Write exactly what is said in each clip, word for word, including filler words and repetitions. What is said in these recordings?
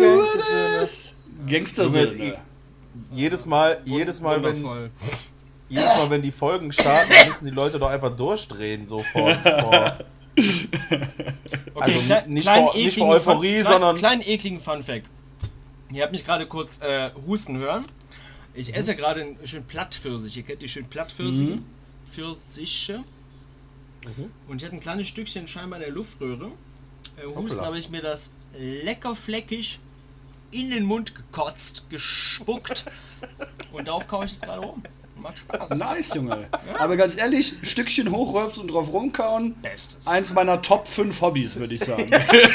Gangster-Söhne. Gangster-Söhne. Jedes Mal, jedes Mal, wenn, Wundervoll. jedes Mal, wenn die Folgen starten, müssen die Leute doch einfach durchdrehen, so vor, vor Okay, also klei- nicht kleinen vor- nicht ekligen vor Euphorie, Fun, sondern- Kleinen ekligen Funfact. Ihr habt mich gerade kurz äh, husten hören. Ich esse gerade einen schönen Plattpfirsich. Ihr kennt die schönen Plattpfirsiche. Mhm. Pfirsiche. Mhm. Und ich hatte ein kleines Stückchen scheinbar in der Luftröhre. Äh, husten Hoppla. habe ich mir das lecker fleckig in den Mund gekotzt, gespuckt. Und darauf kaue ich es gerade rum. Macht Spaß. Nice, Junge. Aber ganz ehrlich, ein Stückchen hochröpsen und drauf rumkauen. Bestes. Eins meiner Top fünf Hobbys, würde ich sagen.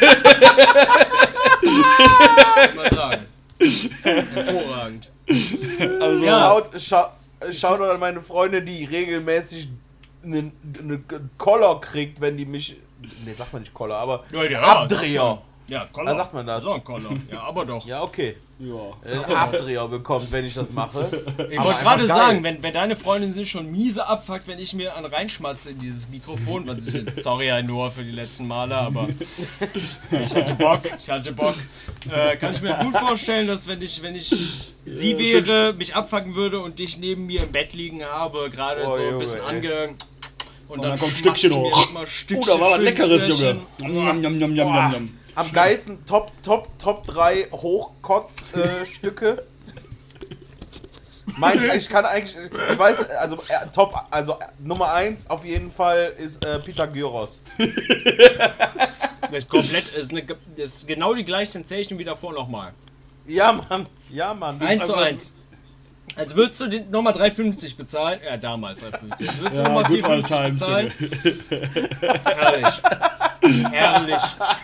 Mal sagen. Hervorragend. Also Ja. schaut, schaut, schaut an meine Freundin, die regelmäßig einen eine Koller kriegt, wenn die mich. Ne, sagt man nicht Koller, aber Ja, ja, Abdreher. Ja, Koller. Da sagt man das. So ein Koller. Ja, aber doch. Ja, okay. Ja. Einen Abdreher bekommt, wenn ich das mache. Ich Aber wollte gerade einfach sagen, geil. wenn, wenn deine Freundin sich schon miese abfuckt, wenn ich mir an reinschmatze in dieses Mikrofon, was ich jetzt, sorry ja nur für die letzten Male, aber ich hatte Bock, ich hatte Bock. Äh, kann ich mir gut vorstellen, dass wenn ich, wenn ich sie Ja, wäre, mich abfucken würde und dich neben mir im Bett liegen habe, gerade Oh, so ein Junge, bisschen ey. ange... Und, dann kommt ein schmatzt Stückchen mir hoch. erstmal Stückchen, Oh, da war was schönes Leckeres, Junge. Röhrchen. Njam, njam, njam, njam, Boah. njam. Am geilsten Top, Top, Top drei Hochkotz-Stücke. mein, ich kann eigentlich, ich weiß, also äh, Top, also äh, Nummer eins auf jeden Fall ist äh, Pythagoras. Das ist komplett, ist, eine, das ist genau die gleiche Sensation wie davor nochmal. Ja, Mann, ja, Mann. das ist eins zu einfach- eins. Als würdest du den nochmal drei fünfzig bezahlen? Ja, damals drei fünfzig. Als würdest du Ja, nochmal good vier old fünfzig times, bezahlen? Herrlich. Herrlich.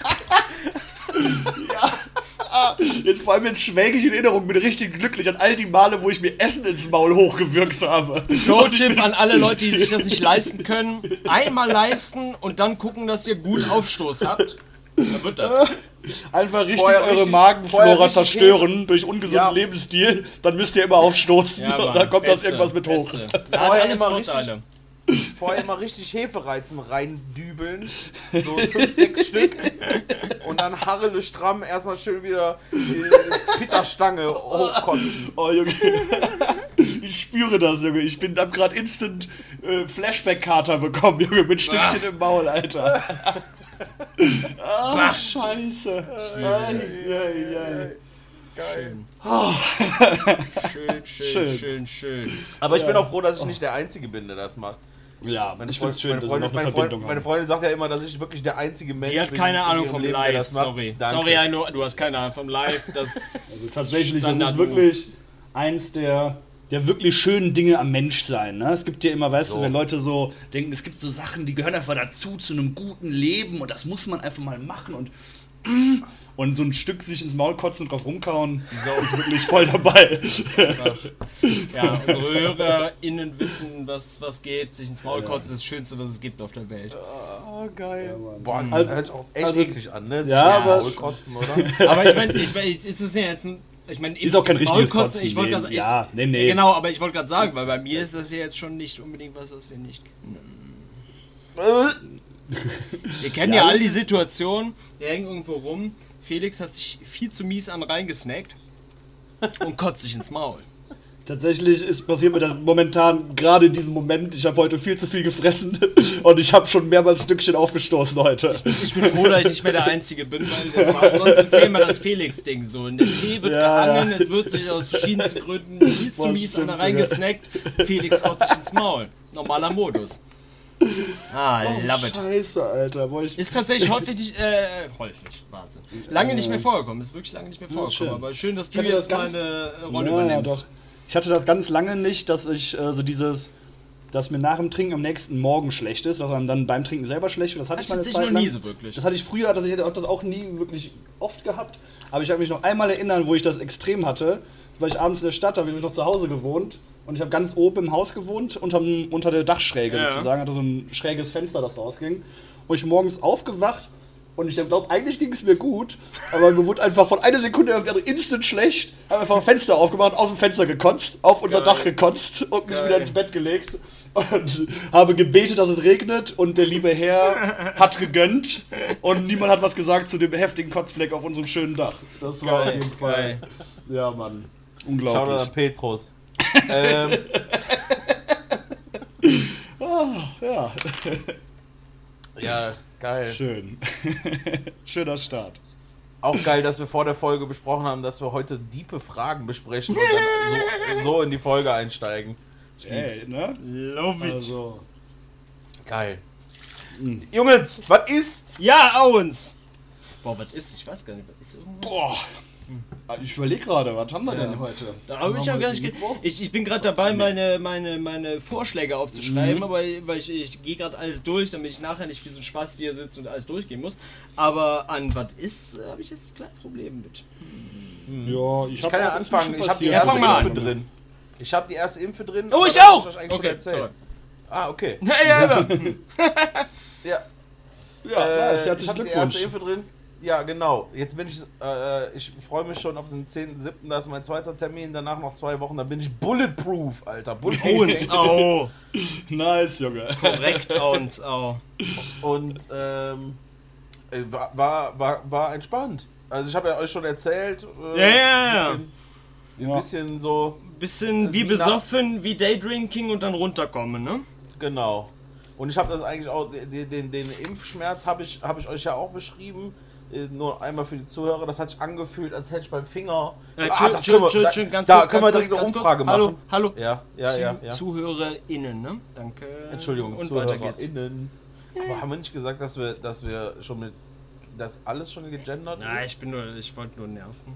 Jetzt vor allem jetzt schwelge ich in Erinnerung, bin richtig glücklich an all die Male, wo ich mir Essen ins Maul hochgewürgt habe. Pro-Tipp an alle Leute, die sich das nicht leisten können. Einmal leisten und dann gucken, dass ihr gut Aufstoß habt. Dann wird das. Einfach richtig Vorher eure richtig- Magenflora vorher richtig zerstören durch ungesunden Ja. Lebensstil, dann müsst ihr immer aufstoßen Ja, und Mann, dann kommt das Beste, irgendwas mit hoch. Beste. Da hat Vorher alles immer Vorteile. Vorher mal richtig Hefeweizen reindübeln. So fünf, sechs Stück. Und dann Harrele stramm erstmal schön wieder die Pitterstange hochkotzen. Oh Junge, ich spüre das, Junge. Ich bin hab gerade instant äh, Flashback-Kater bekommen, Junge, mit Stückchen im Maul, Alter. Ah, Bah. scheiße. Ei, ei, ei. Geil. Schön, schön, Schön. schön, schön. Aber ich bin auch froh, dass ich nicht der Einzige bin, der das macht. Ja, Meine, ich Freund, find's schön, meine, dass wir Freundin, noch eine meine, Verbindung Freundin, meine haben. Freundin sagt ja immer, dass ich wirklich der einzige Mensch Die hat bin keine in Ahnung ihrem vom Leben, der Live, das macht. sorry. Danke. Sorry, Aino, du hast keine Ahnung vom Live. Das Also tatsächlich, das Standard- ist wirklich eins der, der wirklich schönen Dinge am Menschsein. Ne? Es gibt ja immer, weißt So. du, wenn Leute so denken, es gibt so Sachen, die gehören einfach dazu, zu einem guten Leben und das muss man einfach mal machen und und so ein Stück sich ins Maul kotzen und drauf rumkauen, so ist wirklich voll dabei. Ja, unsere HörerInnen wissen, was, was geht. Sich ins Maul kotzen ist das Schönste, was es gibt auf der Welt. Oh, geil. Ja, Mann. Boah, das Also- hört sich auch echt also- eklig an, ne? Sich Ja, ins aber- Maul kotzen, oder? Aber ich meine, ich mein, ich, ist das ja jetzt ein. Ich meine, Ist auch kein ins Maul richtiges kotzen, Kotzen, Ich wollte nee. gerade Ja, nee, nee. Genau, aber ich wollte gerade sagen, weil bei mir ist das ja jetzt schon nicht unbedingt was, was wir nicht kennen. Wir kennen ja, Ja, all das die ist- Situationen, wir hängen irgendwo rum. Felix hat sich viel zu mies an reingesnackt und kotzt sich ins Maul. Tatsächlich ist passiert mir das momentan gerade in diesem Moment. Ich habe heute viel zu viel gefressen und ich habe schon mehrmals Stückchen aufgestoßen heute. Ich bin froh, dass ich nicht mehr der Einzige bin, weil das war sonst erzähl mal das Felix-Ding so. Der Tee wird Ja, gehangen, ja. es wird sich aus verschiedensten Gründen viel zu Boah, mies stimmt, an ja. reingesnackt. Felix haut sich ins Maul. Normaler Modus. Ah, Oh, love it. Scheiße, Alter. Boah, ich Ist tatsächlich häufig nicht, äh, häufig, Wahnsinn. Lange nicht mehr vorgekommen, ist wirklich lange nicht mehr Ja, vorgekommen. schön. Aber schön, dass Ich du hatte jetzt das ganz- meine äh, Rolle Ja, ja, übernimmst. doch. Ich hatte das ganz lange nicht, dass ich äh, so dieses, dass mir nach dem Trinken am nächsten Morgen schlecht ist, dass man dann beim Trinken selber schlecht wird. Das hatte Hatte ich ich meine tatsächlich Zeit noch lang. nie so wirklich. Das hatte ich früher, also ich habe das auch nie wirklich oft gehabt. Aber ich habe mich noch einmal erinnern, wo ich das extrem hatte. Weil ich abends in der Stadt, da habe ich noch zu Hause gewohnt. Und ich habe ganz oben im Haus gewohnt, unterm, unter der Dachschräge Ja. sozusagen. Hatte so ein schräges Fenster, das rausging. Und ich morgens aufgewacht. Und ich glaube, eigentlich ging es mir gut, aber mir wurde einfach von einer Sekunde auf die andere instant schlecht. Habe einfach ein Fenster aufgemacht, aus dem Fenster gekotzt, auf unser Geil. Dach gekotzt und mich Geil. wieder ins Bett gelegt. und habe gebetet, dass es regnet und der liebe Herr hat gegönnt und niemand hat was gesagt zu dem heftigen Kotzfleck auf unserem schönen Dach. Das war Geil, auf jeden Fall. geil. Ja, Mann. Schau Unglaublich. an Petrus. ähm, Ah, ja, ja, geil. schön. Schöner Start. Auch geil, dass wir vor der Folge besprochen haben, dass wir heute diepe Fragen besprechen und dann so, so in die Folge einsteigen. Ich lieb's. Ey, ne? Love it. Also, Geil. mh. Jungs, was ist? Ja, Owens! Boah, was ist? Ich weiß gar nicht, was ist irgendwo? Boah. Ich überlege gerade, was haben wir Ja. denn heute? Da habe ich Haben auch wir gar nicht ge Mittwoch? ich, ich bin gerade dabei, meine, meine, meine Vorschläge aufzuschreiben, Mhm. aber weil ich, ich gehe gerade alles durch, damit ich nachher nicht wie so ein Spaß hier sitze und alles durchgehen muss. Aber an was ist, habe ich jetzt ein kleines Problem mit. Ja, Ich hab kann ja auch anfangen. inzwischen Ich habe die passiert. erste fang mal Impfe an. drin. Ich habe die erste Impfe drin. Oh, aber ich das hab auch! euch eigentlich schon Okay, erzählt. sorry. Ah, okay. Ja, ja, ja. Ja, Ja, äh, nice, ich herzlichen habe die erste Glückwunsch. Impfe drin. Ja, genau. Jetzt bin ich, äh, ich freue mich schon auf den zehnten siebten Da ist mein zweiter Termin. Danach noch zwei Wochen. Dann bin ich bulletproof, Alter. Bulletproof. Owens, au. Nice, Junge. Korrekt, Owens, au. Und ähm, äh, war, war, war, war entspannt. Also ich habe ja euch schon erzählt. Äh, Ja, ja, ja. Ein bisschen, Ja. ein bisschen so, Bisschen wie Wie nach- besoffen, wie Daydrinking und dann runterkommen, ne? genau. Und ich habe das eigentlich auch, den, den, den Impfschmerz habe ich, hab ich euch ja auch beschrieben. Äh, Nur einmal für die Zuhörer, das hat sich angefühlt, als hätte ich beim Finger. Äh, Ah, tschö- das tschö- können wir- tschö- da- tschö- ganz da kurz, können wir ganz direkt eine kurz, ganz Umfrage kurz. machen. Hallo, hallo. Ja, ja, ja. Zu- ja. ZuhörerInnen, ne? Danke. Entschuldigung, Und weiter geht's. ZuhörerInnen. Aber haben wir nicht gesagt, dass wir, dass wir schon mit, dass alles schon gegendert Na, ist? ich bin nur, ich wollte nur nerven.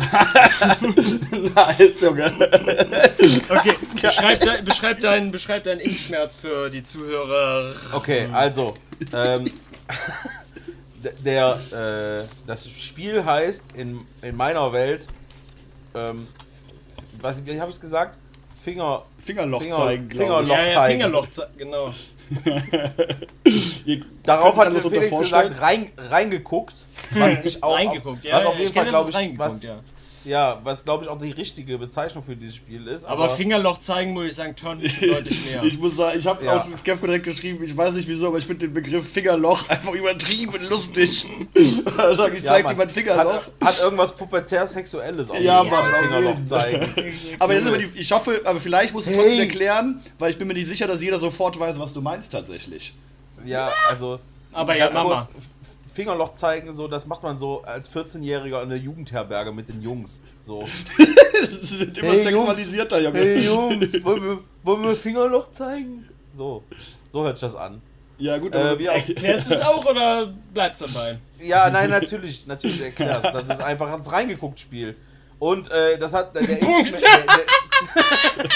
Nice, Junge. Okay, beschreib, de, beschreib, deinen, beschreib deinen Impfschmerz für die Zuhörer. Okay, also, ähm, d- der, äh, das Spiel heißt in, in meiner Welt, ähm, was, wie habe ich es gesagt? Finger, Fingerloch Finger- zeigen, glaube Fingerloch. Ja, ja, zeigen. Fingerloch, ze- genau. ich. Ihr darauf könnt hat euch das Felix vorstellen? gesagt, rein, reingeguckt, was ich auch, Reingeguckt, ja. was ja, auf jeden ich Fall, kenn, glaube dass es ich, was, reingeguckt, ja. ja, was glaube ich auch die richtige Bezeichnung für dieses Spiel ist. Aber Fingerloch zeigen, muss ich sagen, schon deutlich mehr. Ich muss sagen, ich habe Ja. auf Kevko direkt geschrieben, ich weiß nicht wieso, aber ich finde den Begriff Fingerloch einfach übertrieben lustig. Also ich ja, zeig Mann, dir mein Fingerloch. Hat, hat irgendwas pubertär-sexuelles auf Ja, jeden Fall, Mann, auf Fingerloch jeden. zeigen. Aber jetzt aber die, ich hoffe, aber vielleicht musst du es Hey. trotzdem erklären, weil ich bin mir nicht sicher, dass jeder sofort weiß, was du meinst tatsächlich. Ja, also. Aber ja, ganz Mama. kurz, Fingerloch zeigen, so, das macht man so als vierzehnjähriger in der Jugendherberge mit den Jungs. So. Das wird immer Hey, sexualisierter, Junge. Hey Jungs, wollen wir, wollen wir Fingerloch zeigen? So. So hört sich das an. Ja gut, Äh, aber wie auch, Klärst du es auch oder bleibt's dabei? ja, nein, natürlich, natürlich erklärst. Das ist einfach ein reingeguckt Spiel. Und äh, das hat der, der Punkt. Impfschmerz- der, der,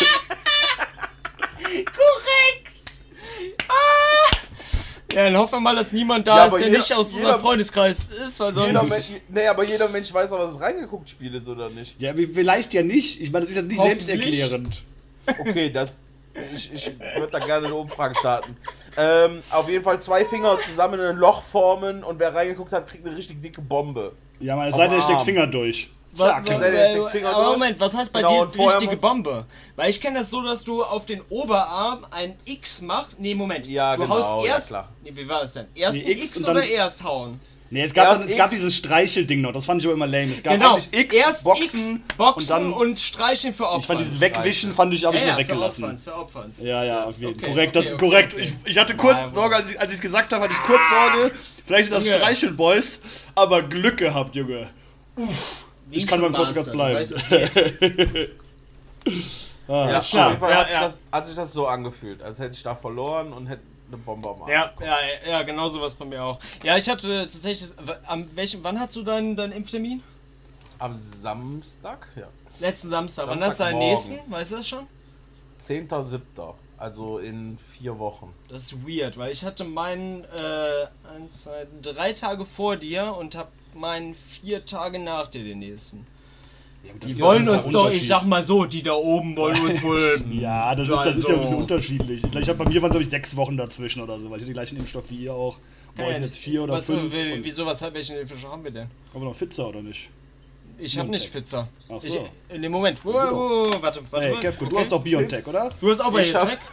Korrekt! Ah! Ja, dann hoffen wir mal, dass niemand da Ja, ist, aber der jeder- nicht aus jeder- unserem Freundeskreis ist, weil jeder sonst... Mensch, nee, aber jeder Mensch weiß auch, was das reingeguckt Spiel ist, oder nicht? ja, wie- vielleicht ja nicht. Ich meine, das ist ja nicht Hoffentlich. selbsterklärend. Okay, das. Ich, ich würde da gerne eine Umfrage starten. Ähm, auf jeden Fall zwei Finger zusammen in ein Loch formen und wer reingeguckt hat, kriegt eine richtig dicke Bombe. Ja, meine Seite Am steckt Arm. Finger durch. Wa- Zack. wa- Sei der steckt wa- Finger aber durch. Moment, was heißt bei Genau, dir und vorher richtige muss- Bombe? Weil ich kenne das so, dass du auf den Oberarm ein X machst. Nee, Moment. Ja, du genau, haust ja, erst. klar. Nee, wie war das denn? Erst Nee, ein X X, und dann- oder erst hauen? Nee, es gab, Erst das, es gab X. dieses Streichelding noch, das fand ich aber immer lame. Es gab Genau. eigentlich X, erst Boxen, X, Boxen und und, dann... Streicheln für Opfer. Ich fand dieses Wegwischen, fand ich, habe ich ja, mir ja, für weggelassen. Opferns, für Opferns. Ja, ja, auf jeden Fall. Okay, korrekt, okay, das, okay, korrekt. okay. Ich, ich hatte kurz Ja, Sorge, als ich es gesagt habe, hatte ich kurz Sorge. Vielleicht sind das Junge. Streichelboys, aber Glück gehabt, Junge. Wie Ich kann beim schon Podcast Master, bleiben. du weißt, was geht. Ah, Ja, ist klar. auf jeden Fall Ja, hat, sich ja. Das, hat sich das so angefühlt, als hätte ich da verloren und hätte eine Bombe am Arm. Ja, ja, ja, genau sowas bei mir auch. Ja, ich hatte tatsächlich, am welchem, wann hast du deinen deinen Impftermin? Am Samstag? Ja. Letzten Samstag. Wann hast du deinen Samstagmorgen. nächsten? Weißt du das schon? zehnter siebter Also in vier Wochen. Das ist weird, weil ich hatte meinen äh, eins, zwei, drei Tage vor dir und hab meinen vier Tage nach dir den nächsten. Die wollen uns doch, ich sag mal so, die da oben wollen uns wohl. Ja, das ist, das ist ja ein bisschen Also- unterschiedlich. Ich, glaub, ich habe bei mir waren glaube ich sechs Wochen dazwischen oder so, weil ich hatte die gleichen Impfstoff wie ihr auch. Bei euch Ja, jetzt vier oder was, fünf. wie- und- Wieso, was, welchen Impfstoff haben wir denn? Aber noch Pfizer oder nicht? Ich hab nicht BioNTech. Pfizer. Ach so. Ich, in dem Moment. Wo, wo, warte, warte. Hey, mal. Kevko, du Okay. hast doch BioNTech, oder? Du hast auch bei Ich hab- BioNTech?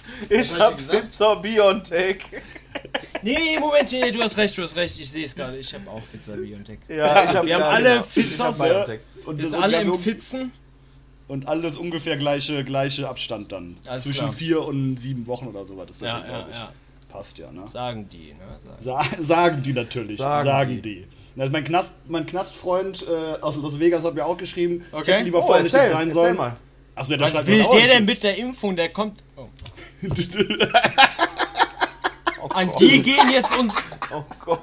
Ich hab hab ich gesagt? Pfizer Biontech. Nee, Moment, nee, du hast recht, du hast recht. Ich sehe es gerade. Ich habe auch Pfizer Biontech. Ja, ich hab, Wir haben ja, alle genau. Pfizers. Ich hab Biontech. Und Wir das sind alle im ungefähr- Pfitzen. Und alles ungefähr gleiche, gleiche Abstand dann. Alles Zwischen klar. vier und sieben Wochen oder so war das Ja, dann, ja, glaub ich. ja. Passt ja, ne? Sagen die, ne? Sagen. Sa sagen die natürlich. Sagen Sagen, die. die. Also mein, Knast, mein Knastfreund äh, aus Las Vegas hat mir auch geschrieben, ich Okay. hätte lieber Oh, vorsichtig erzähl, sein erzähl sollen. mal. Achso, ja, das Was schreibt will mir auch der nicht. denn mit der Impfung? Der kommt. Oh. Oh An Gott. die gehen jetzt uns. Oh Gott.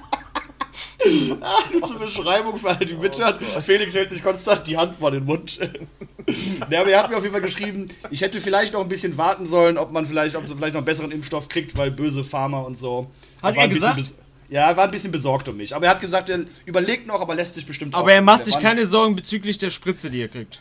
Zur Beschreibung für alle, die mithören. Felix hält sich konstant die Hand vor den Mund. Ja, aber er hat mir auf jeden Fall geschrieben, ich hätte vielleicht noch ein bisschen warten sollen, ob man vielleicht, ob sie vielleicht noch einen besseren Impfstoff kriegt, weil böse Pharma und so. Hat war er ein bisschen gesagt? bes- Ja, er war ein bisschen besorgt um mich. Aber er hat gesagt, er überlegt noch, aber lässt sich bestimmt Aber er macht der sich Mann- keine Sorgen bezüglich der Spritze, die er kriegt.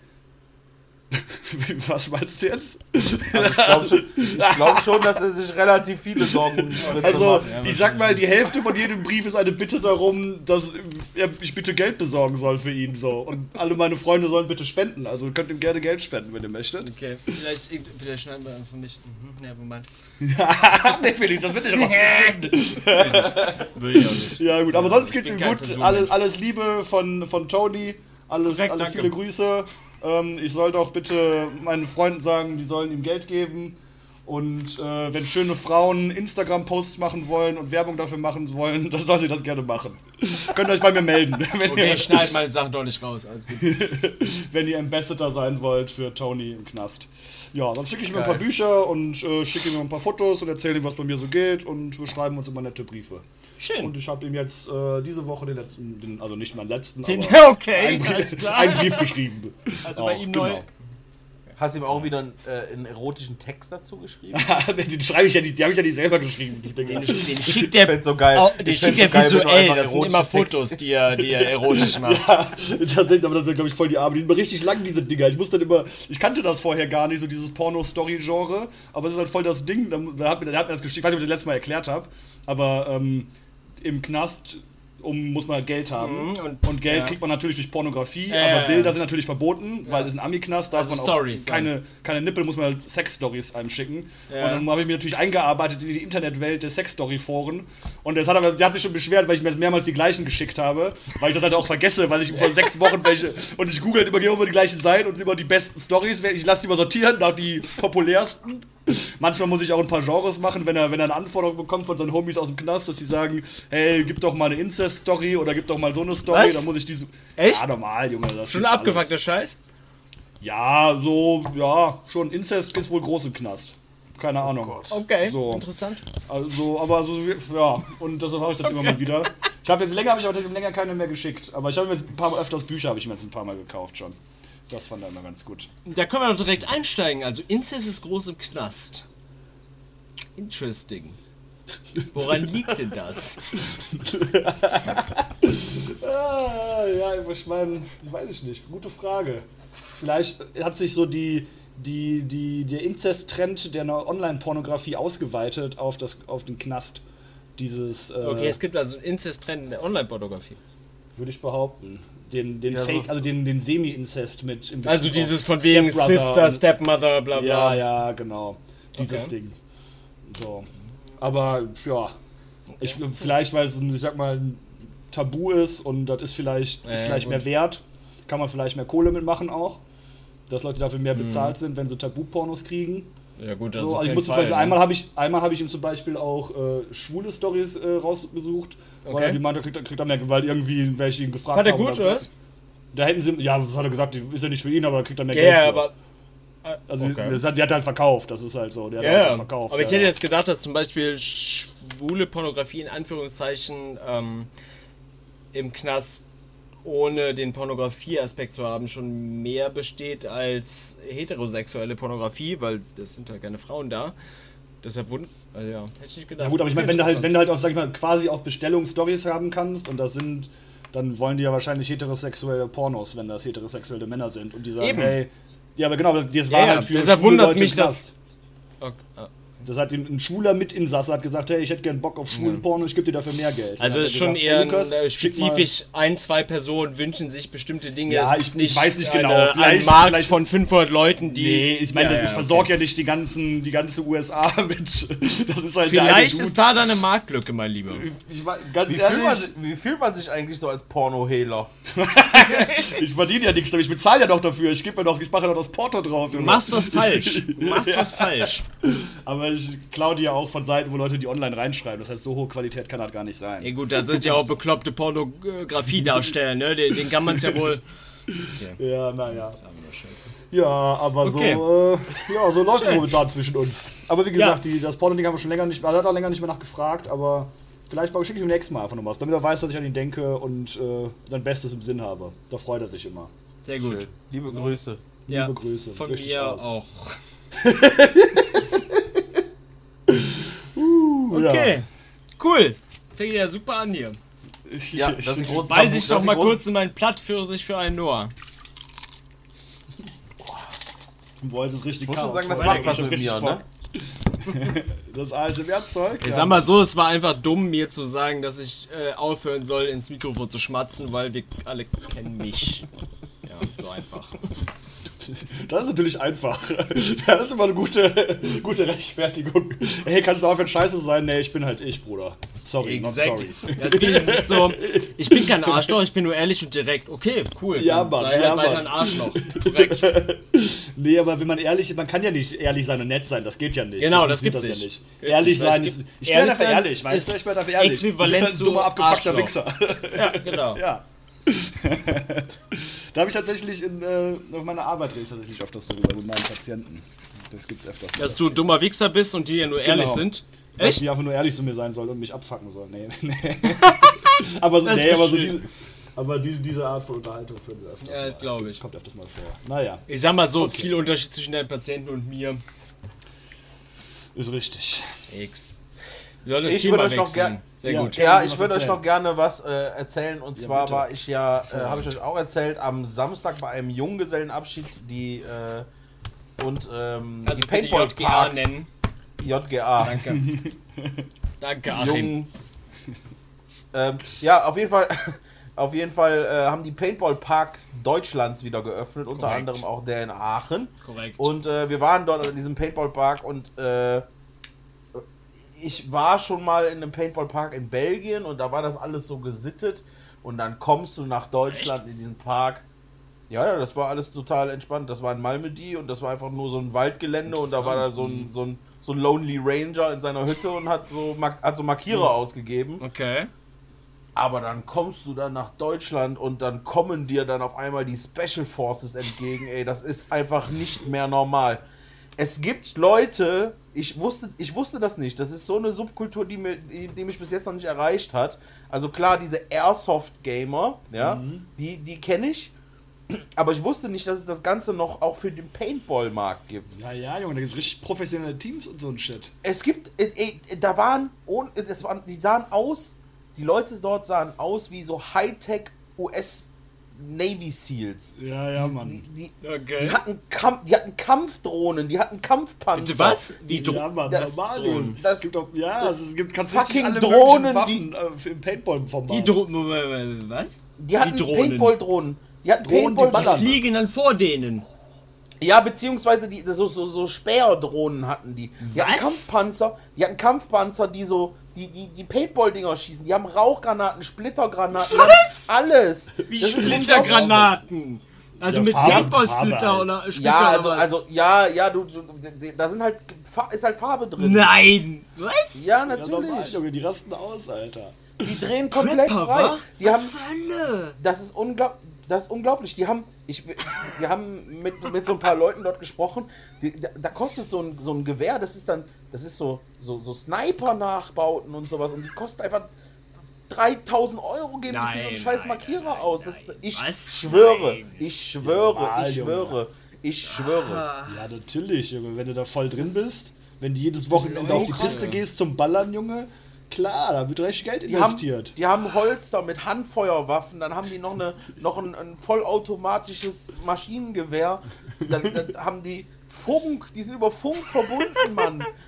Was meinst du jetzt? Also ich glaube schon, ich glaub schon, dass er sich relativ viele Sorgen um die Spritze Also, macht. Ja, ich sag mal, die Hälfte von jedem Brief ist eine Bitte darum, dass er, ich bitte Geld besorgen soll für ihn. So. Und alle meine Freunde sollen bitte spenden. Also, ihr könnt ihm gerne Geld spenden, wenn ihr möchtet. Okay, vielleicht, vielleicht schneiden wir einfach mich. Mhm, ja, Moment. Nee, Felix, das wird nicht rausgeschnitten. Will ich auch nicht. Ja, gut, aber sonst Ich geht's bin ihm kein gut. Zensurmensch. Alles, alles Liebe von, von Tony. Alles, Korrekt, alles danke. viele Grüße. Ähm, ich sollte auch bitte meinen Freunden sagen, die sollen ihm Geld geben. Und äh, wenn schöne Frauen Instagram-Posts machen wollen und Werbung dafür machen wollen, dann sollen sie das gerne machen. Könnt ihr euch bei mir melden, wenn, Okay, ihr, ich schneide meine Sachen doch nicht raus. Alles gut. wenn ihr Ambassador sein wollt für Tony im Knast. Ja, dann schicke ich ihm ein Geil. paar Bücher und äh, schicke ihm ein paar Fotos und erzähle ihm, was bei mir so geht. Und wir schreiben uns immer nette Briefe. Schön. Und ich habe ihm jetzt äh, diese Woche den letzten, den, also nicht meinen letzten, Den- aber okay, einen, alles Brief, klar. einen Brief geschrieben. Also bei Auch, ihm genau. neu. Hast du ihm auch wieder einen, äh, einen erotischen Text dazu geschrieben? Den schreibe ich ja nicht, die habe ich ja nicht selber geschrieben. Die Dinger. Den, den schickt Ich der, fänd's so geil. Oh, Ich den fänd's schickt so er geil, wenn du visuell. einfach Das sind erotische immer Texte- Fotos, die er, die er erotisch macht. Ja, tatsächlich, aber das sind, glaube ich, voll die Arbeit. Die sind immer richtig lang, diese Dinger. Ich muss dann immer, ich kannte das vorher gar nicht, so dieses Porno-Story-Genre, aber es ist halt voll das Ding. Da, da hat mir, da hat mir das geschickt, ich weiß nicht, ob ich das letzte Mal erklärt habe, aber ähm, im Knast um, muss man halt Geld haben. Mhm, und- und, Geld ja. kriegt man natürlich durch Pornografie, Ja, aber ja, ja. Bilder sind natürlich verboten, weil es ein Ami-Knast, da Also ist man auch Stories dann. keine, keine Nippel, muss man halt Sex-Stories einem schicken. Ja. Und dann habe ich mich natürlich eingearbeitet in die Internetwelt der Sex-Story-Foren. Und das hat aber, der hat sich schon beschwert, weil ich mir jetzt mehrmals die gleichen geschickt habe, weil ich das halt auch vergesse, weil ich vor sechs Wochen welche, und ich google halt immer, gehe immer die gleichen Seiten und immer die besten Stories, ich lasse die immer sortieren nach die populärsten. Manchmal muss ich auch ein paar Genres machen, wenn er, wenn er eine Anforderung bekommt von seinen Homies aus dem Knast, dass die sagen, hey, gib doch mal eine Incest-Story oder gib doch mal so eine Story, Was? dann muss ich diese... Echt? Ja, normal, Junge. Das Schon gibt's abgefuckter alles. Scheiß? Ja, so, ja, schon Incest ist wohl groß im Knast. Keine Ahnung. Gott. Okay, So. interessant. Also, aber so, ja, und deshalb habe ich das immer mal wieder. Ich habe jetzt länger, habe ich aber länger keine mehr geschickt, aber ich habe mir jetzt ein paar Mal öfters Bücher, habe ich mir jetzt ein paar Mal gekauft schon. Das fand er immer ganz gut. Da können wir doch direkt einsteigen. Also Inzest ist groß im Knast. Interesting. Woran liegt denn das? Ah, ja, ich meine, weiß ich nicht, gute Frage. Vielleicht hat sich so die, die, die, der Inzest-Trend der Online-Pornografie ausgeweitet auf, das, auf den Knast. Dieses, äh, Okay, es gibt also einen Inzest-Trend in der Online-Pornografie. würde ich behaupten. Den, den Ja, Fake, so- also den, den Semi-Inzest mit im Also Bezug dieses auf von wegen Stepbrother Sister, und- Stepmother, bla bla. Ja, ja, genau. Dieses Okay. Ding. So. Aber, ja. Ich, vielleicht, weil es, ein, ich sag mal, ein Tabu ist und das ist vielleicht, Ja, ist ja, vielleicht gut. mehr wert. Kann man vielleicht mehr Kohle mitmachen auch. Dass Leute dafür mehr Mhm. bezahlt sind, wenn sie Tabu-Pornos kriegen. Ja gut, das So, ist auf also ich jeden muss zum Fall, Beispiel, ne? einmal habe ich, einmal habe ich ihm zum Beispiel auch äh, schwule Stories äh, rausgesucht, weil Okay. er die meinte, kriegt, er- kriegt er mehr Gewalt irgendwie, welche ihn gefragt Fand er haben. gut, oder was? Da hätten sie, ja, das hat er gesagt, die ist ja nicht für ihn, aber kriegt er mehr Ja, Geld yeah, für. aber... Also Okay. das hat, der hat halt verkauft, das ist halt so. Der hat Ja, halt verkauft. aber ich ja. hätte jetzt gedacht, dass zum Beispiel schwule Pornografie in Anführungszeichen ähm, im Knast ohne den Pornografie-Aspekt zu haben schon mehr besteht als heterosexuelle Pornografie, weil es sind halt keine Frauen da. Deshalb wund... Also ja, hätte ich nicht gedacht. Ja gut, aber ich meine, wenn du halt, Interessant. wenn du halt auf, sag ich mal, quasi auf Bestellung Stories haben kannst und das sind, dann wollen die ja wahrscheinlich heterosexuelle Pornos, wenn das heterosexuelle Männer sind und die sagen, Eben. hey, ja, aber genau, das Ja, war ja, halt für deshalb schwule wundert's Leute im mich, dass- Knast. Okay. Ah, Das hat ein Schwuler Mitinsasse hat gesagt, hey, ich hätte gern Bock auf schwulen Porno, ich gebe dir dafür mehr Geld. Also es ist schon eher ein, äh, spezifisch, ein, zwei Personen wünschen sich bestimmte Dinge. Ja, es ist ich, nicht ich weiß nicht eine, genau. Ein Markt vielleicht von fünfhundert Leuten, die... Nee, ich meine, ja, ja, ich versorge okay. ja nicht die, ganzen, die ganze U S A mit... Das ist halt vielleicht ist da dann eine Marktlücke, mein Lieber. Ich, ich, ganz wie, ehrlich, fühlt man, wie fühlt man sich eigentlich so als Pornohehler? Ich verdiene ja nichts, aber ich bezahle ja doch dafür. Ich gebe ja doch, ich mache ja noch das Porto drauf. Du machst was falsch. Du machst ja. was falsch. Aber ich klaue die ja auch von Seiten, wo Leute die online reinschreiben. Das heißt, so hohe Qualität kann das gar nicht sein. Ja gut, da sind ja auch bekloppte Pornografie-Darsteller, ne? Den, den kann man es ja wohl... Okay. Ja, naja. Ja, aber okay. so, äh, ja, so läuft es momentan zwischen uns. Aber wie gesagt, ja. die, das Porno-Ding haben wir schon länger nicht mehr, also hat auch länger nicht mehr nachgefragt, aber vielleicht schicke ich ihm nächstes Mal einfach noch was, damit er weiß, dass ich an ihn denke und äh, sein Bestes im Sinn habe. Da freut er sich immer. Sehr gut. Schön. Liebe Grüße. Ja, Liebe Grüße. Von Richtig mir aus. auch. uh, okay, ja. cool. Fängt ja super an hier. Ja, das ist groß. Beiß ich doch mal kurz in meinen Plattpfirsich für einen Noah. Boah, das ist richtig Ich muss schon Chaos. sagen, das Boah, macht ich was hab mit richtig mir, Bock. ne? Das A S M R-Zeug. Ich sag mal so, es war einfach dumm, mir zu sagen, dass ich äh, aufhören soll, ins Mikrofon zu schmatzen, weil wir alle kennen mich. Ja, so einfach. Das ist natürlich einfach. Das ist immer eine gute, gute Rechtfertigung. Hey, kannst du aufhören, scheiße sein? Nee, ich bin halt ich, Bruder. Sorry, exactly. not sorry. Das ist so, ich bin kein Arschloch, ich bin nur ehrlich und direkt. Okay, cool. Ja, Mann, Mann, sei ja, halt weiter Mann. ein Arschloch. Korrekt. Nee, aber wenn man ehrlich ist, man kann ja nicht ehrlich sein und nett sein, das geht ja nicht. Genau, so das gibt's funktioniert nicht. Ja nicht. Ehrlich Gibt's sein nicht. ist... Ich bin dafür Ehrlich ehrlich, weißt du? Ich bin dafür ist ehrlich. äquivalent du bist halt ein zu dummer, abgefuckter Arschloch. Wichser. Ja, genau. Ja. Da habe ich tatsächlich in, äh, auf meiner Arbeit rede ich tatsächlich öfters darüber mit meinen Patienten. Das gibt's öfter. Dass du ein dummer Wichser bist und die ja nur ehrlich Genau. sind. Dass Echt? die einfach nur ehrlich zu mir sein sollen und mich abfacken sollen. Nee, nee. aber so, Das nee, aber so verstehe. diese, aber diese, diese Art von Unterhaltung führen wir öfters. Ja, das mal. glaub Das ich. kommt öfters mal vor. Naja, Ich sag mal so, Okay. viel Unterschied zwischen deinen Patienten und mir. ist richtig. X. Wir sollen das Ich Thema würde euch noch wechseln. gern- Sehr Ja. gut. Ja, was ich würde euch erzählen? noch gerne was äh, erzählen. Und zwar bitte. war ich ja, äh, habe ich euch auch erzählt, am Samstag bei einem Junggesellenabschied, die äh, und ähm, Kannst die du bitte Paintball J G A Parks. nennen? J G A. Danke. Danke, Achim. Jung. ähm, ja, auf jeden Fall, auf jeden Fall äh, haben die Paintball Parks Deutschlands wieder geöffnet, unter Korrekt. anderem auch der in Aachen. Korrekt. Und äh, wir waren dort in diesem Paintball Park und äh, ich war schon mal in einem Paintball Park in Belgien und da war das alles so gesittet und dann kommst du nach Deutschland in diesen Park. Ja, ja, das war alles total entspannt. Das war in Malmedy und das war einfach nur so ein Waldgelände und da war da so ein, so ein, so ein Lonely Ranger in seiner Hütte und hat so, Mark- hat so Markierer ausgegeben. Okay. Aber dann kommst du dann nach Deutschland und dann kommen dir dann auf einmal die Special Forces entgegen, ey, das ist einfach nicht mehr normal. Es gibt Leute, ich wusste, ich wusste das nicht, das ist so eine Subkultur, die, mir, die, die mich bis jetzt noch nicht erreicht hat. Also klar, diese Airsoft-Gamer, ja, Mhm. die, die kenne ich, aber ich wusste nicht, dass es das Ganze noch auch für den Paintball-Markt gibt. Naja, Junge, da gibt es richtig professionelle Teams und so ein Shit. Es gibt, äh, äh, da waren, ohne- das waren, die sahen aus, die Leute dort sahen aus wie so Hightech U S Navy Seals. Ja, ja, Die, Mann. die, Okay. die, hatten Kamp- die hatten Kampfdrohnen, die hatten Kampfpanzer. Bitte was? Die Dro Ja, Mann, das- normal, Junge. das- Es gibt auch, ja, also es gibt ganz fucking richtig alle Drohnen, möglichen Waffen äh, im Paintball-Format. Die Drohnen. Was? Die hatten Die Drohnen. Paintball-Drohnen. Die hatten Drohnen, die Die Paintball-Drohnen. fliegen dann vor denen. Ja, beziehungsweise die, so, so, so Speerdrohnen hatten die. Die hatten Was? Kampfpanzer, die hatten Kampfpanzer, die so, die, die, die Paintball-Dinger schießen. Die haben Rauchgranaten, Splittergranaten, Was? alles. Wie Das ist Splittergranaten. Also Ja, mit Farbe- Paintball-Splitter Farbe oder unglaublich. Splitter Ja, also, oder was? also, ja, ja, du, du, da sind halt, Fa- ist halt Farbe drin. Nein! Was? Ja, Ja, normal, natürlich. Junge, die rasten aus, Alter. Die drehen komplett Prepper, frei. wa? Die haben, Was zur Hölle? das ist unglaublich. Das ist unglaublich. Die haben, ich, wir haben mit, mit so ein paar Leuten dort gesprochen. Die, da, da kostet so ein, so ein Gewehr, das ist dann, das ist so, so, so Sniper-Nachbauten und sowas. Und die kosten einfach dreitausend Euro geben die für so einen Nein, scheiß nein, Markierer nein, aus. Das, nein. ich Was? schwöre, Nein. ich schwöre, Normal, ich Junge. schwöre, ich schwöre. Ja, natürlich, Junge, wenn du da voll drin ist- bist, wenn du jedes Wochenende so auf die krass, Piste ja. gehst zum Ballern, Junge, klar, da wird richtig Geld Die haben, investiert. die haben Holster mit Handfeuerwaffen, dann haben die noch, eine, noch ein, ein vollautomatisches Maschinengewehr, dann, dann haben die Funk, die sind über Funk verbunden, Mann.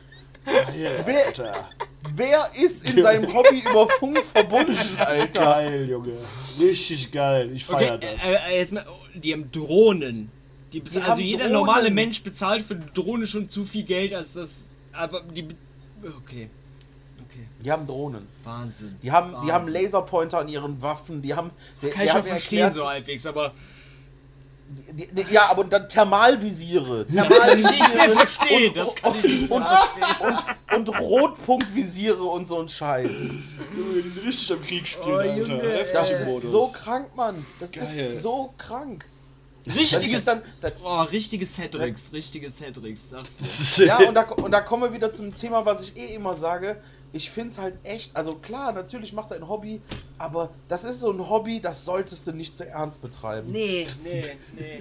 Geil, Wer- Alter. Wer ist in seinem Hobby über Funk verbunden, Alter? Geil, Junge. Richtig geil. Ich Okay, feier das. äh, äh, jetzt mal, oh, die haben Drohnen. Die bez- Die also haben jeder Drohnen. normale Mensch bezahlt für eine Drohne schon zu viel Geld, als das. Aber die. be- Okay. Okay. Die haben Drohnen. Wahnsinn. Die haben, die haben Wahnsinn. Laserpointer an ihren Waffen. Die haben. Die, Kann die ich haben auch mir verstehen, erklärt, so halbwegs, aber. Die, die, ja, aber dann Thermalvisiere. Kann ich nicht mehr Thermalvisiere verstehen. Das kann ich nicht mehr verstehen. und Rotpunktvisiere und so ein Scheiß. Junge, die sind richtig am Krieg spielen, Oh, Alter. Junge, Heftig Das Äh, ist so krank, Mann. Das Geil. ist so krank. Richtiges. Dann, dann, Oh, richtige Cedrics. Richtige Cedrics, sagst du. ja, und da, und da kommen wir wieder zum Thema, was ich eh immer sage. Ich finde es halt echt, also klar, natürlich macht er ein Hobby, aber das ist so ein Hobby, das solltest du nicht zu ernst betreiben. Nee, nee, nee.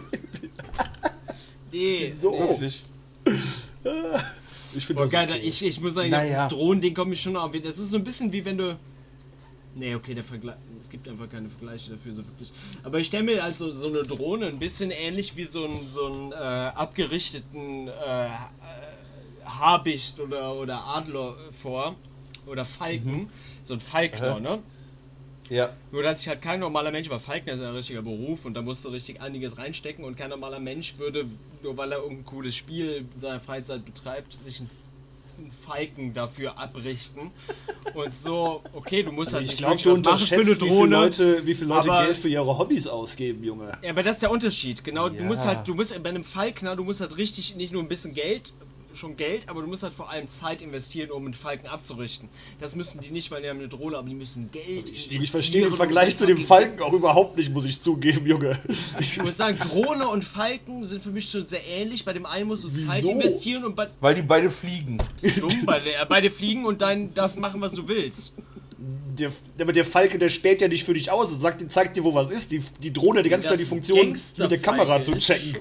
Nee. So. Wirklich. Ich finde Boah, das geil, okay. ich, ich muss sagen, Naja. das Drohnen-Ding kommt mir schon auf. Das ist so ein bisschen wie wenn du. Nee, okay, der Vergleich. Es gibt einfach keine Vergleiche dafür, so wirklich. Aber ich stelle mir also so eine Drohne ein bisschen ähnlich wie so einen so einen, äh, abgerichteten äh, äh, Habicht oder, oder Adler vor. Oder Falken. Mhm. So ein Falkner, Aha. ne? Ja. Nur, dass ich halt kein normaler Mensch, weil Falkner ist ja ein richtiger Beruf und da musst du richtig einiges reinstecken und kein normaler Mensch würde, nur weil er irgendein cooles Spiel in seiner Freizeit betreibt, sich einen einen Falken dafür abrichten. Und so, okay, du musst Also halt ich nicht glaube, wirklich du was machen für eine unterschätzt, wie viele Drohne. Leute, wie viele Leute aber- Geld für ihre Hobbys ausgeben, Junge. Ja, aber das ist der Unterschied. Genau, du Ja. musst halt, du musst bei einem Falkner, du musst halt richtig, nicht nur ein bisschen Geld, schon Geld, aber du musst halt vor allem Zeit investieren, um einen Falken abzurichten. Das müssen die nicht, weil die haben eine Drohne, aber die müssen Geld investieren. Ich verstehe den um Vergleich zu dem fucking- Falken auch überhaupt nicht, muss ich zugeben, Junge. Ich muss sagen, Drohne und Falken sind für mich schon sehr ähnlich. Bei dem einen musst du Zeit Wieso? investieren und bei, Weil die beide fliegen. dumm, bei der, beide fliegen und dann das machen, was du willst. Der, aber der Falke, der späht ja nicht für dich aus und sagt, dir- zeigt dir, wo was ist. Die, die Drohne hat die ganze Das Zeit die Funktion, Gangster- mit der Kamera zu Falke ist checken.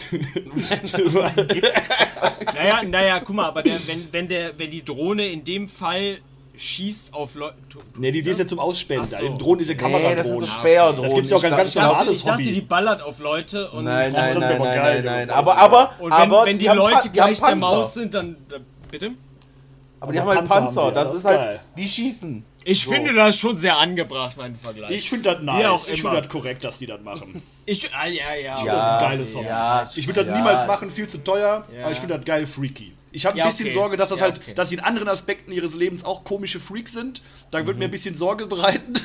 Naja, naja, guck mal, aber der, wenn, wenn, der, wenn die Drohne in dem Fall schießt auf Leute. Ne, die, die ist ja zum Ausspähen Ach da. so. Die Drohne, diese Nee, das sind Kameradrohne. so Späherdrohnen. Das gibt's ja auch Ich ganz dachte- Ich dachte, normales ich dachte, Hobby. die ballert auf Leute und. Nein, Das nein, wär nein, aber nein, geil, nein, nein. Junge. Aber, aber, Und wenn, aber wenn die, haben Leute Pa- die haben gleich der Panzer. Maus sind, dann. äh, Bitte? Aber die Aber haben halt Panzer haben Panzer. die, Das das ist ist halt. geil. Die schießen. Ich So. finde das schon sehr angebracht, mein Vergleich. Ich finde das Wie nice. auch Ich immer. finde das korrekt, dass die das machen. Ich, ah, ja, ja. Das ist Ja, ein geiles Hobby. ja, Ich würde das ja. niemals machen, viel zu teuer, Ja. aber ich finde das geil freaky. Ich habe ein Ja, bisschen okay. Sorge, dass das Ja, halt, okay. dass sie in anderen Aspekten ihres Lebens auch komische Freaks sind. Da Mhm. wird mir ein bisschen Sorge bereiten.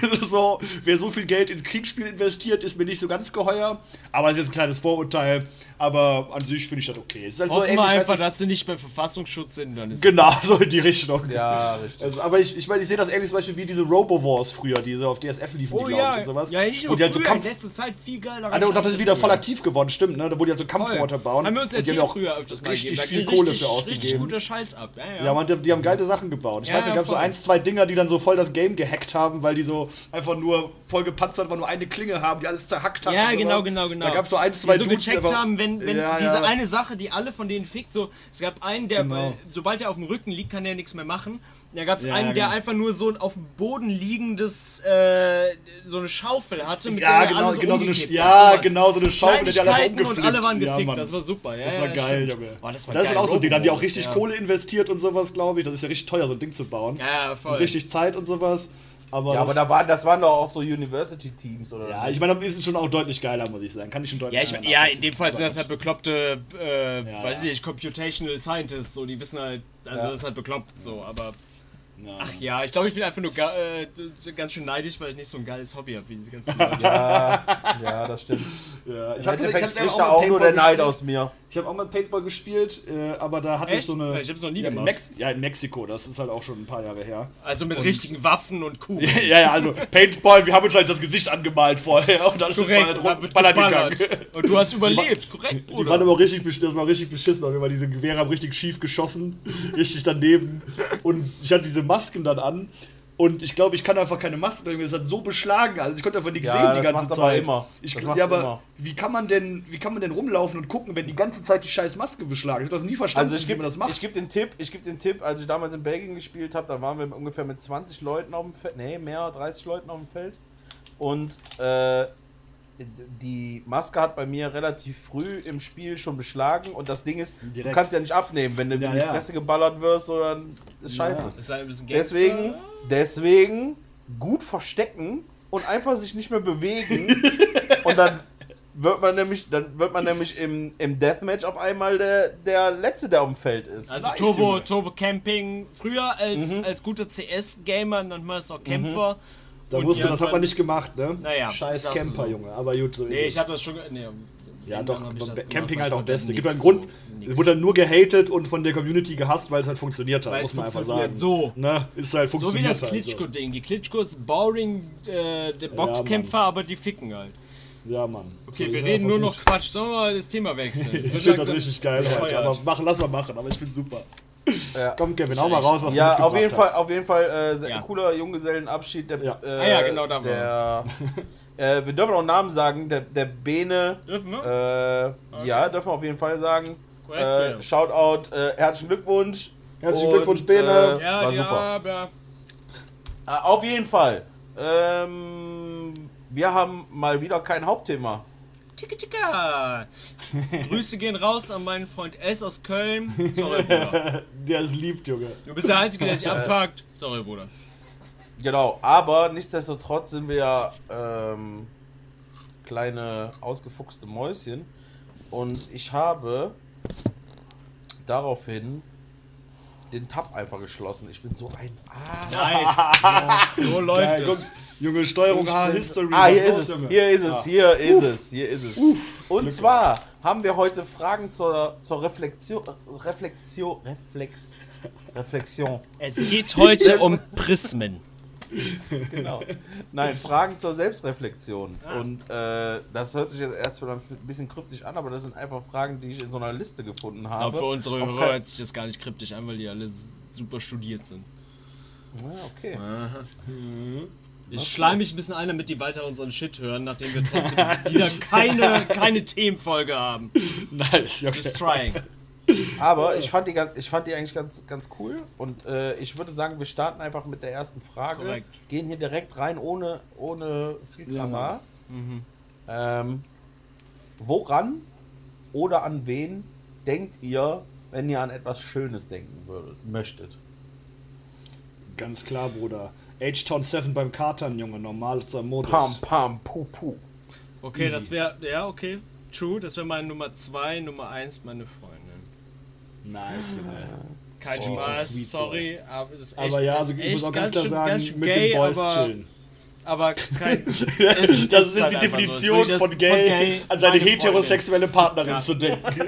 so, wer so viel Geld in Kriegsspiel investiert, ist mir nicht so ganz geheuer. Aber es ist ein kleines Vorurteil. Aber an sich finde ich das okay. Es ist halt so Hoffen wir ähnlich, weiß einfach, ich- dass sie nicht beim Verfassungsschutz sind, dann ist Genau, so in die Richtung. Ja, richtig. Also, aber ich, ich meine, ich sehe das ähnlich zum Beispiel wie diese Robo-Wars früher, die so auf D S F liefen, Oh die, glaub ja, ich, und sowas. ja, nicht Wo nur die halt so früher, Kampf in letzter Zeit viel geiler. Ah, und das ist wieder voll aktiv geworden, stimmt, ne? Da wurde ja so Voll. Kampfroboter bauen. Haben wir uns und die erzählt haben ja auch früher öfters mal richtig gegeben. Da viel ging Kohle richtig, für richtig ausgegeben. guter Scheiß ab. Ja, ja. Ja, man, die, die haben geile Sachen gebaut. Ich Ja, weiß, da ja, gab es so voll. ein, zwei Dinger, die dann so voll das Game gehackt haben, weil die so einfach nur voll gepanzert, aber nur eine Klinge haben, die alles zerhackt haben. Ja, und genau, sowas. genau, genau. Da gab es so ein, zwei die so Dudes, die gecheckt einfach- haben, wenn, wenn Ja, diese ja. eine Sache, die alle von denen fickt, so, es gab einen, der, Genau. äh, sobald er auf dem Rücken liegt, kann er nichts mehr machen. Da gab es Ja, einen, ja, der genau. einfach nur so ein auf dem Boden liegendes, äh, so eine Schaufel hatte, mit Ja, der er genau, alle so genau, so eine, umgekippt ja, hat, sowas. genau, so eine Schaufel, die hat alle Kleinigkeiten umgeflippt. und alle waren Ja, gefickt, Mann. das war super. Ja, Das ja, war geil, stimmt. Junge. Oh, das war das geil. ist auch so ein Ding, da haben die auch Robobos, richtig ja. Kohle investiert und sowas, glaube ich. Das ist ja richtig teuer, so ein Ding zu bauen. Ja, voll. Und richtig Zeit und sowas. Aber, Ja, aber das, da waren, das waren doch auch so University-Teams, oder? ja, ich meine, das ist schon auch deutlich geiler, muss ich sagen. Kann ich schon deutlich Ja, ich, mehr ja, in nachvollziehen. dem Fall sind das halt bekloppte, äh, Ja, weiß ich ja. nicht, Computational Scientists, so, die wissen halt, also Ja. das ist halt bekloppt, so, aber, Ja. ach ja, ich glaube, ich bin einfach nur ga, äh, ganz schön neidisch, weil ich nicht so ein geiles Hobby habe, wie diese ganzen Leute. Ja, ja, das stimmt. Ja, ich Im hatte Endeffekt ich spricht hab da mal auch nur der Paintball Neid gespielt. aus mir. Ich habe auch mal Paintball gespielt, äh, aber da hatte ich Echt? so eine. Ich hab's noch nie ja, in gemacht. Mex ja, in Mexiko, das ist halt auch schon ein paar Jahre her. Also mit richtigen Waffen und Kugeln. ja, ja, also Paintball, wir haben uns halt das Gesicht angemalt vorher und dann ist Korrekt, halt und dann wird ballern geballert. gegangen. Und du hast überlebt, korrekt, Die Bruder. waren aber auch richtig, besch- das war richtig beschissen, auf jeden Fall. Diese Gewehre haben richtig schief geschossen, richtig daneben. Und ich hatte diese Masken dann an. Und ich glaube, ich kann einfach keine Maske tragen. Das hat so beschlagen, also ich konnte einfach nichts Ja, sehen die das ganze macht's aber Zeit. immer. Ich, Das ja, macht's aber immer. wie kann man denn, wie kann man denn rumlaufen und gucken, wenn die ganze Zeit die scheiß Maske beschlagen? Ich habe das nie verstanden, Also ich wie gebe man das macht. ich geb den Tipp, ich gebe den Tipp, als ich damals in Belgien gespielt habe, da waren wir ungefähr mit zwanzig Leuten auf dem Feld, nee, mehr, dreißig Leuten auf dem Feld. Und äh, die Maske hat bei mir relativ früh im Spiel schon beschlagen und das Ding ist, Direkt. du kannst ja nicht abnehmen, wenn du Ja, in die ja. Fresse geballert wirst, oder ist scheiße. Ja. Ist halt ein bisschen Gangster. Deswegen, deswegen gut verstecken und einfach sich nicht mehr bewegen und dann wird man nämlich, dann wird man nämlich im, im Deathmatch auf einmal der, der Letzte, der auf dem Feld ist. Also Nice, Turbo, Junge. Turbo Camping, früher als, Mhm. als guter C S-Gamer nannte man es noch Camper. Da Und wusste, das hat irgendwann- man nicht gemacht, ne? Naja, Scheiß sagst du Camper, so. Junge. Aber gut, so Nee, ist ich habe das schon. Nee, Ja, irgendwann doch, hab ich das Camping gemacht, halt weil auch ich Beste. Gibt nix einen Grund, so- es wurde dann nur gehatet und von der Community gehasst, weil es halt funktioniert hat, Weil muss es man einfach funktioniert sagen. so. Ne? Ist halt So wie funktioniert das halt Klitschko-Ding. Die Klitschko ist boring, äh, der Boxkämpfer, aber die ficken halt. So. Ja, Mann. Okay, So wir ist reden einfach nur gut. noch Quatsch. Sollen wir mal das Thema wechseln? Es Ich wird finde das langsam richtig geil heute, bescheuert. aber machen, lass mal machen, aber ich finde super. Ja. Komm, Kevin, hau mal raus, was du Ja, mitgebracht auf jeden hast. Fall, auf jeden Fall äh, sehr Ja. cooler Junggesellenabschied. Der, Ja. äh, Ah ja, genau, da der, äh, wir dürfen auch Namen sagen. Der, der Bene. Dürfen wir? Äh, Okay. Ja, dürfen wir auf jeden Fall sagen. Korrekt, Äh, Bene. Shoutout, äh, herzlichen Glückwunsch. Herzlichen Und, Glückwunsch, Bene. Äh, ja, war die super. aber. Ah, auf jeden Fall. Ähm, wir haben mal wieder kein Hauptthema. Ticka, ticka. Grüße gehen raus an meinen Freund S aus Köln. Sorry, Bruder. Der ist liebt, Junge. Du bist der Einzige, der sich abfuckt. Sorry, Bruder. Genau, aber nichtsdestotrotz sind wir ja ähm, kleine ausgefuchste Mäuschen. Und ich habe daraufhin den Tab einfach geschlossen. Ich bin so ein... Ah, Nice. So läuft Geil, guck, es. Junge, Steuerung Ich H, bin- History. Ah, was hier ist los, es, Junge? hier ist es, Ah. hier ist es, hier ist es. Und Glück zwar haben wir heute Fragen zur, zur Reflexion, Reflexion, Reflex, Reflexion. Es geht heute um Prismen. Genau. Nein, Fragen zur Selbstreflexion. Ah. Und äh, das hört sich jetzt erst vielleicht ein bisschen kryptisch an, aber das sind einfach Fragen, die ich in so einer Liste gefunden habe. Aber für unsere Auf Hörer kein- hört sich das gar nicht kryptisch an, weil die alle s- super studiert sind. Ah, okay. Ich schleim mich ein bisschen ein, damit die weiter unseren Shit hören, nachdem wir trotzdem wieder keine, keine Themenfolge haben. Nice, okay. Just trying. Aber ich fand die, ganz- ich fand die eigentlich ganz, ganz cool und äh, ich würde sagen, wir starten einfach mit der ersten Frage. Korrekt. Gehen hier direkt rein, ohne, ohne viel Ja, Drama. Mhm. ähm, woran oder an wen denkt ihr, wenn ihr an etwas Schönes denken würdet, möchtet? Ganz klar, Bruder. H-Town sieben beim Katern, Junge, normal zur Modus. Pam, pam, puh, puh. Okay, Easy. das wäre, ja, okay, true, das wäre meine Nummer zwei, Nummer eins meine Freundin. Nice, Junge. Kein Oh, Spaß, sweet sorry, aber das ist echt, Aber ja, das also ist ich muss echt auch ganz klar schön- sagen, ganz schön mit gay, den Boys aber, chillen. aber kein, Das es ist, halt die einfach Definition so. Das- von, gay, an seine meine Freundin. heterosexuelle Partnerin Ja. zu denken.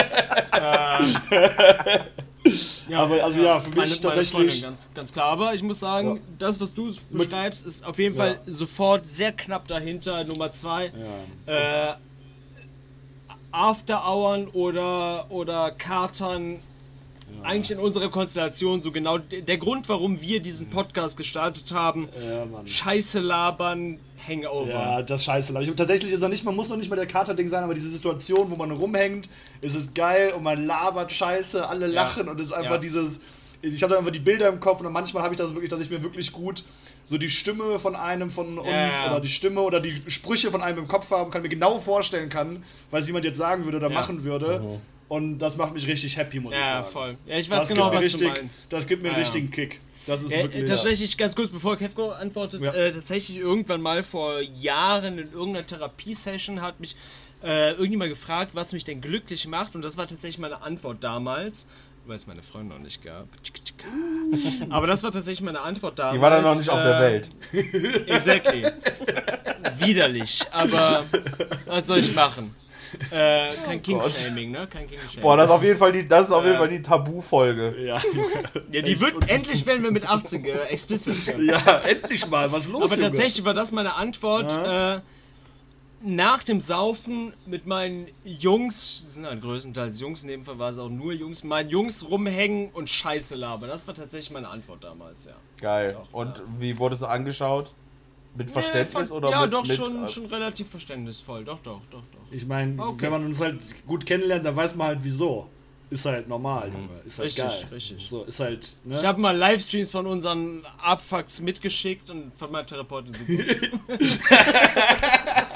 Ja, Aber also ja, für mich meine, meine tatsächlich- Freundin, ganz, ganz klar. Aber ich muss sagen, Ja. das, was du beschreibst, ist auf jeden Ja. Fall sofort sehr knapp dahinter. Nummer zwei. Ja. Äh, After-Hours oder, oder Katern. Eigentlich in unserer Konstellation so genau d- der Grund, warum wir diesen Podcast gestartet haben. Ja, Mann. Scheiße labern, Hangover. Ja, das ist scheiße. glaub ich. Und tatsächlich ist noch nicht, man muss noch nicht mal der Kater-Ding sein, aber diese Situation, wo man rumhängt, ist es geil und man labert Scheiße, alle lachen und es ist einfach Ja. dieses. Ich habe da einfach die Bilder im Kopf und dann manchmal habe ich das wirklich, dass ich mir wirklich gut so die Stimme von einem von uns Ja. oder die Stimme oder die Sprüche von einem im Kopf haben kann, mir genau vorstellen kann, was jemand jetzt sagen würde oder Ja. machen würde. Und das macht mich richtig happy, muss ich Ja, sagen. voll. Ja, ich weiß Das genau, gibt mir was richtig, du meinst. Das gibt mir einen Ja, ja. richtigen Kick. Das ist Äh, wirklich. tatsächlich, ganz kurz, bevor Kevko antwortet, Ja. äh, tatsächlich irgendwann mal vor Jahren in irgendeiner Therapiesession hat mich äh, irgendjemand gefragt, was mich denn glücklich macht, und das war tatsächlich meine Antwort damals, weil es meine Freundin noch nicht gab. Aber das war tatsächlich meine Antwort damals. Die war dann noch nicht auf der äh, Welt. Exactly. Widerlich, aber was soll ich machen? Äh, kein King-Shaming, ne? Kein King-Shaming. Boah, das ist auf jeden Fall die, das ist auf jeden Ja. Fall die Tabu-Folge. Ja, ja, die wird, endlich werden wir mit achtzehn äh, explicit. ja, endlich mal, was ist los? Aber Junge? tatsächlich war das meine Antwort. Äh, nach dem Saufen mit meinen Jungs, das sind halt größtenteils Jungs, in dem Fall war es auch nur Jungs, meinen Jungs rumhängen und Scheiße labern. Das war tatsächlich meine Antwort damals, ja. Geil. Doch, Und ja. wie wurde es angeschaut? Mit Verständnis Nee, oder ja, mit... doch, mit, schon, äh, schon relativ verständnisvoll. Doch, doch, doch, doch. Ich meine, Okay. wenn man uns halt gut kennenlernt, dann weiß man halt wieso. Ist halt normal, Junge. Ist halt Richtig, geil. richtig. So, ist halt, ne? Ich habe mal Livestreams von unseren Abfucks mitgeschickt und von meiner Therapeutin super.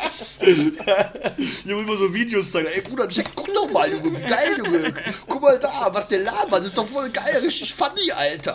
Hier muss immer so Videos zeigen. Ey Bruder, check, guck doch mal, Junge, wie geil, Junge. Guck mal da, was der labert, das ist doch voll geil, richtig funny, Alter.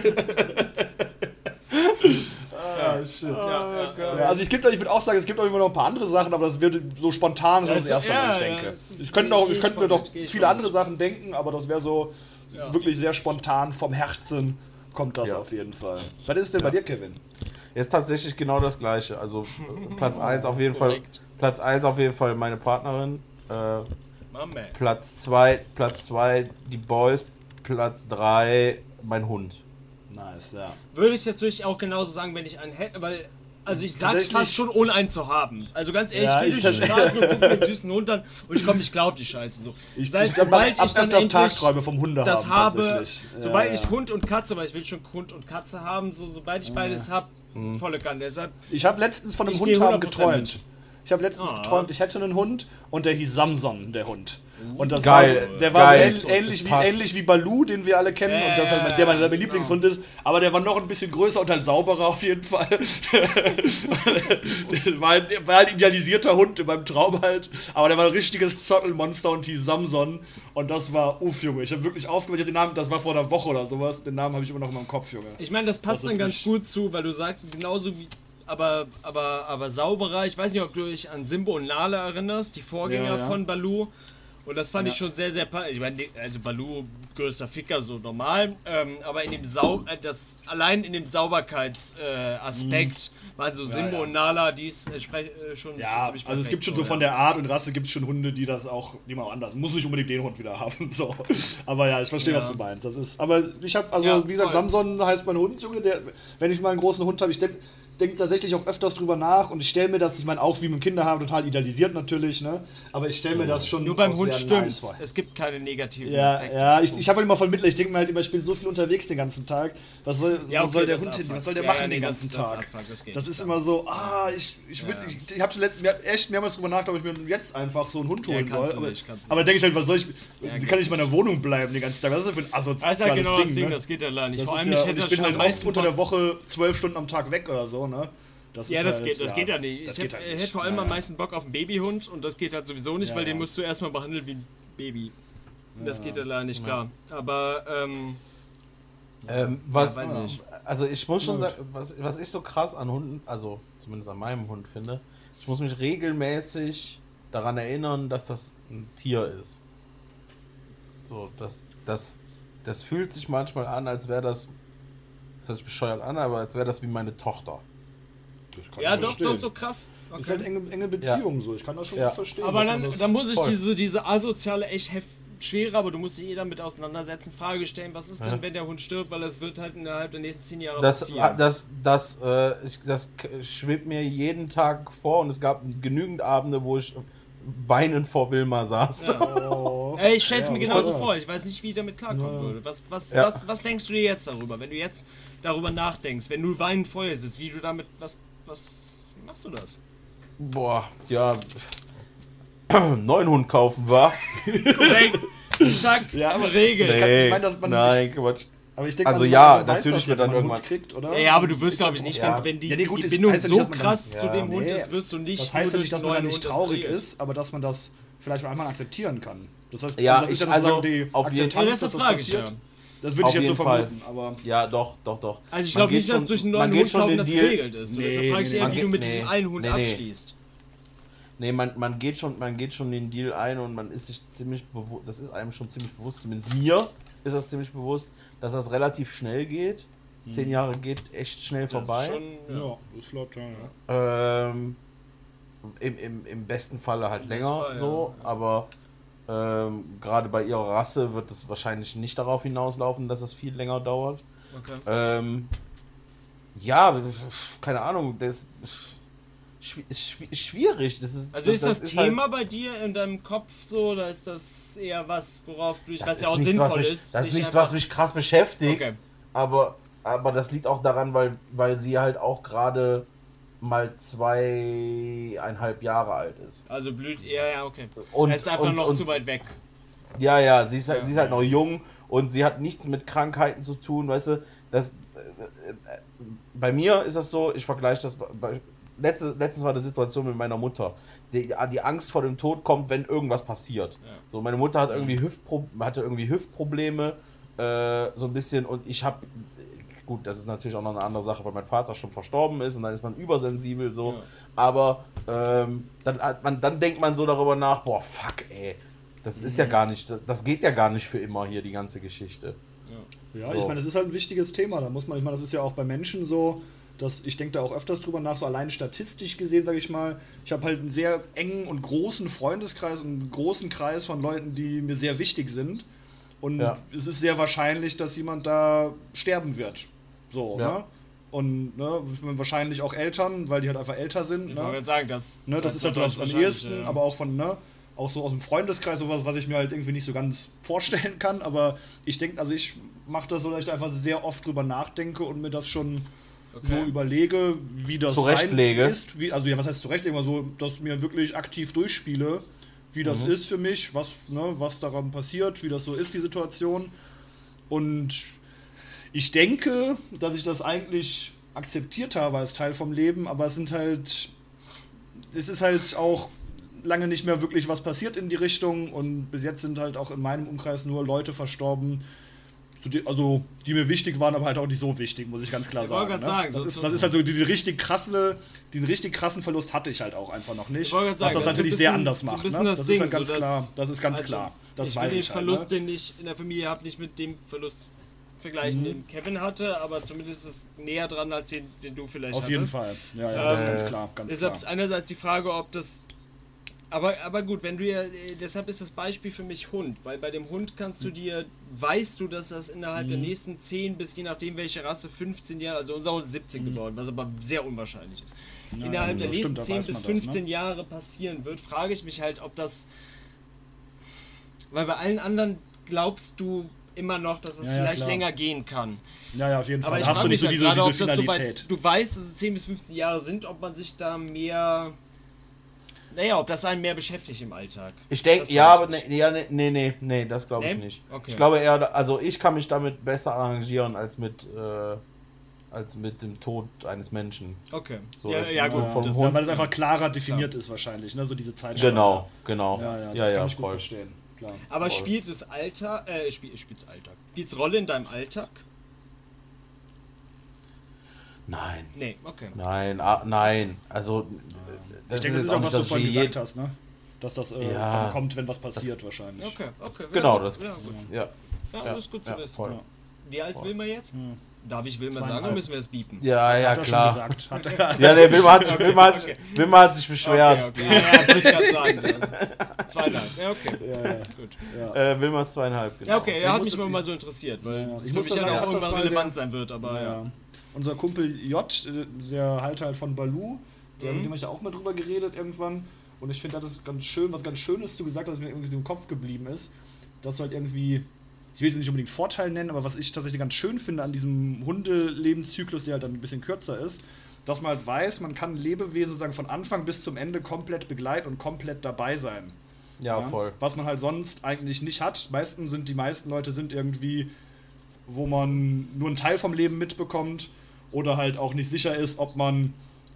Ah, shit. Ja, ja, Ja, also es gibt, ich würde auch sagen, es gibt auch immer noch ein paar andere Sachen, aber das wird so spontan so Ja, das so- erste, ja, was ich ja, denke. das ist- ich könnte, auch, geh ich ich könnte mir von doch mit, geh ich viele von andere mit. Sachen denken, aber das wäre so Ja. wirklich sehr spontan vom Herzen kommt das Ja. auf jeden Fall. Was ist denn bei dir, Kevin? Ist tatsächlich genau das gleiche. Also Platz eins auf jeden Fall. Korrekt. Platz eins auf jeden Fall meine Partnerin. Äh, My man. Platz zwei Platz zwei die Boys. Platz drei mein Hund. Nice, ja. Würde ich jetzt natürlich auch genauso sagen, wenn ich einen hätte, weil, also ich sag's Tatsächlich- fast schon, ohne einen zu haben. Also ganz ehrlich, Ja, ich ich gehe durch die tatsächlich- Straße und gucke mir den süßen Hund an und ich komme nicht klar auf die Scheiße. So. Ich, Das heißt, ich, ich sobald hab ich dann öfters endlich Tagträume vom Hunde das haben, habe, tatsächlich. sobald Ja, ich ja. Hund und Katze, weil ich will schon Hund und Katze haben, so sobald ich beides habe, Mhm. volle Kanne. Deshalb, Ich habe letztens von einem Ich Hund geh haben hundert Prozent geträumt. mit. Ich habe letztens Ah. geträumt, ich hätte einen Hund und der hieß Samson, der Hund. Und das Geil, war, so- der war geil. so ähn, ähnlich, Das wie, passt. ähnlich wie Baloo, den wir alle kennen, Ja, und das halt, mein- der mein, mein Lieblingshund ist. Aber der war noch ein bisschen größer und halt sauberer auf jeden Fall. der war, ein, war ein idealisierter Hund in meinem Traum halt. Aber der war ein richtiges Zottelmonster und hieß Samson. Und das war uff, Junge. Ich habe wirklich aufgehört, ich hab den Namen, das war vor einer Woche oder sowas. Den Namen habe ich immer noch in meinem Kopf, Junge. ich meine, das passt Das ist dann ganz nicht- gut zu, weil du sagst, genauso wie, aber, aber, aber sauberer. Ich weiß nicht, ob du dich an Simbo und Nala erinnerst, die Vorgänger Ja, ja. von Baloo. Und das fand Ja. ich schon sehr, sehr pa- Ich meine, also Baloo, größter Ficker, so normal. Ähm, aber in dem Sau äh, das allein in dem Sauberkeitsaspekt äh, Aspekt waren so Simbo Mhm. ja. und Nala, die ist äh, sprech- äh, schon, schon Ja, ziemlich also es perfekt, gibt schon so ja. von der Art und Rasse gibt es schon Hunde, die das auch, die man auch anders. Muss nicht unbedingt den Hund wieder haben. So. Aber ja, ich verstehe, Ja. was du meinst. Das ist. Aber ich habe, also Ja, wie gesagt, voll. Samson heißt mein Hund, Junge, der, wenn ich mal einen großen Hund habe, ich denke denk tatsächlich auch öfters drüber nach und ich stelle mir das, ich meine, auch wie mit dem Kinderhaben, total idealisiert natürlich, ne? Aber ich stelle mir das schon. Nur beim auch Hund sehr stimmt. nice vor. Es gibt keine negativen Ja, Aspekte. ja, ich, ich habe halt immer voll Mitleid. Ich denke mir halt immer, ich bin so viel unterwegs den ganzen Tag. Was soll, Ja, was soll okay, der das Hund hin? abfuckt. Was soll der Ja, machen ja, nee, den das- ganzen das Tag? abfuckt, das geht Das nicht, ist klar. immer so, ah, ich, ich, will, Ja. ich, ich habe schon let- mir- echt mehrmals drüber nachgedacht, ob ich mir jetzt einfach so einen Hund Ja, holen kannst soll. du Aber, nicht, kannst du aber denke ich halt, was soll ich, Ja, sie kann nicht in meiner Wohnung bleiben den ganzen Tag. Was ist das für ein asoziales Das ist ja genau das Ding, Ding, ne? das geht ja leider nicht. Das Vor ist allem, ja, ich und hätte ich das bin schon halt am auch meisten unter Bock- der Woche zwölf Stunden am Tag weg oder so, ne? Das Ja, ist das, halt, geht, das geht ja nicht. das Ich geht hätte halt hätt nicht. vor allem Ja, am ja. meisten Bock auf einen Babyhund und das geht halt sowieso nicht, Ja, weil den ja. musst du erstmal behandeln wie ein Baby. Das geht ja leider nicht, klar. Aber, ähm, Ähm, was, Ja, weiß nicht. also ich muss schon Gut. sagen, was, was ich so krass an Hunden, also zumindest an meinem Hund finde, ich muss mich regelmäßig daran erinnern, dass das ein Tier ist. So, das, das, das fühlt sich manchmal an, als wäre das, das hört sich bescheuert an, aber als wäre das wie meine Tochter. Das kann ja, ich doch, verstehen. doch, so krass. Das ist halt Okay. enge, enge Beziehung so. Ich kann das schon Ja. verstehen. Aber dass man dann, das- dann muss ich voll. diese, diese asoziale, echt heft, schwere, aber du musst dich eh damit auseinandersetzen, Frage stellen, was ist Ja. denn, wenn der Hund stirbt, weil es wird halt innerhalb der nächsten zehn Jahre Das, passieren. das, das, äh, ich, das k- schwebt mir jeden Tag vor und es gab genügend Abende, wo ich weinend vor Wilma saß. Ja. Oh. Ey, ich stell's Ja, mir das genauso war- vor. Ich weiß nicht, wie ich damit klarkommen Ja. würde. Was, was, Ja. was, was denkst du dir jetzt darüber, wenn du jetzt darüber nachdenkst, wenn du weinend vor ihr sitzt, wie du damit, was, was machst du das? Boah, ja. Neuen Hund kaufen, war? Korrekt. Zack, Ja, aber- Regel. Ich kann- ich meine, dass man Nein, Quatsch. Aber ich denke, Also man, ja, man weiß natürlich das, wird wenn dann man einen Hund irgendwann- kriegt, oder? Ja, ja, aber du wirst, Ist glaube das ich, nicht, ja. wenn, wenn die, Ja, nee, gut, die das Bindung heißt ja so nicht, dass man dann- krass zu Ja, dem Hund nee. ist, wirst du nicht Das heißt ja nur nicht, dass durch man einen dann nicht neuen Hund traurig das regelst. ist, aber dass man das vielleicht von einmal akzeptieren kann. Das heißt, Ja, das ist ich- ja also sozusagen die auf jeden- Akzeptanz, Ja, das dass das frage ich, passiert. ja. Das würde Auf ich jetzt so jeden Fall. vermuten, aber Ja, doch, doch, doch. Also ich Man glaube geht nicht, dass schon- durch einen man neuen geht Hund schon kaufen den das Deal- geregelt ist. Und Nee, deshalb frage ich nee, dich eher, nee. wie du mit Man diesem geht- einen Hund nee, nee. abschließt. Nee, man, man, geht schon, man geht schon den Deal ein und man ist sich ziemlich bewusst, das ist einem schon ziemlich bewusst, zumindest mir ist das ziemlich bewusst, dass das relativ schnell geht. Zehn Jahre geht echt schnell Das ist vorbei. schon, ja. ja, das ist flott, ja. ja. Ähm, im, im, Im besten Falle halt Im länger besten Fall, so, ja. aber ähm, gerade bei ihrer Rasse wird es wahrscheinlich nicht darauf hinauslaufen, dass es viel länger dauert. Okay. Ähm, ja, keine Ahnung, das ist, ist schwi- schwierig. Das ist, Also ist das, halt- Thema bei dir in deinem Kopf so, oder ist das eher was, worauf du dich, das was ist ja auch nichts, was sinnvoll mich, ist? Das ist dich nichts, einfach- was mich krass beschäftigt, Okay. aber, aber das liegt auch daran, weil, weil sie halt auch gerade mal zweieinhalb Jahre alt ist. Also blüht eher, ja, okay. Und, Er ist einfach und, noch und, zu weit weg. Ja, ja, sie ist, halt, Ja, sie ist halt ja. noch jung und sie hat nichts mit Krankheiten zu tun, weißt du. Das, äh, äh, bei mir ist das so, ich vergleiche das bei, letzte, letztens war eine Situation mit meiner Mutter. Die, die Angst vor dem Tod kommt, wenn irgendwas passiert. Ja. So, meine Mutter hat irgendwie Hüftpro- hatte irgendwie Hüftprobleme, äh, so ein bisschen, und ich habe, gut, das ist natürlich auch noch eine andere Sache, weil mein Vater schon verstorben ist und dann ist man übersensibel so, ja. aber ähm, dann, hat man, dann denkt man so darüber nach, boah, fuck, ey, das ist mhm. ja gar nicht, das, das geht ja gar nicht für immer hier, die ganze Geschichte. Ja, ja so. Ich meine, das ist halt ein wichtiges Thema, da muss man, ich meine, das ist ja auch bei Menschen so, dass ich denke da auch öfters drüber nach, so allein statistisch gesehen, sage ich mal, ich habe halt einen sehr engen und großen Freundeskreis und einen großen Kreis von Leuten, die mir sehr wichtig sind, und ja. es ist sehr wahrscheinlich, dass jemand da sterben wird. So, ja. ne? Und ne, wahrscheinlich auch Eltern, weil die halt einfach älter sind. Ich ne? wollte sagen, das, ne, das ist halt so das am ehesten, ja. aber auch von, ne, auch so aus dem Freundeskreis, sowas, was ich mir halt irgendwie nicht so ganz vorstellen kann. Aber ich denke, also ich mache das so, dass ich da einfach sehr oft drüber nachdenke und mir das schon okay. so überlege, wie das sein ist. Wie, also ja, was heißt zurechtlegen? Also, dass ich mir wirklich aktiv durchspiele, wie das mhm. ist für mich, was, ne, was daran passiert, wie das so ist, die Situation. Und ich denke, dass ich das eigentlich akzeptiert habe als Teil vom Leben, aber es sind halt, es ist halt auch lange nicht mehr wirklich was passiert in die Richtung, und bis jetzt sind halt auch in meinem Umkreis nur Leute verstorben, also die mir wichtig waren, aber halt auch nicht so wichtig, muss ich ganz klar ich sagen. Ne? sagen das, ist, das ist halt so, diese richtig krasse, diesen richtig krassen Verlust hatte ich halt auch einfach noch nicht, was sagen, das, das natürlich bisschen, sehr anders macht. So ne? Das, das Ding, ist halt ganz so, klar, das ist ganz also klar, das ich weiß den ich Verlust, halt, ne? den ich in der Familie habe, nicht mit dem Verlust vergleichen, mhm. den Kevin hatte, aber zumindest ist es näher dran, als den, den du vielleicht Auf hattest. jeden Fall, ja, ja, ähm, das ist ganz klar. Ganz deshalb klar. ist einerseits die Frage, ob das Aber, aber gut, wenn du ja, deshalb ist das Beispiel für mich Hund, weil bei dem Hund kannst du dir, weißt du, dass das innerhalb mhm. der nächsten zehn bis je nachdem welche Rasse fünfzehn Jahre, also unser Hund ist siebzehn mhm. geworden, was aber sehr unwahrscheinlich ist, ja, innerhalb der nächsten zehn bis fünfzehn das, ne? Jahre passieren wird, frage ich mich halt, ob das, weil bei allen anderen glaubst du immer noch, dass es ja, vielleicht ja, länger gehen kann. Ja, ja, auf jeden Fall. Aber ich hast du nicht so diese, grade, diese Finalität. So bei, du weißt, dass es zehn bis fünfzehn Jahre sind, ob man sich da mehr... Naja, ob das einen mehr beschäftigt im Alltag. Ich denke, ja, aber nee, ja, nee, nee, nee, nee, das glaube ich nee? nicht. Okay. Ich glaube eher, also ich kann mich damit besser arrangieren als mit, äh, als mit dem Tod eines Menschen. Okay. So, ja, ja, gut. Ja, das, weil es einfach klarer definiert ja. ist wahrscheinlich, ne, so diese Zeit. Genau, genau. Ja, ja, das ja, kann ja, ich gut voll. verstehen. Klar. Aber voll. spielt das Alter, äh, spielt, spielt's Alltag, spielt's Rolle in deinem Alltag? Nein. Nee, okay. Nein, ah, nein. Also, das ich denke, ist das ist auch, was du das, vorhin gesagt hast, ne? Dass das äh, ja, dann kommt, wenn was passiert, das, wahrscheinlich. Okay, okay. Genau, ja, das. Ja, gut. Ja, ja, ja, das ist gut zu ja, wissen. Voll. Wie alt will man jetzt? Hm. Darf ich Wilma sagen, oder müssen wir das biepen? Ja, ja, hat er klar. Schon gesagt. Hat er ja, der Wilma hat sich, Wilma hat, okay. Wilma hat sich beschwert. Okay, okay. Ja, ja, wollte ich gerade sagen. Ja. Zweieinhalb, ja, okay. Ja, ja. Gut. Ja. Äh, Wilma ist zweieinhalb, genau. Ja, okay, er ich hat musste, mich immer mal so interessiert, weil ja, es ich für mich ja auch irgendwann relevant sein wird, aber ja. ja. Unser Kumpel J, der halt halt von Baloo, der, mhm. mit dem habe ich da auch mal drüber geredet irgendwann. Und ich finde, das ist ganz schön, was ganz Schönes du gesagt hast, was mir irgendwie im Kopf geblieben ist, dass du halt irgendwie, ich will es nicht unbedingt Vorteil nennen, aber was ich tatsächlich ganz schön finde an diesem Hundelebenszyklus, der halt dann ein bisschen kürzer ist, dass man halt weiß, man kann Lebewesen sozusagen von Anfang bis zum Ende komplett begleiten und komplett dabei sein. Ja, ja, voll. Was man halt sonst eigentlich nicht hat. Meistens sind die meisten Leute sind irgendwie, wo man nur einen Teil vom Leben mitbekommt oder halt auch nicht sicher ist, ob man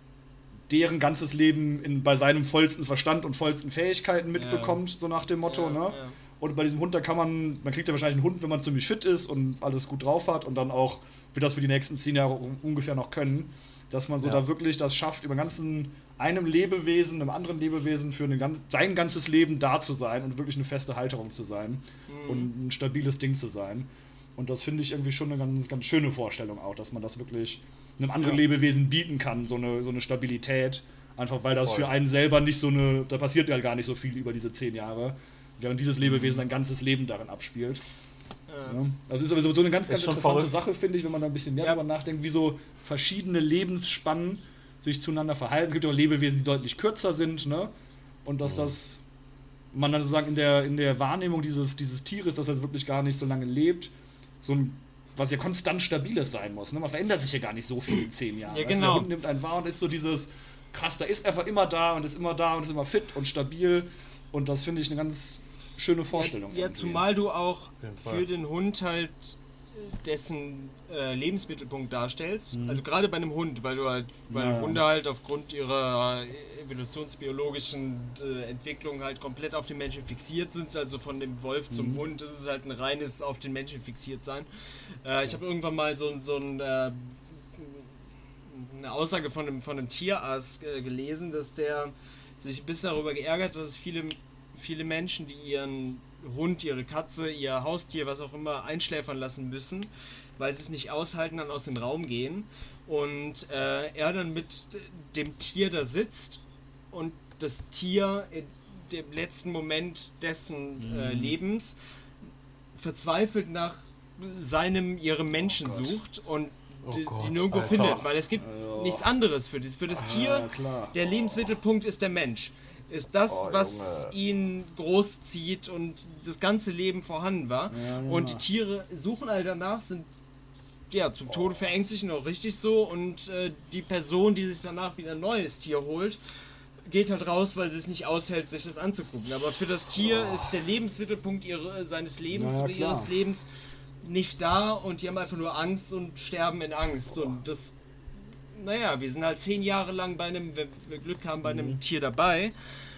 deren ganzes Leben in, bei seinem vollsten Verstand und vollsten Fähigkeiten mitbekommt, ja. so nach dem Motto, ja, ne? Ja. Und bei diesem Hund, da kann man, man kriegt ja wahrscheinlich einen Hund, wenn man ziemlich fit ist und alles gut drauf hat und dann auch wird das für die nächsten zehn Jahre ungefähr noch können, dass man so ja. da wirklich das schafft, über ganzen, einem Lebewesen, einem anderen Lebewesen für eine ganz, sein ganzes Leben da zu sein und wirklich eine feste Halterung zu sein mhm. und ein stabiles Ding zu sein. Und das finde ich irgendwie schon eine ganz, ganz schöne Vorstellung auch, dass man das wirklich einem anderen ja. Lebewesen bieten kann, so eine, so eine Stabilität. Einfach weil das Voll. Für einen selber nicht so eine, da passiert ja gar nicht so viel über diese zehn Jahre, während dieses Lebewesen sein ganzes Leben darin abspielt. Ja. Ja. Also ist aber so eine ganz, ganz interessante verrückt. Sache, finde ich, wenn man da ein bisschen mehr ja. drüber nachdenkt, wie so verschiedene Lebensspannen sich zueinander verhalten. Es gibt ja auch Lebewesen, die deutlich kürzer sind, ne? Und dass ja. das, man dann sozusagen in der, in der Wahrnehmung dieses, dieses Tieres, das halt wirklich gar nicht so lange lebt, so ein, was ja konstant Stabiles sein muss. Ne? Man verändert sich ja gar nicht so viel in zehn Jahren. Ja, genau. Also der Hund nimmt einen wahr und ist so dieses, krass, da ist einfach immer da und ist immer da und ist immer fit und stabil. Und das finde ich eine ganz schöne Vorstellung. Ja, ja zumal du auch für den Hund halt dessen äh, Lebensmittelpunkt darstellst. Mhm. Also gerade bei einem Hund, weil du halt, weil Ja. Hunde halt aufgrund ihrer evolutionsbiologischen äh, Entwicklung halt komplett auf den Menschen fixiert sind. Also von dem Wolf zum Mhm. Hund ist es halt ein reines auf den Menschen fixiert sein. Äh, ich habe irgendwann mal so, ein- so ein äh, eine Aussage von einem, von einem Tierarzt äh, gelesen, dass der sich ein bisschen darüber geärgert hat, dass es viele, viele Menschen, die ihren Hund, ihre Katze, ihr Haustier, was auch immer, einschläfern lassen müssen, weil sie es nicht aushalten, dann aus dem Raum gehen. Und äh, er dann mit dem Tier da sitzt und das Tier in dem letzten Moment dessen äh, Lebens verzweifelt nach seinem, ihrem Menschen Oh Gott. sucht und Oh die, Gott, die nirgendwo Alter. findet, weil es gibt Ja. nichts anderes für das, für das Ah, Tier. klar. Der Lebensmittelpunkt ist der Mensch. Ist das, Oh, was Junge. ihn großzieht und das ganze Leben vorhanden war. Ja, ja. Und die Tiere suchen alle danach, sind ja zum Tode verängstigt und auch richtig so. Und äh, die Person, die sich danach wieder ein neues Tier holt, geht halt raus, weil sie es nicht aushält, sich das anzugucken. Aber für das Tier ist der Lebensmittelpunkt ihre, seines Lebens Na ja, oder klar. ihres Lebens nicht da und die haben einfach nur Angst und sterben in Angst. Und das, naja, wir sind halt zehn Jahre lang bei einem, wenn wir Glück haben, bei einem Mhm. Tier dabei.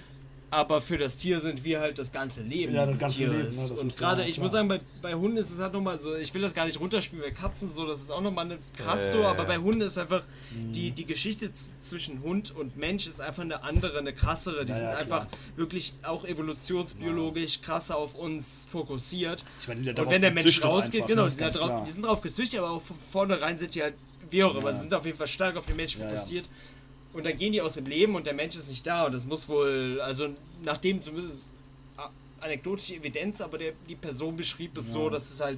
Aber für das Tier sind wir halt das ganze Leben Ja, das dieses ganze Tieres. Leben, ne, das und ist gerade, ja ich klar. muss sagen, bei, bei Hunden ist es halt nochmal so, ich will das gar nicht runterspielen, bei Katzen so, das ist auch nochmal eine krass Äh. so, aber bei Hunden ist einfach, Mhm. die, die Geschichte z- zwischen Hund und Mensch ist einfach eine andere, eine krassere. Die Ja, sind ja, einfach klar. wirklich auch evolutionsbiologisch krasser auf uns fokussiert. Ich meine, die sind ja Und darauf wenn der Mensch gezüchtet rausgeht, einfach, genau, ne, die ist sind, ja ganz drauf, klar. die sind drauf gezüchtet, aber auch von vornherein sind die halt wie auch immer, Ja. sie sind auf jeden Fall stark auf den Menschen Ja, ja. fokussiert. Und dann gehen die aus dem Leben und der Mensch ist nicht da und das muss wohl, also nachdem zumindest a- anekdotische Evidenz, aber der, die Person beschrieb es Ja. so, dass es halt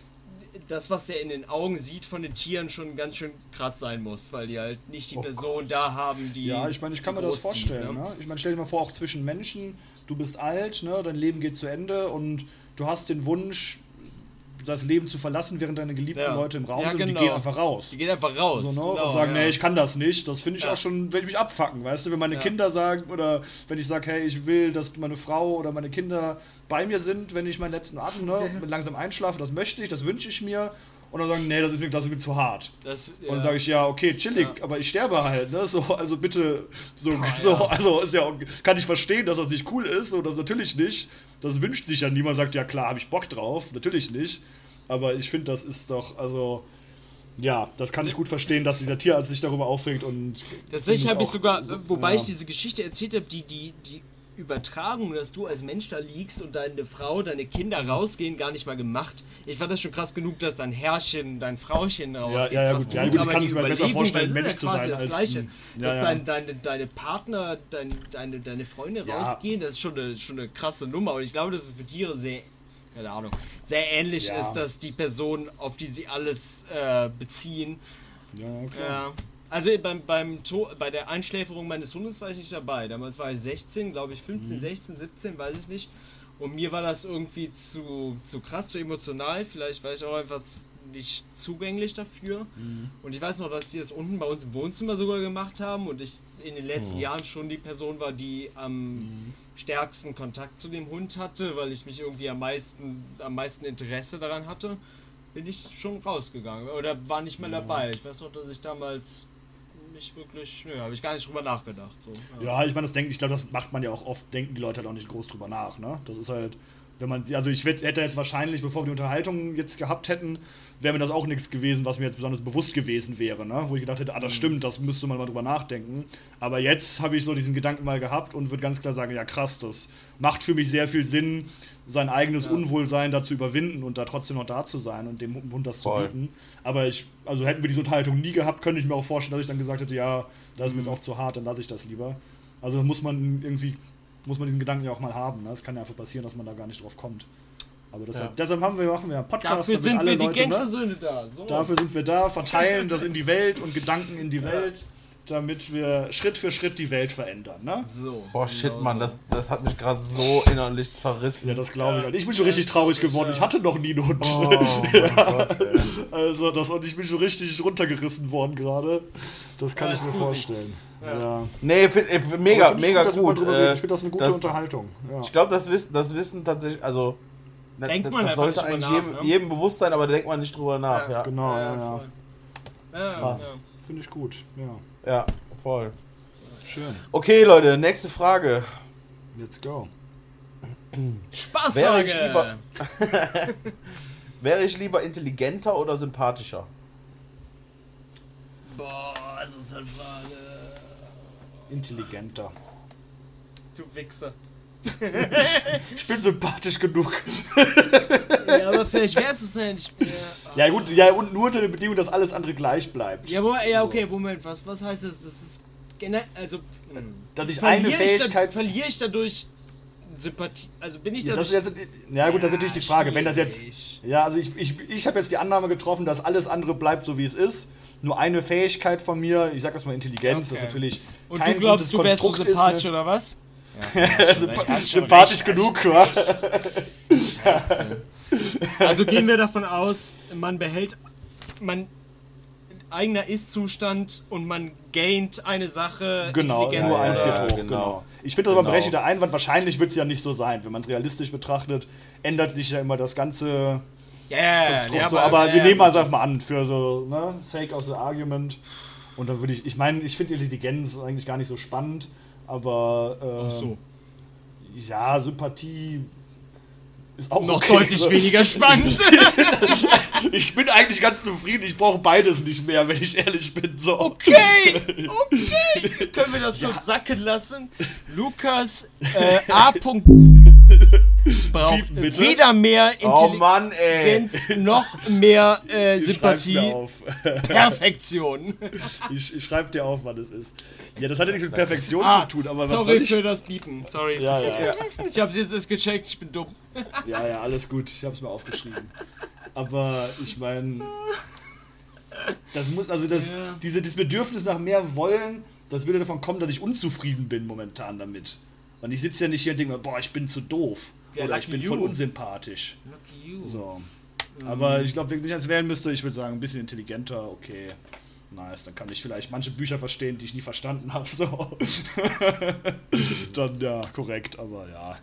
das, was er in den Augen sieht von den Tieren, schon ganz schön krass sein muss, weil die halt nicht die Oh Person Gott. da haben, die. Ja, ich meine, ich kann sie mir das großzieht, vorstellen. ne? Ne? Ich meine, stell dir mal vor, auch zwischen Menschen, du bist alt, ne? Dein Leben geht zu Ende und du hast den Wunsch, das Leben zu verlassen, während deine geliebten Ja. Leute im Raum Ja, sind und die genau. gehen einfach raus. Die gehen einfach raus. So, ne? genau, und sagen, ja. nee, ich kann das nicht. Das finde ich Ja. auch schon, werde ich mich abfacken, weißt du, wenn meine Ja. Kinder sagen oder wenn ich sage, hey, ich will, dass meine Frau oder meine Kinder bei mir sind, wenn ich meinen letzten Atem ne, langsam einschlafe, das möchte ich, das wünsche ich mir. Und dann sagen, nee, das ist mir, das ist mir zu hart. Das, Und ja. dann sage ich, ja, okay, chillig, Ja. aber ich sterbe halt, ne? So, also bitte, so, Boah, so ja. also ist ja, kann ich verstehen, dass das nicht cool ist, oder das natürlich nicht. Das wünscht sich ja niemand, sagt, ja klar, habe ich Bock drauf, natürlich nicht. Aber ich finde, das ist doch, also, ja, das kann ich gut verstehen, dass dieser Tierarzt sich darüber aufregt und. Tatsächlich finde habe ich auch sogar, so- wobei ja. ich diese Geschichte erzählt habe, die, die, die Übertragung, dass du als Mensch da liegst und deine Frau, deine Kinder rausgehen, gar nicht mal gemacht. Ich fand das schon krass genug, dass dein Herrchen, dein Frauchen rausgeht. ja, ja, krass gut, ja, genug, gut, ich aber kann die es mir besser Überlegung, vorstellen, das ist Mensch ja zu quasi sein das als Gleiche. ein- ja, dass ja. Dein, deine, deine Partner, dein, deine, deine Freunde Ja. rausgehen, das ist schon eine, schon eine krasse Nummer. Und ich glaube, dass es für Tiere sehr, keine Ahnung, sehr ähnlich Ja. ist, dass die Person, auf die sie alles äh, beziehen, Ja, klar. ja. Also beim, beim to bei der Einschläferung meines Hundes war ich nicht dabei. Damals war ich sechzehn, glaube ich, fünfzehn, sechzehn, siebzehn, weiß ich nicht. Und mir war das irgendwie zu, zu krass, zu emotional. Vielleicht war ich auch einfach z- nicht zugänglich dafür. Und ich weiß noch, dass die das unten bei uns im Wohnzimmer sogar gemacht haben und ich in den letzten Jahren schon die Person war, die am stärksten Kontakt zu dem Hund hatte, weil ich mich irgendwie am meisten, am meisten Interesse daran hatte. Bin ich schon rausgegangen oder war nicht mehr dabei. Ich weiß noch, dass ich damals nicht wirklich, nö, habe ich gar nicht drüber nachgedacht. So. Ja, ich meine, das denke ich, glaube, das macht man ja auch oft, denken die Leute halt auch nicht groß drüber nach, ne? Das ist halt, wenn man, also ich hätte hätte jetzt wahrscheinlich, bevor wir die Unterhaltung jetzt gehabt hätten, wäre mir das auch nichts gewesen, was mir jetzt besonders bewusst gewesen wäre, ne? Wo ich gedacht hätte, ah, das stimmt, das müsste man mal drüber nachdenken. Aber jetzt habe ich so diesen Gedanken mal gehabt und würde ganz klar sagen, ja krass, das macht für mich sehr viel Sinn, sein eigenes Ja. Unwohlsein da zu überwinden und da trotzdem noch da zu sein und dem Hund das Voll. zu bieten. Aber ich, also hätten wir diese Unterhaltung nie gehabt, könnte ich mir auch vorstellen, dass ich dann gesagt hätte, ja, das ist mir jetzt auch zu hart, dann lasse ich das lieber. Also muss man irgendwie, muss man diesen Gedanken ja auch mal haben. Ne? Es kann ja einfach passieren, dass man da gar nicht drauf kommt. Aber deshalb, Ja. deshalb haben wir, machen wir einen Podcast, Dafür damit sind alle wir die Leute, ne? Gangstersöhne da. So. Dafür sind wir da, verteilen das in die Welt und Gedanken in die Welt, damit wir Schritt für Schritt die Welt verändern. Ne? So. Boah, shit, Genau Mann, so. das, das hat mich gerade so innerlich zerrissen. Ja, das glaube ich Ja. halt. Ich bin schon richtig Das traurig glaub ich, geworden. ja. Ich hatte noch nie einen Hund. Oh mein Gott, ey. Also, das, und ich bin schon richtig runtergerissen worden gerade. Das kann Ja, ich ist mir gruselig. vorstellen. Ja. Ja. Nee, find, äh, mega, Aber find ich mega dass wir mal gut. drüber Äh, reden. Ich finde das eine gute das- Unterhaltung. Ja. Ich glaube, das wissen, das wissen tatsächlich, also Na, Denkt das, man das einfach sollte nicht eigentlich drüber jedem, nach, ne? jedem bewusst sein, aber da denkt man nicht drüber nach. Ja, Genau, ja, ja. voll. Ja, Krass. Finde ich gut, ja. ja voll. Schön. Okay, Leute, nächste Frage. Let's go. Ja. Spaßfrage! Wäre ich lieber- Wäre ich lieber intelligenter oder sympathischer? Boah, das ist eine Frage. Intelligenter. Du Wichser. Ich bin sympathisch genug. Ja, aber vielleicht wärst du es ja nicht mehr. Ja gut, ja, und nur unter der Bedingung, dass alles andere gleich bleibt. Ja, wo, ja okay, Moment, was, was heißt das? Das ist generell, also... hm. Dass ich Verliere eine Fähigkeit... Ich da, verliere ich dadurch Sympathie, also bin ich Ja, dadurch... das ist jetzt, ja gut, das ist natürlich die Frage. Wenn das jetzt... schwierig. Ja, also ich, ich, ich habe jetzt die Annahme getroffen, dass alles andere bleibt so wie es ist. Nur eine Fähigkeit von mir, ich sag das mal Intelligenz, Okay. das natürlich Und kein du glaubst, du gutes wärst so Konstrukt sympathisch ist. Ne? oder was? Sympa- sympathisch genug, wa? Scheiße. Also gehen wir davon aus, man behält man eigener Ist-Zustand und man gaint eine Sache. Genau, Intelligenz nur eins ja, geht ja, hoch, genau. genau. Ich finde das aber ein Genau. berechtigter Einwand, wahrscheinlich wird es ja nicht so sein. Wenn man es realistisch betrachtet, ändert sich ja immer das ganze Ja, ja, Konstrukt ja, so. Aber wir ja, nehmen also das- einfach mal an, für so, ne, sake of the argument. Und dann würde ich, ich meine, ich finde Intelligenz eigentlich gar nicht so spannend, aber äh, Ach so. ja, Sympathie ist auch Noch okay. deutlich So. weniger spannend. Ich bin eigentlich ganz zufrieden, ich brauche beides nicht mehr, wenn ich ehrlich bin. So. Okay, okay. Können wir das kurz sacken lassen? Lukas äh, A. braucht Piepen, bitte. weder mehr Oh Mann, ey. Intelligenz noch mehr äh, Ich schreib's mir Sympathie. auf. Perfektion. Ich, ich schreibe dir auf, was es ist. Ja, das hat ja nichts mit Perfektion Ah, zu tun, aber was soll sorry ich... für das Biepen. Sorry. Ja, ja. Ich hab's jetzt erst gecheckt, ich bin dumm. Ja, ja, alles gut. Ich hab's mir aufgeschrieben. Aber ich meine, das muss, also das, Ja. diese, das Bedürfnis nach mehr Wollen, das würde davon kommen, dass ich unzufrieden bin momentan damit. Und ich sitze ja nicht hier und denke mir, boah, ich bin zu doof. Ja, Oder ich lucky bin voll you. unsympathisch. Lucky you. So. Aber ich glaube, wenn ich eins wählen müsste, ich würde sagen, ein bisschen intelligenter, okay. Nice, dann kann ich vielleicht manche Bücher verstehen, die ich nie verstanden habe. So. Dann ja, korrekt, aber ja.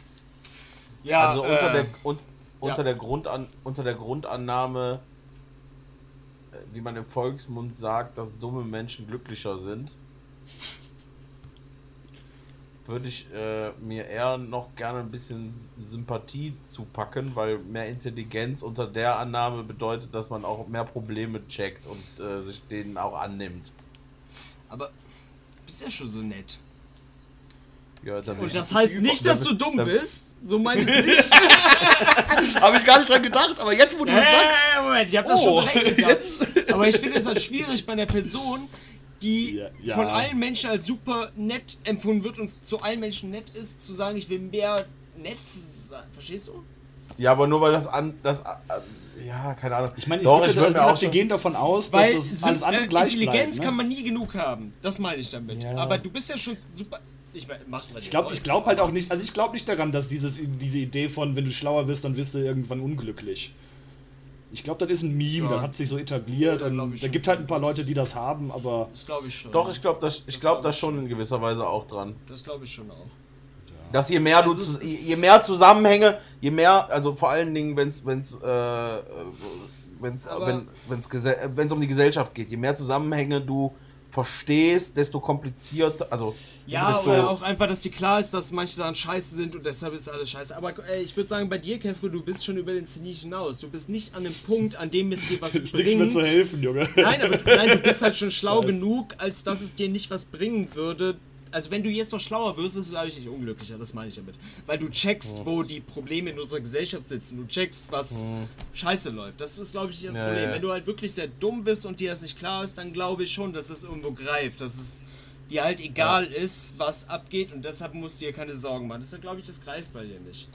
Ja, Also unter, äh, der, un, unter, ja. der Grundan, unter der Grundannahme, äh, wie man im Volksmund sagt, dass dumme Menschen glücklicher sind, würde ich äh, mir eher noch gerne ein bisschen Sympathie zupacken, weil mehr Intelligenz unter der Annahme bedeutet, dass man auch mehr Probleme checkt und äh, sich denen auch annimmt. aber du bist ja schon so nett. Ja, dann Und bin das ich heißt über- nicht, dass du dann- dumm dann- bist. So meine ich es nicht. Habe ich gar nicht dran gedacht, aber jetzt, wo du es sagst. Äh, Moment, ich hab das Oh, schon berechnet gehabt. Aber ich finde es halt schwierig bei einer Person, die Ja, ja. von allen Menschen als super nett empfunden wird und zu allen Menschen nett ist, zu sagen, ich will mehr nett sein. Verstehst du? Ja, aber nur weil das an. Das, äh, ja, keine Ahnung. Ich meine, ich, Doch, würde, ich würd also, mir auch wir schon- gehen davon aus, Weil dass das alles andere äh, gleich Intelligenz bleibt. Ne? kann man nie genug haben. Das meine ich damit. Ja. Aber du bist ja schon super. Ich meine, macht was Ich glaube ich glaub halt auch nicht, also ich glaube nicht daran, dass dieses, diese Idee von, wenn du schlauer wirst, dann wirst du irgendwann unglücklich. Ich glaube, das ist ein Meme, Ja. das hat sich so etabliert Ja, glaub und ich da schon. gibt halt ein paar Leute, die das haben, aber Das glaube ich schon. Doch, ich glaube das, ich Das glaub glaub da ich schon in gewisser Weise auch dran. Das glaube ich schon auch. Dass je mehr du, Also zu, es ist- je mehr Zusammenhänge, je mehr, also vor allen Dingen, wenn es, wenn's, äh, wenn's, Aber- wenn wenn's gesell- äh, wenn's um die Gesellschaft geht, je mehr Zusammenhänge du verstehst, desto komplizierter, also Ja, desto, oder auch einfach, dass dir klar ist, dass manche Sachen scheiße sind und deshalb ist alles scheiße. Aber äh, ich würde sagen, bei dir, Kefko, du bist schon über den Zenit hinaus. Du bist nicht an dem Punkt, an dem es dir was ist nichts mehr bringt. zu helfen, Junge. Nein, aber nein, du bist halt schon schlau Scheiße. genug, als dass es dir nicht was bringen würde. Also wenn du jetzt noch schlauer wirst, wirst du dadurch nicht unglücklicher, das meine ich damit. Weil du checkst, wo die Probleme in unserer Gesellschaft sitzen. Du checkst, was scheiße läuft. Das ist, glaube ich, das Ja, Problem. ja. Wenn du halt wirklich sehr dumm bist und dir das nicht klar ist, dann glaube ich schon, dass es irgendwo greift. Dass es dir halt egal ist, was abgeht und deshalb musst du dir keine Sorgen machen. Deshalb glaube ich, das greift bei dir nicht.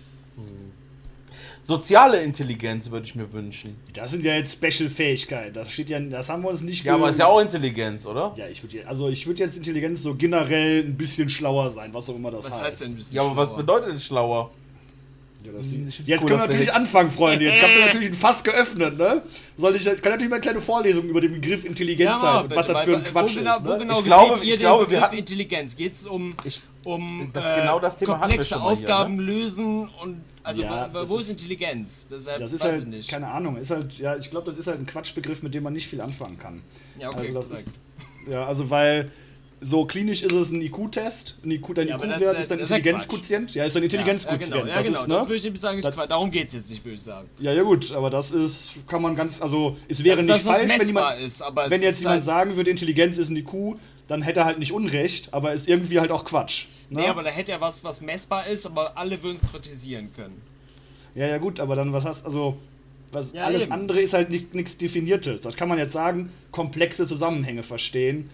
soziale Intelligenz würde ich mir wünschen. Das sind ja jetzt Special-Fähigkeiten, das steht ja, das haben wir uns nicht Ja, aber ge- ist ja auch Intelligenz, oder? Ja, ich würde also ich würde jetzt Intelligenz so generell ein bisschen schlauer sein, was auch immer das Was heißt. heißt denn ein bisschen Ja, aber was schlauer? bedeutet denn schlauer? Ja, das Hm, ich find's jetzt cool, können wir dass wir natürlich jetzt- anfangen, Freunde. Jetzt habt ihr natürlich ein Fass geöffnet, ne? Soll ich, kann natürlich mal eine kleine Vorlesung über den Begriff Intelligenz sein und was das für ein Quatsch wo genau, ist. Wo Ne? genau Ich glaube- gefällt ihr ich den glaube, wir Begriff hatten- Intelligenz? Geht's um Ich, um Das- genau das Thema hatten wir komplexe schon mal hier, Aufgaben lösen und also Ja, wo, das wo ist- ist Intelligenz? Deshalb Das ist weiß halt, ich nicht. keine Ahnung, ist halt, ja, ich glaube, das ist halt ein Quatschbegriff, mit dem man nicht viel anfangen kann. Ja, okay, Also das korrekt. ist, ja, also weil so klinisch ist es ein I Q-Test, ein I Q, dein Ja, aber das I Q-Wert ist ist dein ja- das ist ja Intelligenzquotient. Ja, ist ein Intelligenzquotient. Ja, genau, ja, Das genau. ist, ne? das würde ich nämlich sagen, ist Das- Quatsch. Darum geht es jetzt nicht, würde ich sagen. Ja, ja gut, aber das ist, kann man ganz, also es wäre Das ist nicht das, was falsch, wenn messbar jemand, ist, aber es wenn jetzt ist jemand halt- sagen würde, Intelligenz ist ein I Q, dann hätte er halt nicht Unrecht, aber ist irgendwie halt auch Quatsch. Ne? Nee, aber da hätte er was, was messbar ist, aber alle würden es kritisieren können. Ja, ja gut, aber dann was hast, also was Ja, alles eben. andere ist halt nicht nichts Definiertes. Das kann man jetzt sagen, komplexe Zusammenhänge verstehen.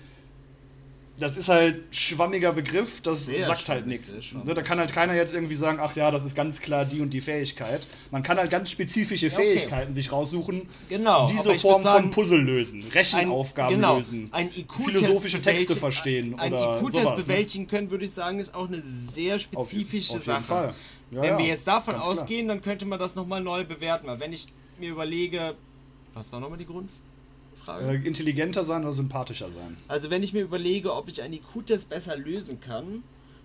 Das ist halt schwammiger Begriff, das Sehr sagt halt schwammig, nichts. sehr schwammig. Ne, da kann halt keiner jetzt irgendwie sagen, ach ja, das ist ganz klar die und die Fähigkeit. Man kann halt ganz spezifische okay. Fähigkeiten sich raussuchen, Genau, aber diese ich Form würd sagen, von Puzzle lösen, Rechenaufgaben genau, lösen, ein I Q-Test philosophische Texte bewältigen- verstehen Ein oder I Q-Test sowas, ne? bewältigen können, würde ich sagen, ist auch eine sehr Auf- spezifische auf jeden Sache. Fall. Ja, Wenn ja, wir jetzt davon ganz klar. ausgehen, dann könnte man das nochmal neu bewerten. Weil wenn ich mir überlege, was war nochmal die Grundfrage? Äh, intelligenter sein oder sympathischer sein. Also wenn ich mir überlege, ob ich einen I Q-Test besser lösen kann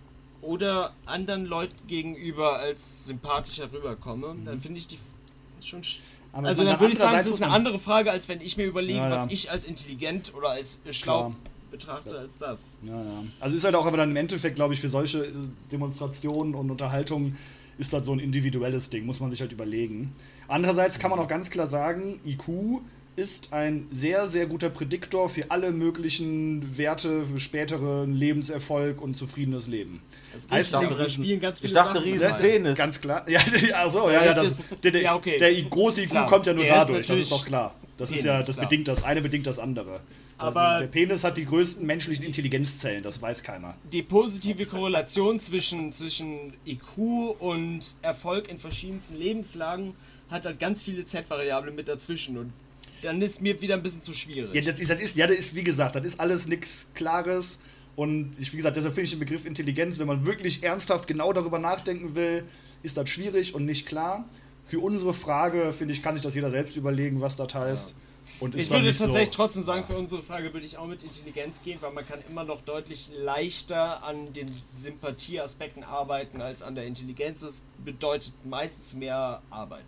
oder anderen Leuten gegenüber als sympathischer rüberkomme, dann finde ich die schon... sch- Mhm. Aber also man- dann würde ich sagen, andererseits das ist muss eine man- andere Frage, als wenn ich mir überlege, Ja, ja. was ich als intelligent oder als äh, schlau Klar. betrachte als das. Ja, ja. Also ist halt auch aber dann im Endeffekt, glaube ich, für solche äh, Demonstrationen und Unterhaltungen ist das so ein individuelles Ding, muss man sich halt überlegen. Andererseits kann man auch ganz klar sagen, I Q ist ein sehr, sehr guter Prädiktor für alle möglichen Werte für späteren Lebenserfolg und zufriedenes Leben. Das ist Heißt richtig, auch, aber da dass- spielen ganz viele Ich dachte, Sachen mit riesen rein. Penis. Ganz klar. Ja, achso, ja, ja, das, ist- der, der, ja, okay. der I- große I Q Klar, kommt ja nur der ist dadurch, das natürlich ist doch klar. Das ist Penis, ja, das klar. bedingt das, eine bedingt das andere. Das Aber- ist, der Penis hat die größten menschlichen Intelligenzzellen, das weiß keiner. Die positive Korrelation zwischen, zwischen I Q und Erfolg in verschiedensten Lebenslagen hat halt ganz viele Z-Variablen mit dazwischen und dann ist mir wieder ein bisschen zu schwierig. Ja, das, das ist, ja, das ist, wie gesagt, das ist alles nichts Klares. Und ich, wie gesagt, deshalb finde ich den Begriff Intelligenz, wenn man wirklich ernsthaft genau darüber nachdenken will, ist das schwierig und nicht klar. Für unsere Frage, finde ich, kann sich das jeder selbst überlegen, was das heißt. Und ist Ich dann würde nicht tatsächlich so, trotzdem sagen, für unsere Frage würde ich auch mit Intelligenz gehen, weil man kann immer noch deutlich leichter an den Sympathieaspekten arbeiten als an der Intelligenz. Das bedeutet meistens mehr Arbeit.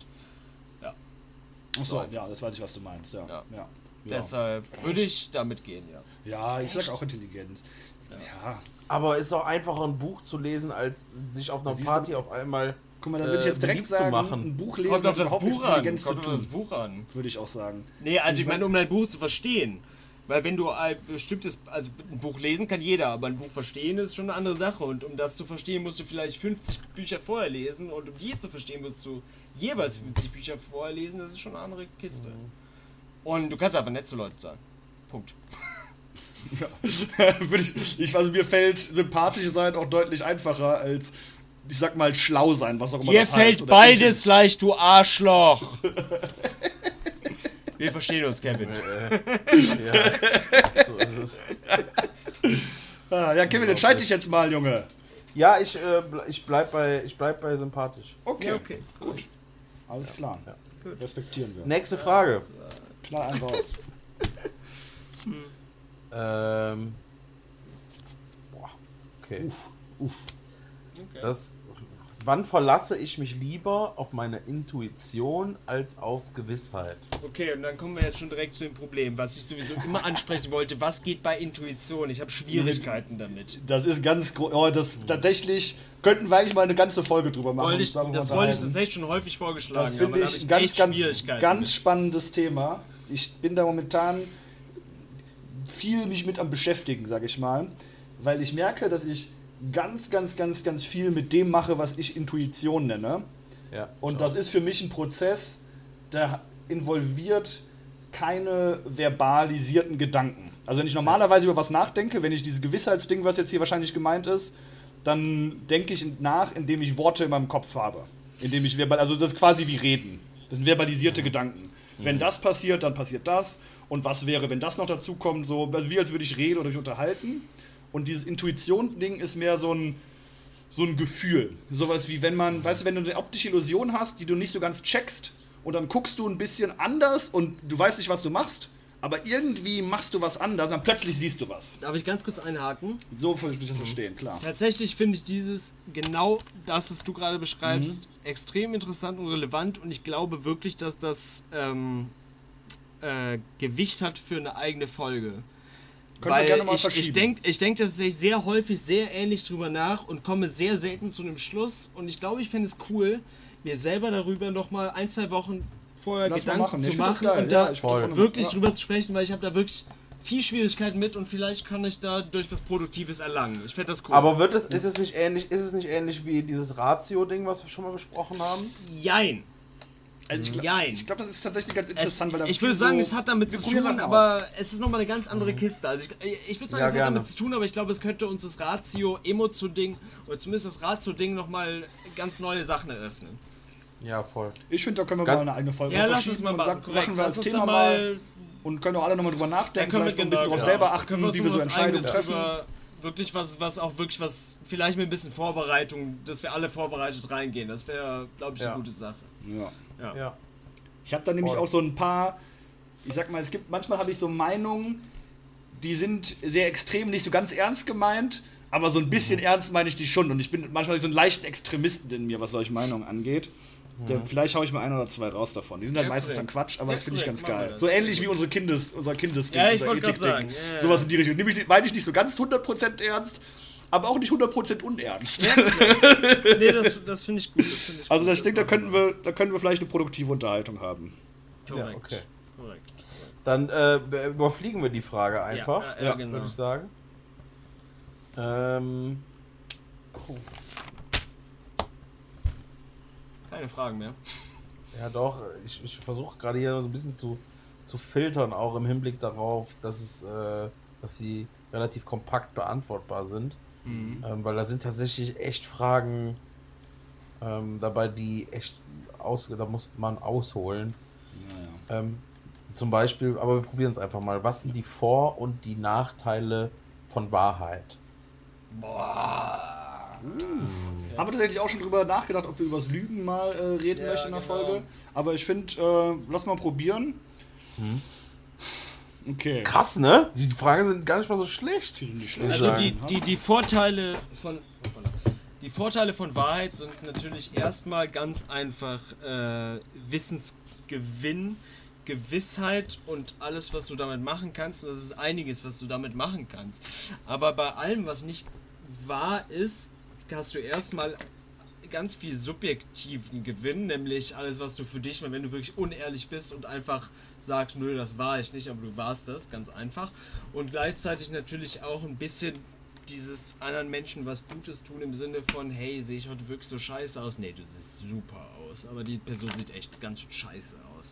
Achso, ja, das weiß ich, was du meinst. Ja, ja. Ja. ja. Deshalb würde ich damit gehen, ja. Ja, ich sag auch Intelligenz. Ja. Aber ist doch einfacher, ein Buch zu lesen, als sich auf einer Siehst du- Party auf einmal. Guck mal, da würde ich jetzt Äh, direkt beliebt zu sagen, machen. ein Buch lesen Kommt auf hat das überhaupt mit Buch an. Intelligenz Kommt zu auf das tun, Buch an. würde ich auch sagen. Nee, also ich Ich meine, um ein Buch zu verstehen. Weil wenn du ein bestimmtes, also ein Buch lesen kann jeder, aber ein Buch verstehen ist schon eine andere Sache. Und um das zu verstehen, musst du vielleicht fünfzig Bücher vorher lesen. Und um die zu verstehen, musst du jeweils fünfzig Bücher vorher lesen. Das ist schon eine andere Kiste. Und du kannst einfach nett zu Leuten sein. Punkt. Ja. Würde ich, ich, also mir fällt sympathisch sein auch deutlich einfacher als, ich sag mal, schlau sein, was auch immer Dir das heißt. fällt oder beides leicht, du Arschloch. Wir verstehen uns, Kevin. Ja, so ist es. Ah, ja, Kevin, entscheid dich jetzt mal, Junge. Ja, ich, äh, ble- ich, bleib bei, ich bleib bei sympathisch. Okay, Ja, okay. gut. Alles klar. Ja. Respektieren wir. Nächste Frage. Klar, ein raus. Ähm. Boah. Okay. Uff. Das, wann verlasse ich mich lieber auf meine Intuition als auf Gewissheit? Okay, und dann kommen wir jetzt schon direkt zu dem Problem, was ich sowieso immer ansprechen wollte. Was geht bei Intuition? Ich habe Schwierigkeiten damit. Das ist ganz groß. Oh, das tatsächlich könnten wir eigentlich mal eine ganze Folge drüber machen. Wollte und ich, darüber das wollte ich unterhalten. tatsächlich schon häufig vorgeschlagen. Das finde aber da ich hab ein ganz, echt ganz, Schwierigkeiten ganz mit. spannendes Thema. Ich bin da momentan viel mich mit am Beschäftigen, sage ich mal, weil ich merke, dass ich ganz, ganz, ganz, ganz viel mit dem mache, was ich Intuition nenne. Ja, Und schau. das ist für mich ein Prozess, der involviert keine verbalisierten Gedanken. Also wenn ich normalerweise über was nachdenke, wenn ich dieses Gewissheitsding, was jetzt hier wahrscheinlich gemeint ist, dann denke ich nach, indem ich Worte in meinem Kopf habe. Indem ich verbal, also das ist quasi wie Reden. Das sind verbalisierte Gedanken. Wenn das passiert, dann passiert das. Und was wäre, wenn das noch dazu kommt? So, also wie als würde ich reden oder mich unterhalten. Und dieses Intuitionsding ist mehr so ein, so ein Gefühl. Sowas wie wenn man, weißt du, wenn du eine optische Illusion hast, die du nicht so ganz checkst und dann guckst du ein bisschen anders und du weißt nicht, was du machst, aber irgendwie machst du was anders, dann plötzlich siehst du was. Darf ich ganz kurz einhaken? So würde ich das verstehen, klar. Tatsächlich finde ich dieses, genau das, was du gerade beschreibst, Mhm. extrem interessant und relevant und ich glaube wirklich, dass das ähm, äh, Gewicht hat für eine eigene Folge. Können wir Weil gerne mal ich, verschieben. ich denke ich denk tatsächlich sehr häufig sehr ähnlich drüber nach und komme sehr selten zu einem Schluss und ich glaube, ich fände es cool, mir selber darüber nochmal ein, zwei Wochen vorher Lass mal Gedanken machen. zu Ich find das machen geil. und Ja, da ich find das auch noch- wirklich ja. drüber zu sprechen, weil ich habe da wirklich viel Schwierigkeiten mit und vielleicht kann ich da durch was Produktives erlangen. Ich fände das cool. Aber wird es, ist, es nicht ähnlich, ist es nicht ähnlich wie dieses Ratio-Ding, was wir schon mal besprochen haben? Jein. Also ich glaube, Jein. glaub, das ist tatsächlich ganz Es, interessant, weil da ich viel würde sagen, so- es hat damit wir zu probieren tun, Sachen aber aus. es ist nochmal eine ganz andere Kiste. Also ich, ich würde sagen, Ja, es hat gerne. damit zu tun, aber ich glaube, es könnte uns das Ratio-Emotio-Ding oder zumindest das Ratio-Ding nochmal ganz neue Sachen eröffnen. Ja, voll. Ich finde, da können wir Ganz- mal eine eigene Folge Ja, lass verschieben uns mal und machen. sagen, Korrekt. machen wir Lass das uns Thema dann mal und können auch alle nochmal drüber nachdenken, Da können wir vielleicht mal ein bisschen genau, darauf genau. selber Können achten, uns wie wir so was Entscheidungen Eigenes treffen. über wirklich was, was auch wirklich was, vielleicht mit ein bisschen Vorbereitung, dass wir alle vorbereitet reingehen. Das wäre, glaube ich, eine Ja. gute Sache. Ja. Ja. Ja. Ich habe da nämlich Voll. auch so ein paar, ich sag mal, es gibt, manchmal habe ich so Meinungen, die sind sehr extrem, nicht so ganz ernst gemeint, aber so ein bisschen Mhm. ernst meine ich die schon. Und ich bin manchmal so einen leichten Extremisten in mir, was solche Meinungen angeht. Da, vielleicht haue ich mal ein oder zwei raus davon. Die sind halt Mhm. Ja, meistens dann korrekt. Quatsch, aber Ja, das finde ich ganz korrekt, machen wir geil. das. So ähnlich wie unsere Kindes, unser Kindesding, Ja, ich unser wollte gerade Ethikding. sagen, ja, ja. Sowas in die Richtung. Nämlich, meine ich nicht so ganz hundert Prozent ernst, aber auch nicht hundert Prozent unernst. Ja, nee, das, das finde ich gut. Das find ich Also gut, das Ding, da machen könnten wir, da können wir vielleicht eine produktive Unterhaltung haben. Korrekt. Ja, okay. Korrekt. Dann äh, be- überfliegen wir die Frage einfach, Ja, ja, Ja, genau. würde ich sagen. Ähm, Keine Fragen mehr. ja doch, ich, ich versuche gerade hier so ein bisschen zu, zu filtern, auch im Hinblick darauf, dass es, äh, dass sie relativ kompakt beantwortbar sind. Mhm. Ähm, weil da sind tatsächlich echt Fragen ähm, dabei, die echt aus, da muss man ausholen. Naja. Ähm, zum Beispiel, aber wir probieren es einfach mal. Was sind die Vor- und die Nachteile von Wahrheit? Haben wir tatsächlich auch schon drüber nachgedacht, ob wir über das Lügen mal äh, reden Ja, möchten in der genau. Folge. Aber ich finde, äh, lass mal probieren. Okay. Krass, ne? Die Fragen sind gar nicht mal so schlecht. Die sind nicht Würde ich Also sagen. die, die, die Vorteile von die Vorteile von Wahrheit sind natürlich erstmal ganz einfach äh, Wissensgewinn, Gewissheit und alles, was du damit machen kannst. Und das ist einiges, was du damit machen kannst. Aber bei allem, was nicht wahr ist, hast du erstmal ganz viel subjektiven Gewinn, nämlich alles, was du für dich, wenn du wirklich unehrlich bist und einfach sagst, nö, das war ich nicht, aber du warst das, ganz einfach. Und gleichzeitig natürlich auch ein bisschen dieses anderen Menschen was Gutes tun im Sinne von, hey, sehe ich heute wirklich so scheiße aus? Nee, du siehst super aus, aber die Person sieht echt ganz schön scheiße aus.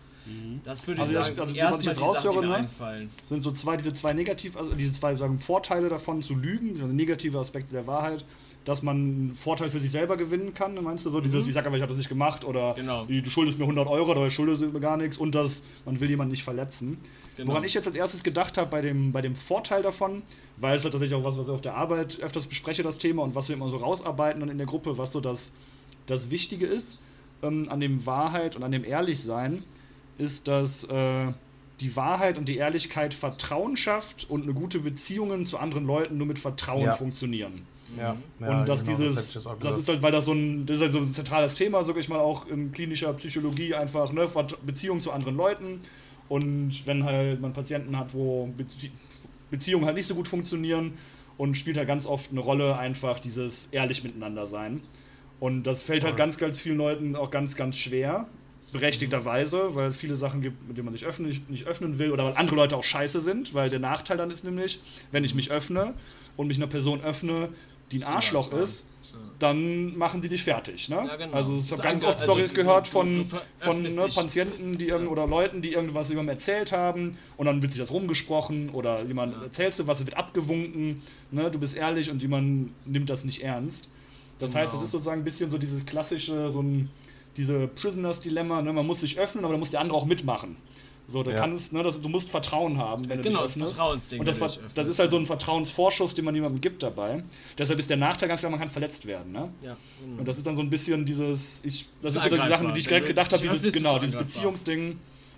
Das würde ich Also das- sagen, also sind wie man erstmal sich die jetzt Sachen, die raushöre, mir ne? einfallen. Sind so zwei, diese zwei negativ, also diese zwei sagen Vorteile davon zu lügen, also negative Aspekte der Wahrheit, dass man einen Vorteil für sich selber gewinnen kann, meinst du so? Dieses, ich sag einfach, ich habe das nicht gemacht oder Genau. du schuldest mir hundert Euro, aber ich schulde mir gar nichts und das, man will jemanden nicht verletzen. Genau. Woran ich jetzt als erstes gedacht habe bei dem, bei dem Vorteil davon, weil es halt tatsächlich auch was, was ich auf der Arbeit öfters bespreche, das Thema und was wir immer so rausarbeiten dann in der Gruppe, was so das, das Wichtige ist ähm, an dem Wahrheit und an dem Ehrlichsein, ist, dass äh, die Wahrheit und die Ehrlichkeit Vertrauen schafft und eine gute Beziehungen zu anderen Leuten nur mit Vertrauen Ja. funktionieren. Ja, Und dass genau, dieses, hätte ich jetzt auch das, gesagt. ist halt, weil das so ein, das ist halt so ein zentrales Thema, sag ich mal, auch in klinischer Psychologie einfach, ne, Vert- Beziehung zu anderen Leuten. Und wenn halt man Patienten hat, wo Bezie Beziehungen halt nicht so gut funktionieren und spielt halt ganz oft eine Rolle einfach dieses ehrlich miteinander sein. Und das fällt halt Voll. ganz, ganz vielen Leuten auch ganz, ganz schwer. Berechtigterweise, weil es viele Sachen gibt, mit denen man sich öffnen, nicht, nicht öffnen will oder weil andere Leute auch scheiße sind, weil der Nachteil dann ist nämlich, wenn ich mich öffne und mich einer Person öffne, die ein Arschloch ist, dann machen die dich fertig. Ne? Ja, genau. Also ich Das habe ist ganz ange- oft also Storys du- gehört du- von, du von veröffentlichst ne, dich. Patienten die irgend, oder Leuten, die irgendwas jemandem erzählt haben und dann wird sich das rumgesprochen oder jemand Ja. erzählst du was, es wird abgewunken, ne? Du bist ehrlich und jemand nimmt das nicht ernst. Das heißt, Genau. es ist sozusagen ein bisschen so dieses klassische, so ein diese Prisoners-Dilemma, ne? Man muss sich öffnen, aber da muss der andere auch mitmachen. So, da Ja. kann es, ne, das, du musst Vertrauen haben, wenn du Genau, dich das öffnest. Vertrauensding, Und das, wenn du Ver- dich öffnest. das ist halt so ein Vertrauensvorschuss, den man jemandem gibt dabei. Deshalb ist der Nachteil ganz klar, man kann verletzt werden. Ne? Ja, genau. Und das ist dann so ein bisschen dieses, ich, das Ist sind so die Sachen, angreifbar. die ich Wenn direkt du gedacht habe, dich dieses, öffnest, genau, bist du dieses angreifbar. Beziehungsding,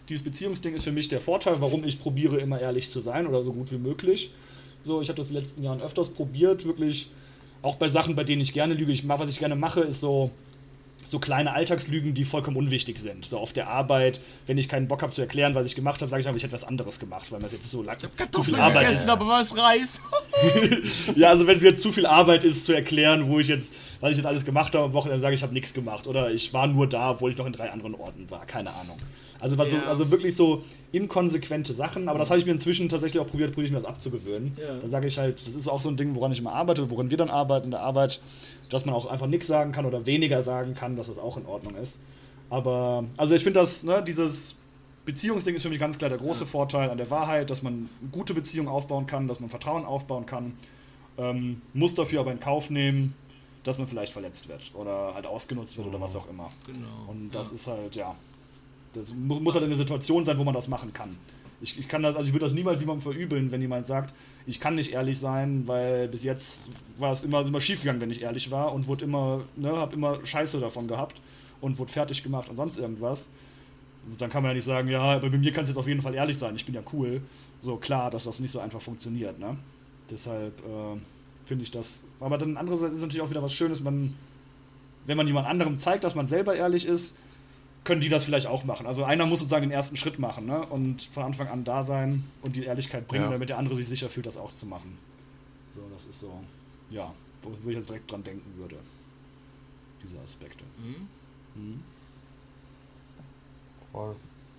dieses Beziehungsding ist für mich der Vorteil, warum ich probiere, immer ehrlich zu sein oder so gut wie möglich. So, ich habe das in den letzten Jahren öfters probiert, wirklich, auch bei Sachen, bei denen ich gerne lüge. Ich, was ich gerne mache, ist so, so kleine Alltagslügen, die vollkommen unwichtig sind. So auf der Arbeit, wenn ich keinen Bock habe zu erklären, was ich gemacht habe, sage ich einfach, ich hätte was anderes gemacht, weil das jetzt so lang, zu viel Arbeit gegessen, ist. aber was Reis. Ja, also wenn es jetzt zu viel Arbeit ist, zu erklären, wo ich jetzt, was ich jetzt alles gemacht habe am Wochenende, sage ich, ich habe nichts gemacht. Oder ich war nur da, obwohl ich noch in drei anderen Orten war. Keine Ahnung. Also, was Ja. so, also wirklich so inkonsequente Sachen, aber das habe ich mir inzwischen tatsächlich auch probiert, probiere ich mir das abzugewöhnen. Ja. Da sage ich halt, das ist auch so ein Ding, woran ich immer arbeite, woran wir dann arbeiten in der Arbeit, dass man auch einfach nichts sagen kann oder weniger sagen kann, dass das auch in Ordnung ist. Aber, also ich finde das, ne, dieses Beziehungsding ist für mich ganz klar der große Vorteil an der Wahrheit, dass man eine gute Beziehung aufbauen kann, dass man Vertrauen aufbauen kann, ähm, muss dafür aber in Kauf nehmen, dass man vielleicht verletzt wird oder halt ausgenutzt wird oder was auch immer. Genau. Und das Ja. ist halt, ja, das mu- muss halt eine Situation sein, wo man das machen kann. Ich, ich kann das, also ich würde das niemals jemandem verübeln, wenn jemand sagt, ich kann nicht ehrlich sein, weil bis jetzt war es immer, immer schief gegangen, wenn ich ehrlich war und wurde immer, ne, hab immer Scheiße davon gehabt und wurde fertig gemacht und sonst irgendwas. Dann kann man ja nicht sagen, ja, aber bei mir kannst du jetzt auf jeden Fall ehrlich sein, ich bin ja cool. So klar, dass das nicht so einfach funktioniert, ne? Deshalb äh, finde ich das. Aber dann andererseits ist es natürlich auch wieder was Schönes, man, wenn man jemand anderem zeigt, dass man selber ehrlich ist, können die das vielleicht auch machen. Also einer muss sozusagen den ersten Schritt machen, ne? Und von Anfang an da sein und die Ehrlichkeit bringen, Ja. damit der andere sich sicher fühlt, das auch zu machen. So, das ist so, ja, wo ich jetzt direkt dran denken würde. Diese Aspekte. Mhm. Mhm. Voll.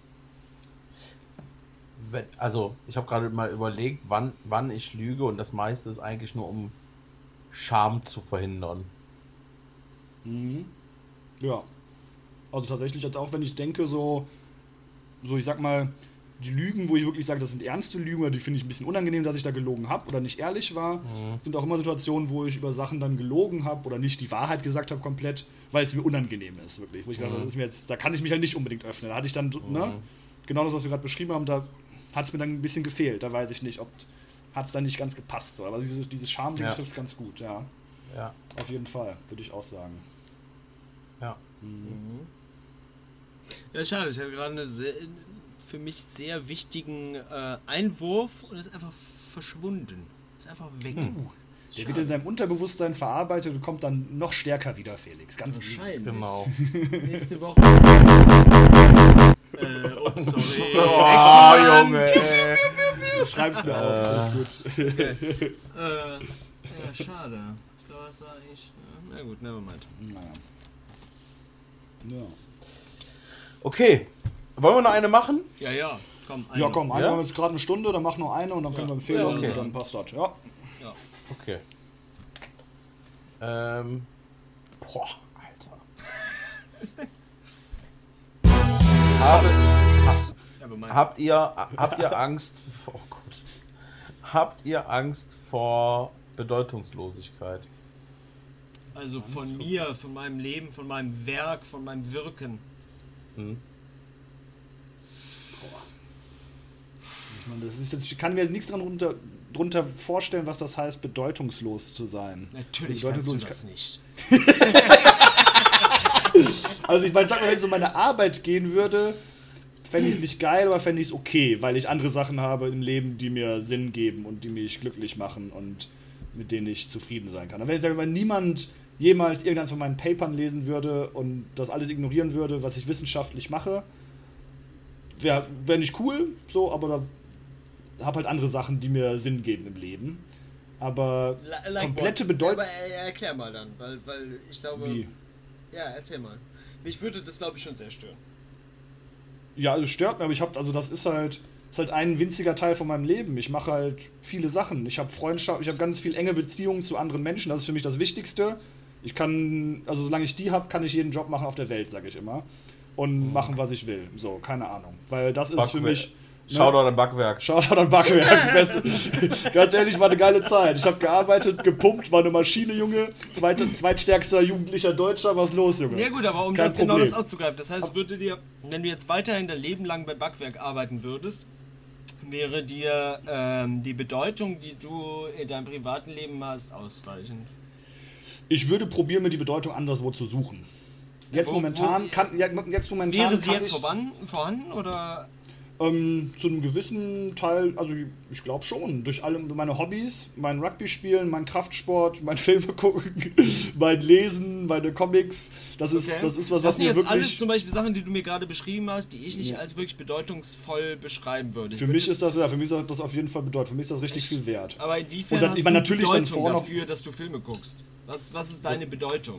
Wenn, also, ich habe gerade mal überlegt, wann, wann ich lüge und das meiste ist eigentlich nur, um Scham zu verhindern. Mhm. Ja. Also tatsächlich, also auch wenn ich denke, so, so ich sag mal, die Lügen, wo ich wirklich sage, das sind ernste Lügen, oder die finde ich ein bisschen unangenehm, dass ich da gelogen habe oder nicht ehrlich war, Mhm. sind auch immer Situationen, wo ich über Sachen dann gelogen habe oder nicht die Wahrheit gesagt habe komplett, weil es mir unangenehm ist, wirklich. Wo ich gedacht habe, Mhm. das ist mir jetzt, da kann ich mich halt nicht unbedingt öffnen. Da hatte ich dann, ne, Mhm. genau das, was wir gerade beschrieben haben, da hat es mir dann ein bisschen gefehlt. Da weiß ich nicht, ob hat es dann nicht ganz gepasst. So. Aber dieses, dieses Charme-Ding Ja. trifft es ganz gut, ja. Ja, Auf jeden Fall, würde ich auch sagen. ja. Mhm. Ja, schade. Ich habe gerade einen sehr, für mich sehr wichtigen äh, Einwurf und ist einfach verschwunden. Ist einfach weg. Der wird in deinem Unterbewusstsein verarbeitet und kommt dann noch stärker wieder, Felix. Ganz easy. Wahrscheinlich. Genau. Nächste Woche. äh, ups, sorry. Oh, Junge, ey. Schreib's mir auf, alles gut. äh, ja, schade. Ich glaube, das war eigentlich. Ja, na gut, nevermind. Naja. Ja. Okay. Wollen wir noch eine machen? Ja, ja. Komm, Ja, eine. komm, eine Ja? haben wir jetzt gerade eine Stunde, dann mach noch eine und dann können wir empfehlen Ja, und okay. dann passt das. Ja. Ja. Okay. Ähm. Boah, Alter. Habe, ha, Aber mein, habt ihr habt ihr Angst? Oh Gott. Habt ihr Angst vor Bedeutungslosigkeit? also von mir, von meinem Leben, von meinem Werk, von meinem Wirken. Hm? Ich meine, das ist jetzt, ich kann mir nichts drunter, drunter vorstellen, was das heißt, bedeutungslos zu sein. Natürlich kannst du Bedeutungslosigkeit- das nicht. Also ich meine, sag mal, wenn es um meine Arbeit gehen würde, fände ich es nicht geil, aber fände ich es okay, weil ich andere Sachen habe im Leben, die mir Sinn geben und die mich glücklich machen und mit denen ich zufrieden sein kann. Aber wenn ich sage, wenn niemand jemals irgendeins von meinen Papern lesen würde und das alles ignorieren würde, was ich wissenschaftlich mache, wäre wär nicht cool, so, aber da habe halt andere Sachen, die mir Sinn geben im Leben. Aber Li- like komplette what? Bedeutung... Aber äh, erklär mal dann, weil, weil ich glaube. Wie? Ja, erzähl mal. Mich würde das, glaube ich, schon sehr stören. Ja, also stört mich, aber ich habe, also das ist halt, ist halt ein winziger Teil von meinem Leben. Ich mache halt viele Sachen. Ich habe Freundschaft, ich habe ganz viel enge Beziehungen zu anderen Menschen. Das ist für mich das Wichtigste. Ich kann, also solange ich die habe, kann ich jeden Job machen auf der Welt, sage ich immer. Und machen, was ich will. So, keine Ahnung. Weil das ist für Backwerk. mich... Shoutout an Backwerk. Shoutout an Backwerk. Beste. Ganz ehrlich, war eine geile Zeit. Ich habe gearbeitet, gepumpt, war eine Maschine, Junge. Zweite, zweitstärkster jugendlicher Deutscher. Was los, Junge? Ja gut, aber um Kein das genau Problem. das aufzugreifen. Das heißt, würde dir, wenn du jetzt weiterhin dein Leben lang bei Backwerk arbeiten würdest, wäre dir ähm, die Bedeutung, die du in deinem privaten Leben hast, ausreichend. Ich würde probieren, mir die Bedeutung anderswo zu suchen. Jetzt Wo- momentan wo- kann, ja, jetzt momentan Wäre sie kann jetzt ich, vorhanden, vorhanden oder? Ähm, zu einem gewissen Teil, also ich glaube schon, durch alle meine Hobbys, mein Rugby spielen, mein Kraftsport, mein Filme gucken, mein Lesen, meine Comics, das ist, Okay. das ist was, das was sind mir jetzt alles wirklich, zum Beispiel Sachen, die du mir gerade beschrieben hast, die ich nicht Ja. als wirklich bedeutungsvoll beschreiben würde. Ich für würde mich jetzt- ist das, ja, für mich ist das auf jeden Fall bedeutet, für mich ist das richtig Echt? viel wert. Aber inwiefern Und dann- hast ich meine, du natürlich dann Bedeutung vorne- dafür, dass du Filme guckst? Was, was ist deine Bedeutung?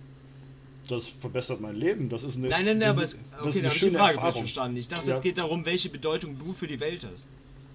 Das verbessert mein Leben, das ist eine, Nein, nein, nein, das aber ist, es, das okay, ist da eine habe ich die schöne Frage falsch Erfahrung. verstanden. Ich dachte, Ja. es geht darum, welche Bedeutung du für die Welt hast.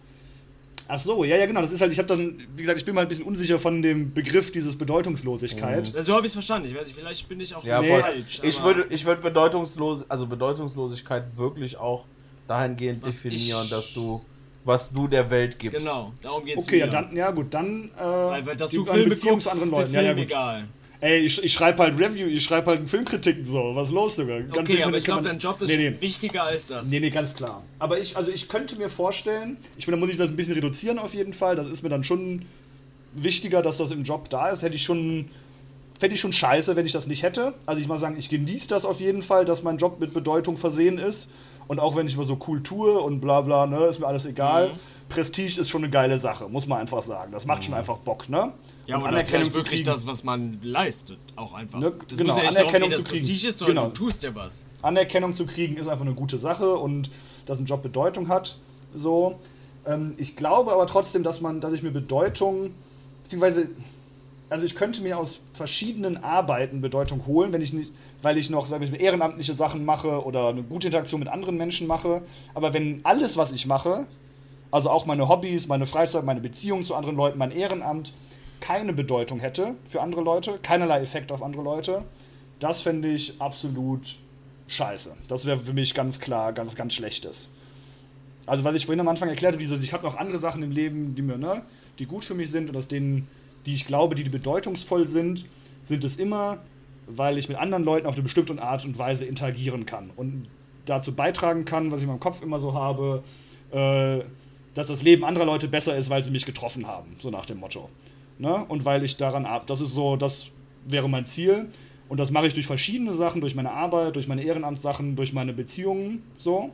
Ach so, ja, ja, genau, das ist halt, ich habe dann, wie gesagt, ich bin mal ein bisschen unsicher von dem Begriff dieses Bedeutungslosigkeit. So habe ich es verstanden. Ich weiß nicht, vielleicht bin ich auch Ja, Nee. voll. falsch. Ich aber- würde, ich würde bedeutungslos, also Bedeutungslosigkeit wirklich auch dahingehend Was definieren, ich- dass du, was du der Welt gibst. Genau, darum geht es Okay, ja, dann, ja gut, dann, äh, Weil, weil dass die- du eine Filme Beziehung guckst, zu anderen ist der Leuten, ja, ja, Film gut. egal. Ey, ich, ich schreibe halt Review, ich schreibe halt Filmkritiken so. Was ist los, Junge? Ganz Okay, aber Internet ich glaube, kann dein man- Job ist nee, nee. wichtiger als das. Nee, nee, ganz klar. Aber ich, also ich könnte mir vorstellen, ich finde, da muss ich das ein bisschen reduzieren auf jeden Fall. Das ist mir dann schon wichtiger, dass das im Job da ist. Hätte ich schon, fände ich schon scheiße, wenn ich das nicht hätte. Also ich mal sagen, ich genieße das auf jeden Fall, dass mein Job mit Bedeutung versehen ist. Und auch wenn ich immer so cool tue und bla bla, ne, ist mir alles egal. Mhm. Prestige ist schon eine geile Sache, muss man einfach sagen. Das macht schon einfach Bock, ne? Ja, Und oder vielleicht wirklich das, was man leistet, auch einfach. Ne, Das genau, muss ja nicht Anerkennung darum gehen, dass zu kriegen. Prestige ist, sondern Genau. du tust ja was. Anerkennung zu kriegen ist einfach eine gute Sache und dass ein Job Bedeutung hat. So. Ähm, ich glaube aber trotzdem, dass man, dass ich mir Bedeutung, beziehungsweise, also ich könnte mir aus verschiedenen Arbeiten Bedeutung holen, wenn ich nicht, weil ich noch, sag ich mal, ehrenamtliche Sachen mache oder eine gute Interaktion mit anderen Menschen mache. Aber wenn alles, was ich mache, also auch meine Hobbys, meine Freizeit, meine Beziehung zu anderen Leuten, mein Ehrenamt, keine Bedeutung hätte für andere Leute, keinerlei Effekt auf andere Leute, das fände ich absolut scheiße. Das wäre für mich ganz klar ganz, ganz Schlechtes. Also was ich vorhin am Anfang erklärt habe, dieses, ich habe noch andere Sachen im Leben, die mir, ne, die gut für mich sind und aus denen, die ich glaube, die, die bedeutungsvoll sind, sind es immer, weil ich mit anderen Leuten auf eine bestimmte Art und Weise interagieren kann und dazu beitragen kann, was ich in meinem Kopf immer so habe, äh, dass das Leben anderer Leute besser ist, weil sie mich getroffen haben, so nach dem Motto. Ne? Und weil ich daran ab, das ist so, das wäre mein Ziel. Und das mache ich durch verschiedene Sachen, durch meine Arbeit, durch meine Ehrenamtssachen, durch meine Beziehungen, so.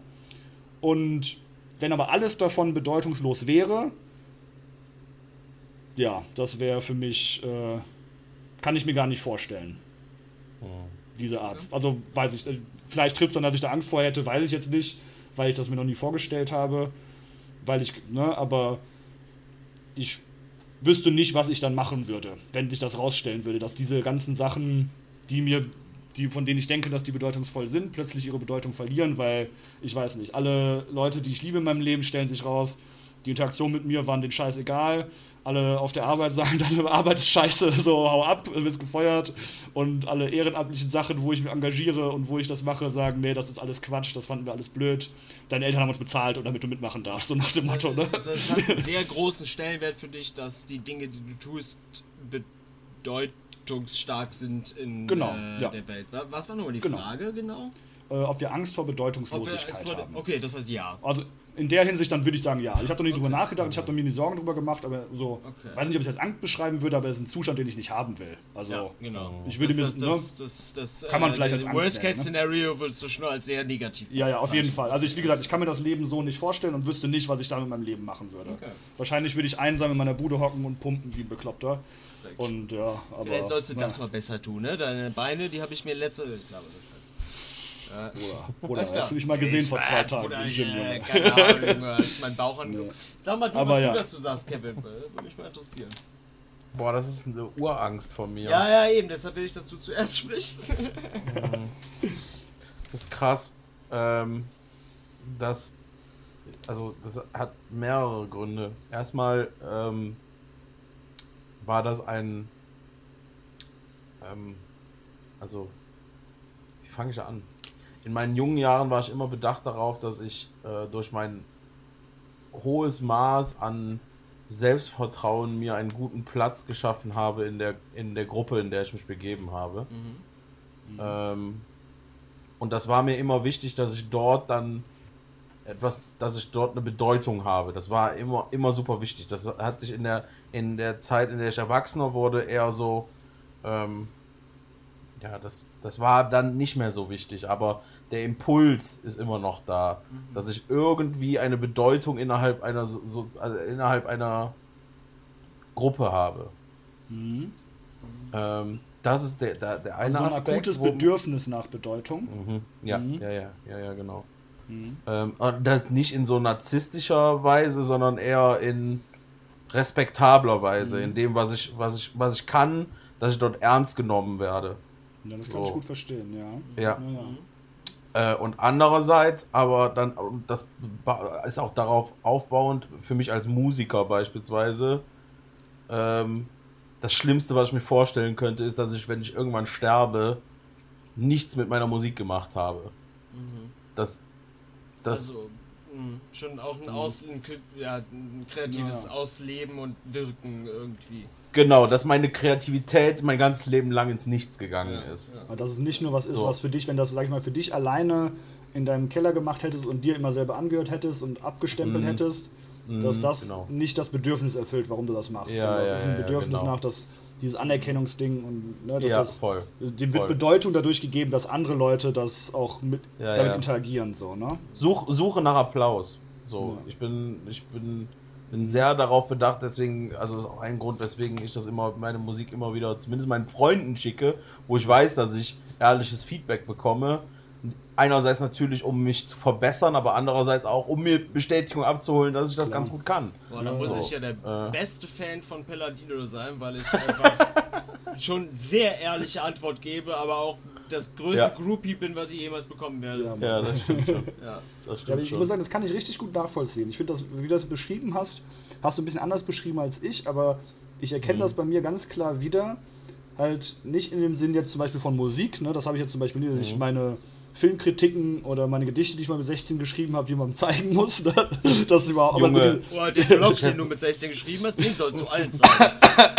Und wenn aber alles davon bedeutungslos wäre, ja, das wäre für mich, äh, kann ich mir gar nicht vorstellen. Diese Art. Also weiß ich, äh, vielleicht trifft es dann, dass ich da Angst vor hätte, weiß ich jetzt nicht, weil ich das mir noch nie vorgestellt habe. Weil ich, ne, aber ich wüsste nicht, was ich dann machen würde, wenn sich das rausstellen würde, dass diese ganzen Sachen, die mir, die, von denen ich denke, dass die bedeutungsvoll sind, plötzlich ihre Bedeutung verlieren, weil, ich weiß nicht, alle Leute, die ich liebe in meinem Leben, stellen sich raus, die Interaktion mit mir waren den Scheiß egal, alle auf der Arbeit sagen, deine Arbeit ist scheiße, so hau ab, du wirst gefeuert und alle ehrenamtlichen Sachen, wo ich mich engagiere und wo ich das mache, sagen, nee, das ist alles Quatsch, das fanden wir alles blöd, deine Eltern haben uns bezahlt, damit du mitmachen darfst, so nach dem Motto, ne? Also es hat einen sehr großen Stellenwert für dich, dass die Dinge, die du tust, bedeutungsstark sind in Genau, äh, ja. der Welt. Wa- Was war nochmal die Genau. Frage genau? Äh, ob wir Angst vor Ob wir- Bedeutungslosigkeit vor- haben. Okay, das heißt ja. Also in der Hinsicht dann würde ich sagen, ja. Ich habe noch nie drüber Okay. nachgedacht, ich habe noch nie die Sorgen drüber gemacht, aber so, Okay. weiß nicht, ob ich das als Angst beschreiben würde, aber es ist ein Zustand, den ich nicht haben will. Also, Ja, genau. ich würde das, mir- das, das, das, das, Kann man äh, vielleicht als den Angst Worst-Case-Szenario würdest du schon als sehr negativ ja, ja, auf jeden bezeichnen. Fall. Also ich, wie gesagt, ich kann mir das Leben so nicht vorstellen und wüsste nicht, was ich da mit meinem Leben machen würde. Okay. Wahrscheinlich würde ich einsam in meiner Bude hocken und pumpen wie ein Bekloppter. Vielleicht. Und ja, aber... Vielleicht sollst du ja. das mal besser tun, ne? Deine Beine, die habe ich mir letzte... Ich glaube, das ist Oder, Alles oder klar. hast du mich mal gesehen Ich vor war- zwei Tagen Bruder, im Gym, äh, Junge. Keine Ahnung, Junge, hast mein Bauch angeguckt. Nee. Sag mal du, Aber was ja. du dazu sagst, Kevin. Äh, Würde mich mal interessieren. Boah, das ist eine Urangst von mir. Ja, ja, eben. Deshalb will ich, dass du zuerst sprichst. Das ist krass. Ähm, das, also das hat mehrere Gründe. Erstmal ähm, war das ein, ähm, also wie fange ich an? In meinen jungen Jahren war ich immer bedacht darauf, dass ich äh, durch mein hohes Maß an Selbstvertrauen mir einen guten Platz geschaffen habe in der, in der Gruppe, in der ich mich begeben habe. Mhm. Ähm, und das war mir immer wichtig, dass ich dort dann etwas, dass ich dort eine Bedeutung habe. Das war immer, immer super wichtig. Das hat sich in der, in der Zeit, in der ich Erwachsener wurde, eher so ähm, ja, das, das war dann nicht mehr so wichtig, aber der Impuls ist immer noch da, mhm. dass ich irgendwie eine Bedeutung innerhalb einer so, so also innerhalb einer Gruppe habe. Mhm. Ähm, das ist der, der, der eine also so ein Aspekt. Akutes Bedürfnis nach Bedeutung. Mhm. Ja, mhm. ja, ja, ja, ja, genau. Mhm. Ähm, und das nicht in so narzisstischer Weise, sondern eher in respektabler Weise, mhm. in dem, was ich, was ich, was ich kann, dass ich dort ernst genommen werde. Ja, das kann so. ich gut verstehen, ja. Ja. ja, ja. Äh, und andererseits, aber dann, und das ist auch darauf aufbauend, für mich als Musiker beispielsweise, ähm, das Schlimmste, was ich mir vorstellen könnte, ist, dass ich, wenn ich irgendwann sterbe, nichts mit meiner Musik gemacht habe. Mhm. Das, das also, mh, schon auch ein, Aus, ein, ja, ein kreatives ja. Ausleben und Wirken irgendwie. Genau, dass meine Kreativität mein ganzes Leben lang ins Nichts gegangen ja, ist. Ja. Aber dass es nicht nur was ist, so. was für dich, wenn das, sag ich mal, für dich alleine in deinem Keller gemacht hättest und dir immer selber angehört hättest und abgestempelt mm. hättest, mm, dass das genau. nicht das Bedürfnis erfüllt, warum du das machst. Ja, das ja, ist ein ja, Bedürfnis genau. nach das, dieses Anerkennungsding und ne, dass ja, das, voll. dem wird voll. Bedeutung dadurch gegeben, dass andere Leute das auch mit ja, damit ja. interagieren. So, ne? Such, Suche nach Applaus. So, ja. ich bin, ich bin, bin sehr darauf bedacht, deswegen, also das ist auch ein Grund, weswegen ich das immer, meine Musik immer wieder, zumindest meinen Freunden schicke, wo ich weiß, dass ich ehrliches Feedback bekomme. Einerseits natürlich, um mich zu verbessern, aber andererseits auch, um mir Bestätigung abzuholen, dass ich das Klar. ganz gut kann. Boah, dann muss so. ich ja der äh. beste Fan von Palladino sein, weil ich einfach schon sehr ehrliche Antwort gebe, aber auch das größte ja. Groupie bin, was ich jemals bekommen werde. Ja, ja das stimmt schon. ja. Das stimmt ja, ich schon. muss sagen, das kann ich richtig gut nachvollziehen. Ich finde, wie du das beschrieben hast, hast du ein bisschen anders beschrieben als ich, aber ich erkenne mhm. das bei mir ganz klar wieder. Halt nicht in dem Sinn jetzt zum Beispiel von Musik, ne? Das habe ich jetzt zum Beispiel nicht, dass mhm. ich meine Filmkritiken oder meine Gedichte, die ich mal mit sechzehn geschrieben habe, jemandem zeigen muss. Ne? Das ist überhaupt, aber so diese, oh, den Blog, den du mit sechzehn geschrieben hast, den sollst du allen zeigen.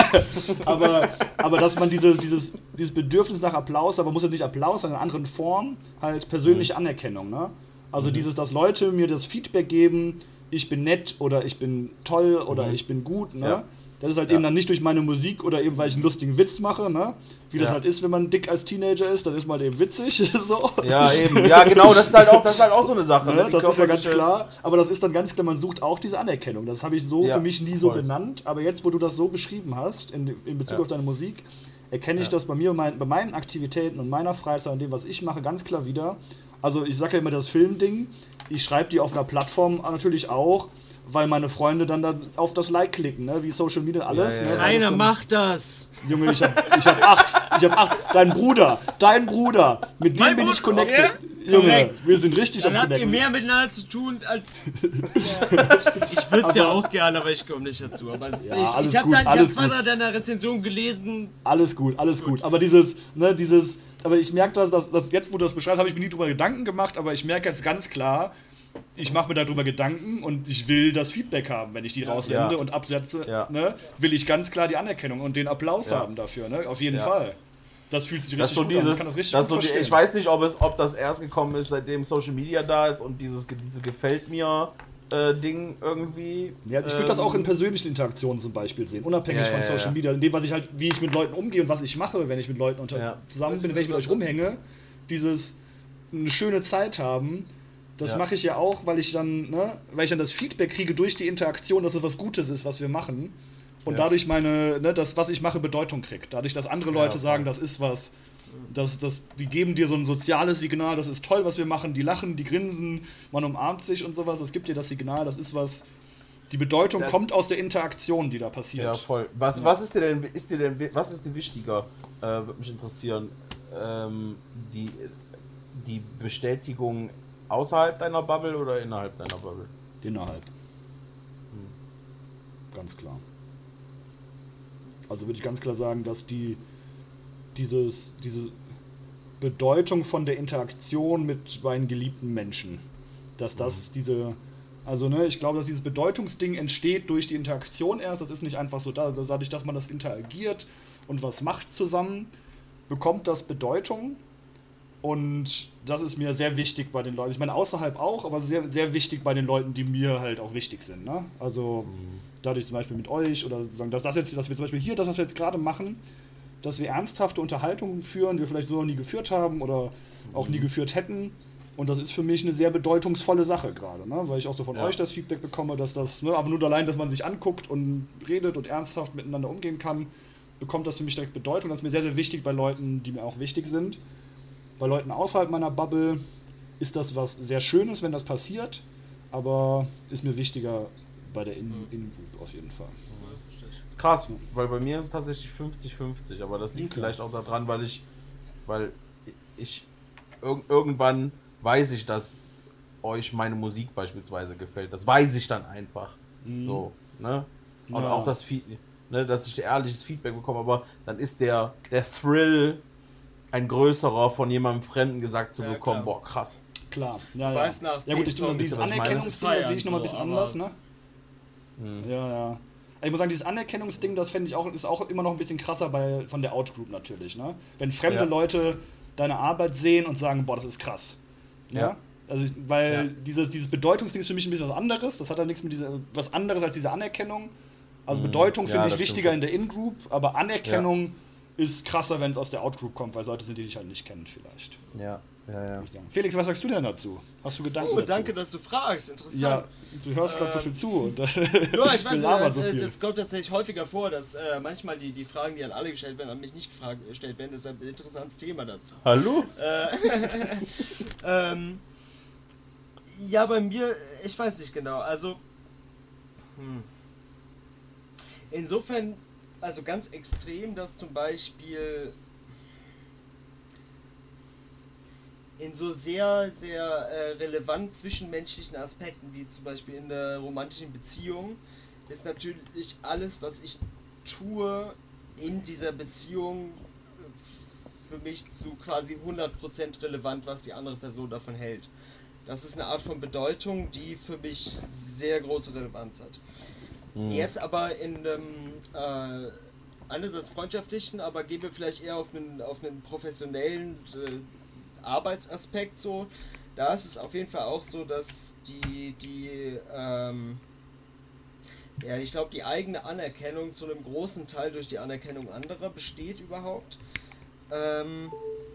aber, aber dass man diese, dieses, dieses Bedürfnis nach Applaus, aber muss ja nicht Applaus, sondern in einer anderen Form, halt persönliche mhm. Anerkennung. Ne? Also mhm. dieses, dass Leute mir das Feedback geben, ich bin nett oder ich bin toll oder mhm. ich bin gut. Ne? Ja. Das ist halt ja. eben dann nicht durch meine Musik oder eben, weil ich einen lustigen Witz mache, ne? Wie das ja. halt ist, wenn man dick als Teenager ist, dann ist man eben witzig. So. Ja, eben. Ja, genau, das ist halt auch, das ist halt auch so eine Sache. Ne? Das ist ja ganz klar. Aber das ist dann ganz klar, man sucht auch diese Anerkennung. Das habe ich so ja, für mich nie so voll. benannt. Aber jetzt, wo du das so beschrieben hast, in, in Bezug ja. auf deine Musik, erkenne ich ja. das bei mir, mein, bei meinen Aktivitäten und meiner Freizeit und dem, was ich mache, ganz klar wieder. Also ich sage ja immer das Filmding, ich schreibe die auf einer Plattform natürlich auch, weil meine Freunde dann da auf das Like klicken, ne? Wie Social Media alles. Ja, ja, ne? ja. Keiner macht das. Junge, ich hab, ich hab acht, ich hab acht, dein Bruder, dein Bruder, mit dem mein bin Bruder, ich connected. okay? Junge, Korrekt. wir sind richtig Dann am habt ihr Connecten. mehr miteinander zu tun als... ich würde es ja auch gerne, aber ich komme nicht dazu. Aber es, Ja, ich alles ich habe gut, hab alles zwei gut. deiner Rezensionen gelesen. Alles gut, alles gut. Aber dieses, ne, dieses, aber ich merke das, dass, dass jetzt, wo du das beschreibst, habe ich mir nie drüber Gedanken gemacht, aber ich merke jetzt ganz klar, ich mache mir darüber Gedanken und ich will das Feedback haben, wenn ich die raussende ja. und absetze, Ja. ne, will ich ganz klar die Anerkennung und den Applaus Ja. haben dafür, ne, auf jeden Ja. Fall. Das fühlt sich Das richtig so gut dieses, an, ich kann das richtig das gut so die, verstehen. ich weiß nicht, ob, es, ob das erst gekommen ist, seitdem Social Media da ist und dieses, diese gefällt mir äh, Ding irgendwie. Ja, ich würde ähm, das auch in persönlichen Interaktionen zum Beispiel sehen, unabhängig Ja, von ja, Social ja. Media, in dem, was ich halt, wie ich mit Leuten umgehe und was ich mache, wenn ich mit Leuten unter, Ja. zusammen bin, wenn ich mit euch rumhänge, dieses eine schöne Zeit haben, das Ja. mache ich ja auch, weil ich dann, ne, weil ich dann das Feedback kriege durch die Interaktion, dass es was Gutes ist, was wir machen. Und Ja. dadurch meine, ne, das, was ich mache, Bedeutung kriegt. Dadurch, dass andere Leute voll. sagen, das ist was, das, das, die geben dir so ein soziales Signal, das ist toll, was wir machen, die lachen, die grinsen, man umarmt sich und sowas, das gibt dir das Signal, das ist was, die Bedeutung Ja. kommt aus der Interaktion, die da passiert. Ja, voll. Was, Ja. was ist dir denn, ist dir denn, was ist dir wichtiger? Äh, würde mich interessieren. Ähm, die, die Bestätigung außerhalb deiner Bubble oder innerhalb deiner Bubble? Innerhalb. Ganz klar. Also würde ich ganz klar sagen, dass die dieses, diese Bedeutung von der Interaktion mit meinen geliebten Menschen, dass das Mhm. diese, also ne, ich glaube, dass dieses Bedeutungsding entsteht durch die Interaktion erst, das ist nicht einfach so da, also dadurch, dass man das interagiert und was macht zusammen, bekommt das Bedeutung. Und das ist mir sehr wichtig bei den Leuten. Ich meine, außerhalb auch, aber sehr, sehr wichtig bei den Leuten, die mir halt auch wichtig sind. Ne? Also mhm. dadurch zum Beispiel mit euch oder sagen, dass das jetzt, dass wir zum Beispiel hier, das, was wir jetzt gerade machen, dass wir ernsthafte Unterhaltungen führen, die wir vielleicht so noch nie geführt haben oder auch nie geführt hätten. Und das ist für mich eine sehr bedeutungsvolle Sache gerade, ne? Weil ich auch so von ja. euch das Feedback bekomme, dass das, ne, aber nur allein, dass man sich anguckt und redet und ernsthaft miteinander umgehen kann, bekommt das für mich direkt Bedeutung. Das ist mir sehr, sehr wichtig bei Leuten, die mir auch wichtig sind. Bei Leuten außerhalb meiner Bubble ist das was sehr Schönes, wenn das passiert, aber ist mir wichtiger bei der In- In-Group auf jeden Fall. Das ist krass, weil bei mir ist es tatsächlich fünfzig fünfzig, aber das liegt okay. vielleicht auch daran, weil ich, weil ich ir- irgendwann weiß ich, dass euch meine Musik beispielsweise gefällt. Das weiß ich dann einfach. Mhm. So, ne? Und ja. auch das Feedback, ne, dass ich ehrliches Feedback bekomme, aber dann ist der, der Thrill ein größerer, von jemandem Fremden gesagt zu ja, bekommen, klar. boah, krass. Klar, ja, ja. Weiß nach ja gut, ich finde dieses Anerkennungsding, das sehe ich nochmal ein bisschen anders, ne? Mhm. Ja, ja. Ich muss sagen, dieses Anerkennungsding, das fände ich auch, ist auch immer noch ein bisschen krasser bei, von der Outgroup natürlich, ne? Wenn fremde ja. Leute deine Arbeit sehen und sagen, boah, das ist krass. Ja. ja? Also, ich, weil ja. dieses, dieses Bedeutungsding ist für mich ein bisschen was anderes. Das hat ja nichts mit dieser, was anderes als diese Anerkennung. Also mhm. Bedeutung finde ja, ich wichtiger in der In-Group, aber Anerkennung ja. ist krasser, wenn es aus der Out-Group kommt, weil Leute sind, die dich halt nicht kennen vielleicht. Ja, ja, ja. Felix, was sagst du denn dazu? Hast du Gedanken oh, dazu? danke, dass du fragst. Interessant. Ja, du hörst ähm, gerade so viel zu. Und ja, ich weiß, das, so viel. das kommt tatsächlich häufiger vor, dass äh, manchmal die, die Fragen, die an alle gestellt werden, an mich nicht gefragt, gestellt werden. Das ist ein interessantes Thema dazu. Hallo? Äh, ähm, ja, bei mir, ich weiß nicht genau. Also, hm. insofern, also ganz extrem, dass zum Beispiel in so sehr, sehr äh, relevant zwischenmenschlichen Aspekten, wie zum Beispiel in der romantischen Beziehung, ist natürlich alles, was ich tue in dieser Beziehung für mich zu quasi hundert Prozent relevant, was die andere Person davon hält. Das ist eine Art von Bedeutung, die für mich sehr große Relevanz hat. Mhm. Jetzt aber in einem, äh, einerseits freundschaftlichen, aber gehen wir vielleicht eher auf einen, auf einen professionellen äh, Arbeitsaspekt so. Da ist es auf jeden Fall auch so, dass die, die ähm, ja, ich glaube, die eigene Anerkennung zu einem großen Teil durch die Anerkennung anderer besteht überhaupt. Ähm,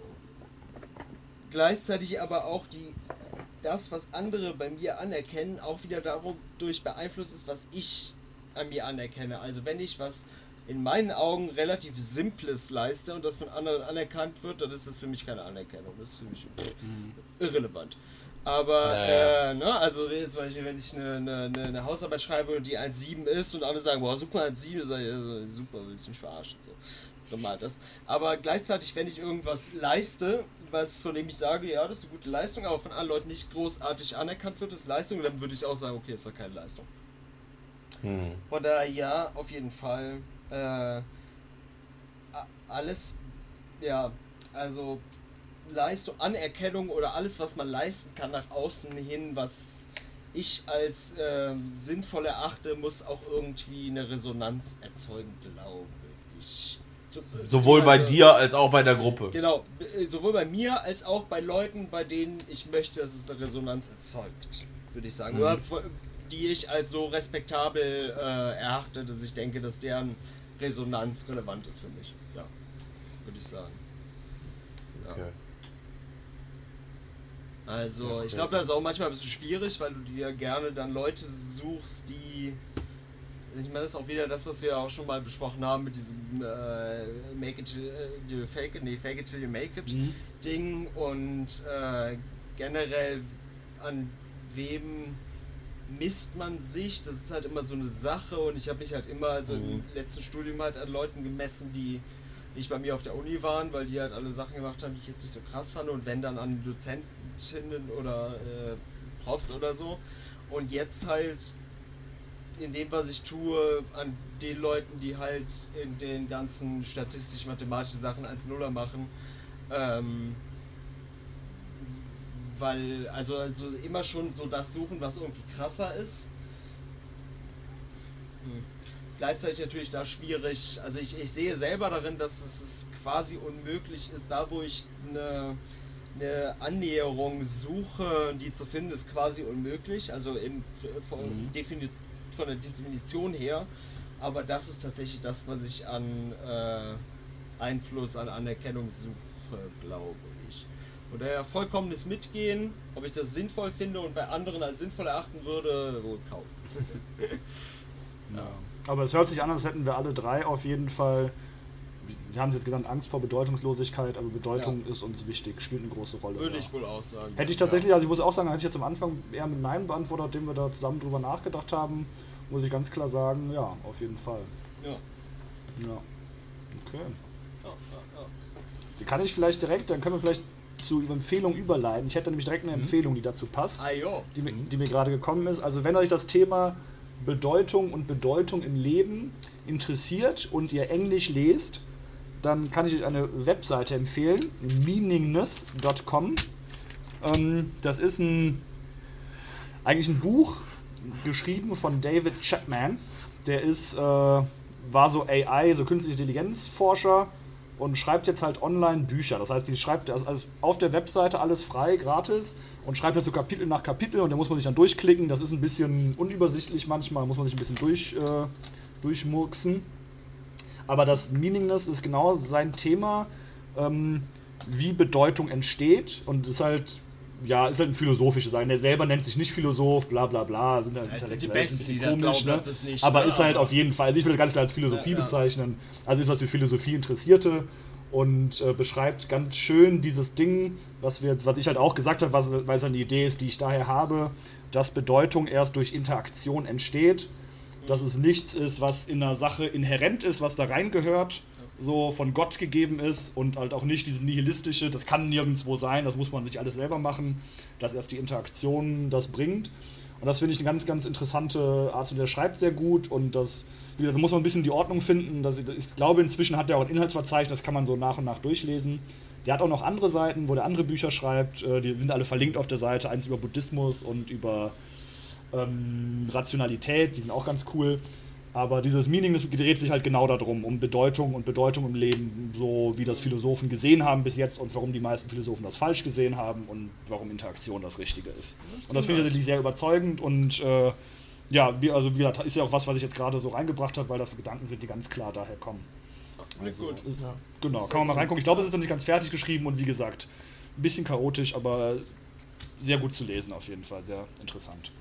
gleichzeitig aber auch die, das, was andere bei mir anerkennen, auch wieder dadurch beeinflusst ist, was ich an mir anerkenne. Also wenn ich was in meinen Augen relativ Simples leiste und das von anderen anerkannt wird, dann ist das für mich keine Anerkennung. Das ist für mich mhm. irrelevant. Aber, ja, ja. Äh, ne, also zum Beispiel, wenn ich eine, eine, eine Hausarbeit schreibe, die eins Komma sieben ist und andere sagen, boah, super, eins Komma sieben, sage ich, also, super, willst du mich verarschen? So. Normal das. Aber gleichzeitig, wenn ich irgendwas leiste, was von dem ich sage, ja, das ist eine gute Leistung, aber von allen Leuten nicht großartig anerkannt wird, das ist Leistung, dann würde ich auch sagen, okay, ist doch keine Leistung. Hm. Von daher, ja, auf jeden Fall. Äh, alles, ja, also Leistung, Anerkennung oder alles, was man leisten kann nach außen hin, was ich als äh, sinnvoll erachte, muss auch irgendwie eine Resonanz erzeugen, glaube ich. So, sowohl bei dir als auch bei der Gruppe. Genau, sowohl bei mir als auch bei Leuten, bei denen ich möchte, dass es eine Resonanz erzeugt, würde ich sagen. Mhm. Die ich als so respektabel äh, erachte, dass ich denke, dass deren Resonanz relevant ist für mich. Ja, würde ich sagen. Ja. Okay. Also, ja, ich glaube, das ist auch manchmal ein bisschen schwierig, weil du dir gerne dann Leute suchst, die... Ich meine, das ist auch wieder das, was wir auch schon mal besprochen haben mit diesem äh, Make it till you fake it, nee, Fake it till you make it mhm. Ding und äh, generell an wem misst man sich, das ist halt immer so eine Sache und ich habe mich halt immer so mhm. im letzten Studium halt an Leuten gemessen, die nicht bei mir auf der Uni waren, weil die halt alle Sachen gemacht haben, die ich jetzt nicht so krass fand und wenn dann an Dozentinnen oder äh, Profs oder so und jetzt halt in dem, was ich tue, an den Leuten, die halt in den ganzen statistisch-mathematischen Sachen eins nuller machen, ähm, weil, also, also immer schon so das suchen, was irgendwie krasser ist. Hm. Gleichzeitig natürlich da schwierig, also ich, ich sehe selber darin, dass es, es quasi unmöglich ist, da wo ich eine, eine Annäherung suche, die zu finden, ist quasi unmöglich, also im, von, mhm. Defini- von der Definition her, aber das ist tatsächlich das, was ich an, äh, Einfluss an Anerkennung suche, glaube ich. Von daher vollkommenes Mitgehen, ob ich das sinnvoll finde und bei anderen als sinnvoll erachten würde, wohl kaum. Ja. Aber es hört sich an, als hätten wir alle drei auf jeden Fall, wir haben es jetzt genannt, Angst vor Bedeutungslosigkeit, aber Bedeutung ja. ist uns wichtig, spielt eine große Rolle. Würde ja. ich wohl auch sagen. Hätte ich tatsächlich, ja. also ich muss auch sagen, hätte ich jetzt am Anfang eher mit Nein beantwortet, nachdem wir da zusammen drüber nachgedacht haben, muss ich ganz klar sagen, ja, auf jeden Fall. Ja. Ja. Okay. Ja, ja, ja. Die kann ich vielleicht direkt, dann können wir vielleicht zu Empfehlungen überleiten. Ich hätte nämlich direkt eine Empfehlung, die dazu passt, ah, jo. die, mir- die mir gerade gekommen ist. Also wenn euch das Thema Bedeutung und Bedeutung im Leben interessiert und ihr Englisch lest, dann kann ich euch eine Webseite empfehlen, meaningness Punkt com. Ähm, das ist ein eigentlich ein Buch, geschrieben von David Chapman. Der ist, äh, war so A I, so künstliche Intelligenzforscher und schreibt jetzt halt online Bücher. Das heißt, die schreibt also also auf der Webseite alles frei, gratis und schreibt das so Kapitel nach Kapitel und da muss man sich dann durchklicken. Das ist ein bisschen unübersichtlich manchmal, muss man sich ein bisschen durch, äh, durchmurksen. Aber das Meaningless ist genau sein Thema, ähm, wie Bedeutung entsteht und ist halt, ja, ist halt ein philosophisches Sein. Der selber nennt sich nicht Philosoph, bla bla bla, sind halt Ja, intellektuell, die ein Besten, bisschen die da komisch, glauben, ne? dass es nicht, aber ne? ist halt Aber- auf jeden Fall, also ich würde ganz klar als Philosophie Ja, ja. bezeichnen, also ist was für Philosophie Interessierte und äh, beschreibt ganz schön dieses Ding, was wir jetzt, was ich halt auch gesagt habe, was, weil es eine Idee ist, die ich daher habe, dass Bedeutung erst durch Interaktion entsteht, dass es nichts ist, was in einer Sache inhärent ist, was da reingehört, so von Gott gegeben ist und halt auch nicht dieses nihilistische, das kann nirgendwo sein, das muss man sich alles selber machen, dass erst die Interaktion das bringt. Und das finde ich eine ganz, ganz interessante Art, und der schreibt sehr gut und das, wie gesagt, da muss man ein bisschen die Ordnung finden. Das, ich glaube, inzwischen hat er auch ein Inhaltsverzeichnis, das kann man so nach und nach durchlesen. Der hat auch noch andere Seiten, wo der andere Bücher schreibt, die sind alle verlinkt auf der Seite, eins über Buddhismus und über ähm, Rationalität, die sind auch ganz cool. Aber dieses Meaning, das dreht sich halt genau darum, um Bedeutung und Bedeutung im Leben, so wie das Philosophen gesehen haben bis jetzt und warum die meisten Philosophen das falsch gesehen haben und warum Interaktion das Richtige ist. Und das finde ich tatsächlich sehr überzeugend und äh, ja, wie, also wie gesagt, ist ja auch was, was ich jetzt gerade so reingebracht habe, weil das so Gedanken sind, die ganz klar daher kommen. Also, gut. Ist, Ja. genau, kann man mal reingucken. Ich glaube, es ist noch nicht ganz fertig geschrieben und wie gesagt, ein bisschen chaotisch, aber sehr gut zu lesen auf jeden Fall, sehr interessant.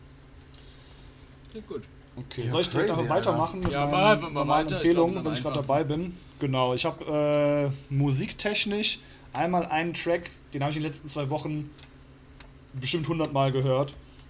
Ja, gut. Okay, Ja, soll ich direkt crazy, einfach weitermachen Alter. mit Ja, meinen, mach einfach mal mit meinen weiter. Ich Empfehlungen, glaub, wenn es ich ist am gerade dabei bin? Genau, ich habe äh, musiktechnisch einmal einen Track, den habe ich in den letzten zwei Wochen bestimmt hundert Mal gehört.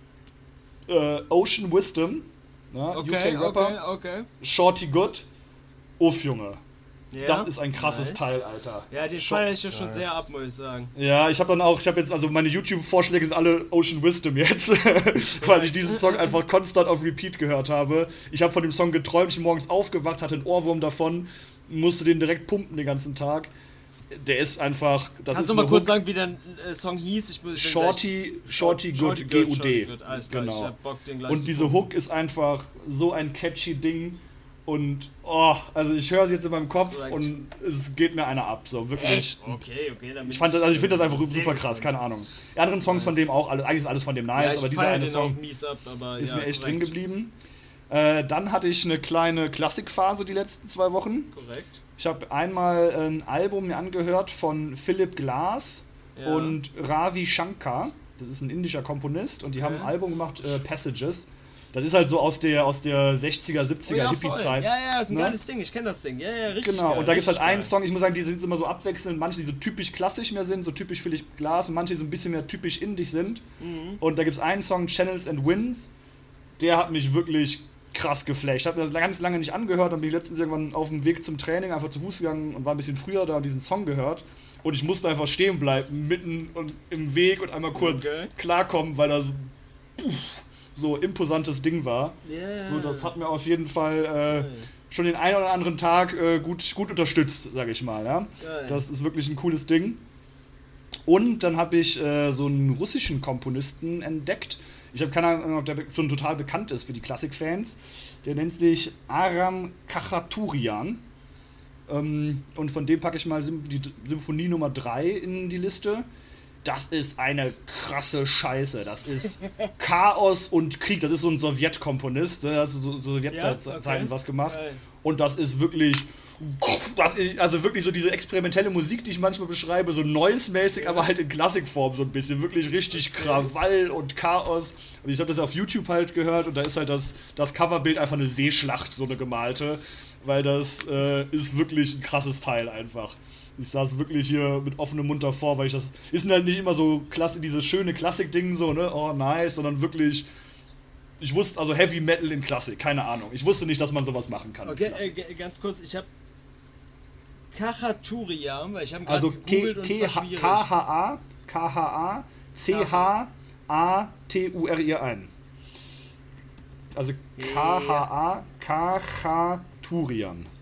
Äh, Ocean Wisdom, ja, Okay, U K-Rapper, okay, okay. Shorty Good, Uff Junge. Ja, Das ist ein krasses nice. Teil, Alter. Ja, die Schon- feiere ich ja schon sehr ab, muss ich sagen. Ja, ich habe dann auch, ich habe jetzt, also meine YouTube-Vorschläge sind alle Ocean Wisdom jetzt, weil ich diesen Song einfach konstant auf Repeat gehört habe. Ich habe von dem Song geträumt, ich bin morgens aufgewacht, hatte einen Ohrwurm davon, musste den direkt pumpen den ganzen Tag. Der ist einfach, das Kannst ist du mal eine kurz Hook. sagen, wie der äh, Song hieß? Ich muss- ich will Shorty, Shorty Good, Shorty G U Shorty D. Good, alles klar, ich Genau. hab Bock, den gleich Und zu diese gucken. Hook ist einfach so ein catchy Ding. Und, oh, also ich höre es jetzt in meinem Kopf Korrekt. und es geht mir einer ab, so wirklich. Echt? Okay, okay. Dann bin Ich fand das, also ich finde das einfach sehr super krass, gespannt. keine Ahnung. Die anderen Songs von dem auch, alle, eigentlich ist alles von dem nice, Ja, ich aber dieser feier eine den Song auch mies ab, aber ist ja, mir echt korrekt. drin geblieben. Äh, dann hatte ich eine kleine Klassikphase die letzten zwei Wochen. Korrekt. Ich habe einmal ein Album mir angehört von Philip Glass Ja. und Ravi Shankar. Das ist ein indischer Komponist und die haben Okay. ein Album gemacht, äh, Passages. Das ist halt so aus der, aus der sechziger, siebziger Oh ja, voll. Hippie-Zeit. Ja, ja, ist ein ne? geiles Ding, ich kenne das Ding. Ja, ja, richtig Genau, geil, und da gibt es halt richtig einen geil. Song, ich muss sagen, die sind immer so abwechselnd, manche, die so typisch klassisch mehr sind, so typisch Philip Glass und manche, die so ein bisschen mehr typisch indisch sind. Mhm. Und da gibt es einen Song, Channels and Winds, der hat mich wirklich krass geflasht. Ich habe mir das ganz lange nicht angehört und bin letztens irgendwann auf dem Weg zum Training einfach zu Fuß gegangen und war ein bisschen früher da und diesen Song gehört. Und ich musste einfach stehen bleiben, mitten und im Weg und einmal kurz Okay. klarkommen, weil das puff, so imposantes Ding war. Yeah. So, das hat mir auf jeden Fall äh, schon den einen oder anderen Tag äh, gut, gut unterstützt, sage ich mal. Ja? Geil. Das ist wirklich ein cooles Ding. Und dann habe ich äh, so einen russischen Komponisten entdeckt. Ich habe keine Ahnung, ob der be- schon total bekannt ist für die Klassikfans. Der nennt sich Aram Khachaturian. Ähm, und von dem packe ich mal Sym- die D- Symphonie Nummer drei in die Liste. Das ist eine krasse Scheiße. Das ist Chaos und Krieg. Das ist so ein Sowjetkomponist. Der hat so so Sowjetzeiten Ja, okay. was gemacht. Geil. Und das ist wirklich, das ist also wirklich so diese experimentelle Musik, die ich manchmal beschreibe, so noise-mäßig, aber halt in Klassikform so ein bisschen. Wirklich richtig Krawall und Chaos. Und ich habe das auf YouTube halt gehört und da ist halt das, das Coverbild einfach eine Seeschlacht, so eine gemalte. Weil das äh, ist wirklich ein krasses Teil einfach. Ich saß wirklich hier mit offenem Mund davor, weil ich das, ist halt nicht immer so klasse, dieses schöne Klassik-Ding so, ne, oh nice, sondern wirklich, ich wusste, also Heavy Metal in Klassik, keine Ahnung. Ich wusste nicht, dass man sowas machen kann. Okay, äh, g- ganz kurz, ich habe Khachaturian, weil ich habe gerade Also gegoogelt und es war schwierig. K H A, K H A, C H A T U R I N. Also K H A, Khachaturian.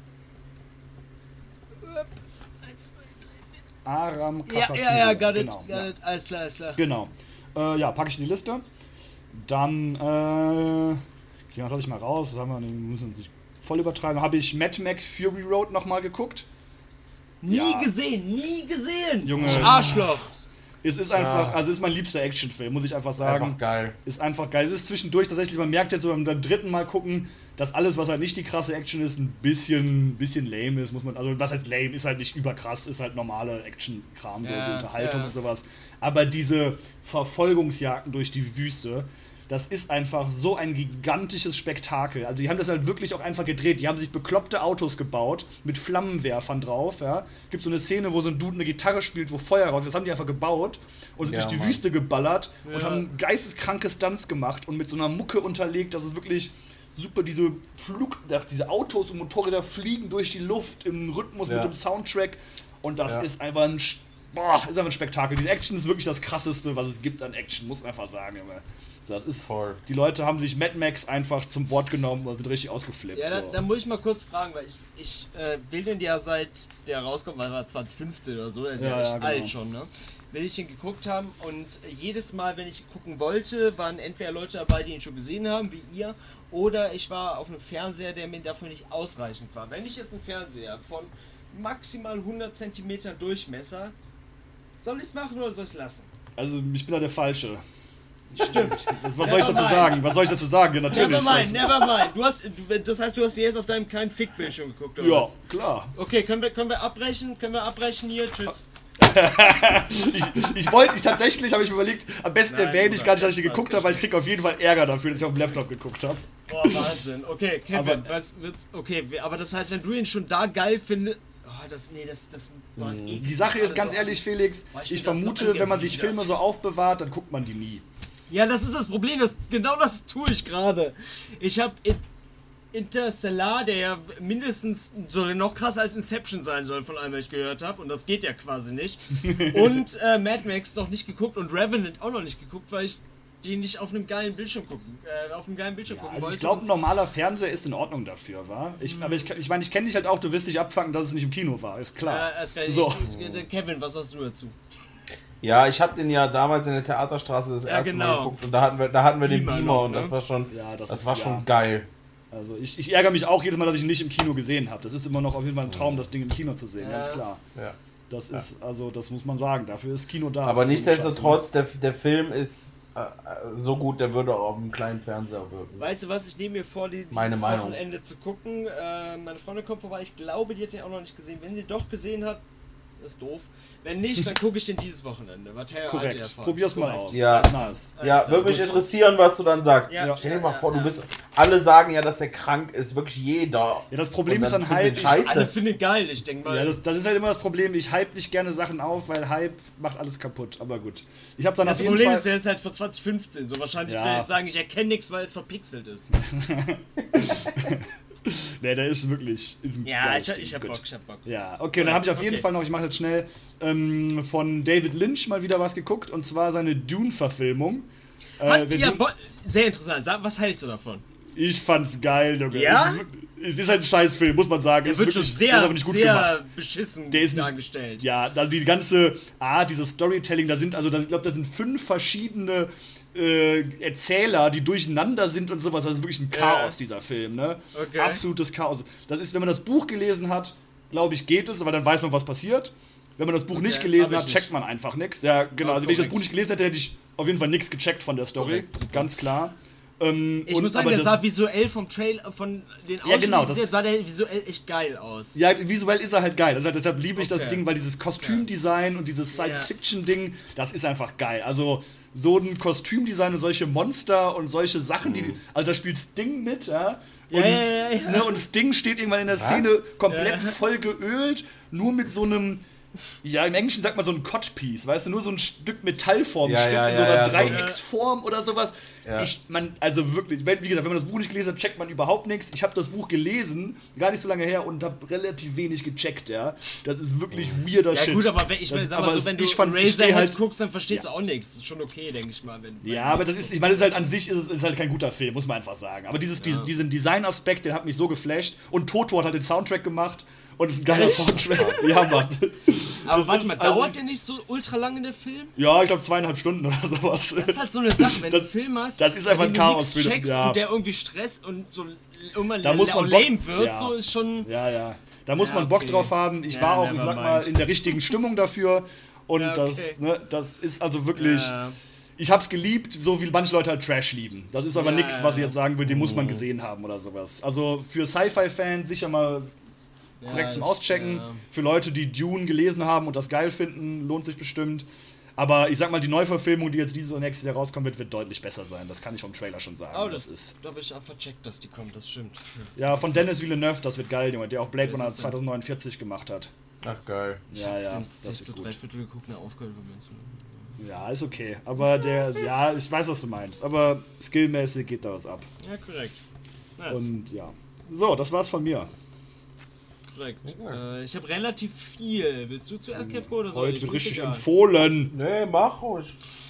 Aram Ja, Khachaturian. ja, ja, got it, genau, got ja. it, alles klar, alles klar. Genau. Äh, ja, packe ich in die Liste. Dann, äh, okay, was lasse ich mal raus? Das haben wir, wir müssen uns nicht voll übertreiben. Habe ich Mad Max Fury Road nochmal geguckt. Nie Ja. gesehen, nie gesehen. Junge. Ich Arschloch. Es ist einfach, Ja. also ist mein liebster Actionfilm, muss ich einfach sagen. Einfach geil. Ist einfach geil. Es ist zwischendurch tatsächlich, man merkt jetzt so beim, beim dritten Mal gucken, dass alles, was halt nicht die krasse Action ist, ein bisschen, bisschen lame ist, muss man, also was heißt lame, ist halt nicht überkrass, ist halt normale Action-Kram, so Ja, die Unterhaltung ja. und sowas. Aber diese Verfolgungsjagden durch die Wüste, das ist einfach so ein gigantisches Spektakel. Also die haben das halt wirklich auch einfach gedreht. Die haben sich bekloppte Autos gebaut mit Flammenwerfern drauf. Ja. Gibt so eine Szene, wo so ein Dude eine Gitarre spielt, wo Feuer raus ist. Das haben die einfach gebaut und sind Ja, durch die Mann. Wüste geballert und Ja. haben geisteskranke Stunts gemacht und mit so einer Mucke unterlegt. Das ist wirklich super. Diese Flug, diese Autos und Motorräder fliegen durch die Luft im Rhythmus Ja. mit dem Soundtrack. Und das Ja. ist einfach ein, boah, ist einfach ein Spektakel. Diese Action ist wirklich das krasseste, was es gibt an Action, muss man einfach sagen. Junge. So, das ist, Voll. die Leute haben sich Mad Max einfach zum Wort genommen und sind richtig ausgeflippt. Ja, so. da, da muss ich mal kurz fragen, weil ich, ich äh, will den ja seit der rauskommt, weil er zwanzig fünfzehn oder so, der ist ja, Ja, echt ja, genau. alt schon, ne? Will ich den geguckt haben und jedes Mal, wenn ich gucken wollte, waren entweder Leute dabei, die ihn schon gesehen haben, wie ihr, oder ich war auf einem Fernseher, der mir dafür nicht ausreichend war. Wenn ich jetzt einen Fernseher habe von maximal hundert Zentimetern Durchmesser, soll ich es machen oder soll ich es lassen? Also, ich bin da der Falsche. Stimmt. Das, was soll ich dazu Nevermind. sagen? Was soll ich dazu sagen? Ja, natürlich. Nevermind, nevermind. Du hast, du, das heißt, du hast jetzt auf deinem kleinen Fickbildschirm geguckt, oder Ja, was? klar. Okay, können wir, können wir abbrechen? Können wir abbrechen hier? Tschüss. Ich, ich wollte, ich tatsächlich habe ich mir überlegt, am besten Nein, erwähne ich Bruder, gar nicht, dass ich den das geguckt kann habe, weil ich kriege auf jeden Fall Ärger dafür, dass ich auf dem Laptop geguckt habe. Boah, Wahnsinn. Okay, Kevin, Aber- was wird's? Okay, wir- aber das heißt, wenn du ihn schon da geil findest. Oh, das. Nee, das. das boah, das eklig. Die Sache ist Alles ganz so- ehrlich, Felix, Boah, ich ich bin grad so vermute, wenn man sich angewidert. Filme so aufbewahrt, dann guckt man die nie. Ja, das ist das Problem. Das, genau das tue ich gerade. Ich habe Interstellar, der ja mindestens so noch krasser als Inception sein soll, von allem, was ich gehört habe. Und das geht ja quasi nicht. Und äh, Mad Max noch nicht geguckt und Revenant auch noch nicht geguckt, weil ich die nicht auf einem geilen Bildschirm gucken, äh, auf einem geilen Bildschirm gucken Also wollte. ich glaube, ein Und- normaler Fernseher ist in Ordnung dafür, wa? Ich, aber ich, ich meine, ich kenne dich halt auch, du wirst dich abfangen, dass es nicht im Kino war, ist klar. Äh, ist geil. So. Ich, ich, Kevin, was hast du dazu? Ja, ich habe den ja damals in der Theaterstraße das Ja, erste genau. Mal geguckt und da hatten wir, da hatten wir den Beamer Beamer noch, und ne? das war schon, Ja, das das, ist- war ja. schon geil. Also ich, ich ärgere mich auch jedes Mal, dass ich ihn nicht im Kino gesehen habe. Das ist immer noch auf jeden Fall ein Traum, das Ding im Kino zu sehen, Ja. ganz klar. Ja. Das ist, also das muss man sagen, dafür ist Kino da. Aber für so nichtsdestotrotz, der, der Film ist äh, äh, so gut, der würde auch auf einem kleinen Fernseher wirken. Weißt du was, ich nehme mir vor, die, dieses Meine Meinung. Wochenende zu gucken. Äh, meine Freundin kommt vorbei, ich glaube, die hat den auch noch nicht gesehen. Wenn sie doch gesehen hat, ist doof. Wenn nicht, dann gucke ich den dieses Wochenende. Was her- Korrekt. hat ihr davon? Probier's mal Korrekt. aus. Ja. Nice. Alles Ja, klar, würde mich gut. interessieren, was du dann sagst. Ja. Stell dir mal Ja, vor, ja, du bist. Alle sagen ja, dass der krank ist, wirklich jeder. Ja, das Problem Und ist dann finden halt, sie ich- scheiße. Alle finden geil, ich denke mal. Ja, das, das ist halt immer das Problem. Ich hype nicht gerne Sachen auf, weil Hype macht alles kaputt. Aber gut. Ich habe dann das auf jeden Problem Fall... ist, der ist halt von zwanzig fünfzehn. So wahrscheinlich Ja. will ich sagen, ich erkenne nichts, weil es verpixelt ist. Nee, der ist wirklich... Ist ein Ja, geiles ich, Ding. ich hab Gut. Bock, ich hab Bock. Ja, okay, und dann habe ich auf jeden Okay. Fall noch, ich mache jetzt schnell, ähm, von David Lynch mal wieder was geguckt, und zwar seine Dune-Verfilmung. Was? Äh, wer Ja, Dune- wo, sehr interessant. Sag, was hältst du davon? ich fand's geil, Junge. Ja? Es ist, wirklich- es ist halt ein Scheißfilm, muss man sagen. Der Ist wird schon wirklich- der ist aber sehr, nicht gut sehr gemacht. beschissen Der ist nicht- dargestellt. Ja, also die ganze Art, dieses Storytelling, da sind, also da, ich glaube, da sind fünf verschiedene äh, Erzähler, die durcheinander sind und sowas. Das ist wirklich ein Chaos, Ja. dieser Film, ne? Okay. Absolutes Chaos. Das ist, wenn man das Buch gelesen hat, glaube ich, geht es, aber dann weiß man, was passiert. Wenn man das Buch Okay, nicht gelesen hab ich hat, checkt nicht. man einfach nichts. Ja, genau. Ja, also wenn ich das korrekt. Buch nicht gelesen hätte, hätte ich auf jeden Fall nichts gecheckt von der Story. Korrekt, super. Ganz klar. Ähm, Ich und, muss sagen, aber der sah visuell vom Trailer, von den Ja, genau, Ausschnitten, sah der visuell echt geil aus. Ja, visuell ist er halt geil. Also deshalb liebe ich Okay. das Ding, weil dieses Kostümdesign und dieses Ja. Science-Fiction-Ding, das ist einfach geil. Also so ein Kostümdesign und solche Monster und solche Sachen, die. Also da spielt Sting mit, ja. Und, Ja, ja, ja, ja. Ne, und Sting steht irgendwann in der Was? Szene komplett Ja. voll geölt, nur mit so einem. Ja, im Englischen sagt man so ein Codpiece, weißt du, nur so ein Stück Metall vorm Ja, Stück ja, in so ja, einer ja, so- Dreiecksform oder sowas. Ja. Ich, man, also wirklich, wenn, wie gesagt, wenn man das Buch nicht gelesen hat, checkt man überhaupt nichts. Ich habe das Buch gelesen, gar nicht so lange her und habe relativ wenig gecheckt, ja. Das ist wirklich weirder Ja Shit. gut, aber wenn, ich Das- meine, sag mal aber so, wenn du ich fand- ich steh Razorhead halt- guckst, dann verstehst Ja. du auch nichts. Das ist schon okay, denke ich mal. Wenn, Ja, aber das ist, ich meine, das ist halt an sich ist, es- ist halt kein guter Film, muss man einfach sagen. Aber dieses, Ja. diesen Design-Aspekt, den hat mich so geflasht. Und Toto hat halt den Soundtrack gemacht und es ist ein geiler Echt? Soundtrack. Ja, Mann. aber Das warte ist- mal, also dauert ich- der nicht so ultra lang in der Film? Ja, ich glaube zweieinhalb Stunden oder sowas. Das ist halt so eine Sache, wenn Das- du einen Film hast, das ist einfach bei dem ein du Chaos nichts für den- checkst ja. und der irgendwie Stress und so immer Da muss la- man Bock- lame wird, ja. so ist schon... Ja, ja. Da muss Ja, man Bock okay. drauf haben. Ich Ja, war auch, ich never sag mal, mind. in der richtigen Stimmung dafür. Und Ja, das, okay. ne, das ist also wirklich. Ja. Ich hab's geliebt, so wie manche Leute halt Trash lieben. Das ist aber Ja, nichts, ja, was ich ja. jetzt sagen würde, den muss man gesehen haben oder sowas. Also für Sci-Fi-Fans sicher mal korrekt Ja, zum ich- Auschecken. ja. Für Leute, die Dune gelesen haben und das geil finden, lohnt sich bestimmt. Aber ich sag mal, die Neuverfilmung, die jetzt dieses und nächstes Jahr rauskommen wird, wird deutlich besser sein. Das kann ich vom Trailer schon sagen. Oh, das, das ist. da habe ich auch vercheckt, dass die kommt, das stimmt. Ja, von Dennis Villeneuve, das wird geil, Junge, der auch Blade Was Runner ist denn? zwanzig neunundvierzig gemacht hat. Ach, geil. Ja, ja, Den das das ist so gut. drei Viertel geguckt, ne, aufgehört, wenn man so... Ja, ist okay. Aber der, ja, ich weiß, was du meinst. Aber skillmäßig geht da was ab. Ja, korrekt. Nice. Und ja. So, das war's von mir. Korrekt. Ja. Äh, ich habe relativ viel. Willst du zuerst, Kevko, oder soll ich? Heute wird Mir ist richtig egal. empfohlen. Nee, mach ruhig.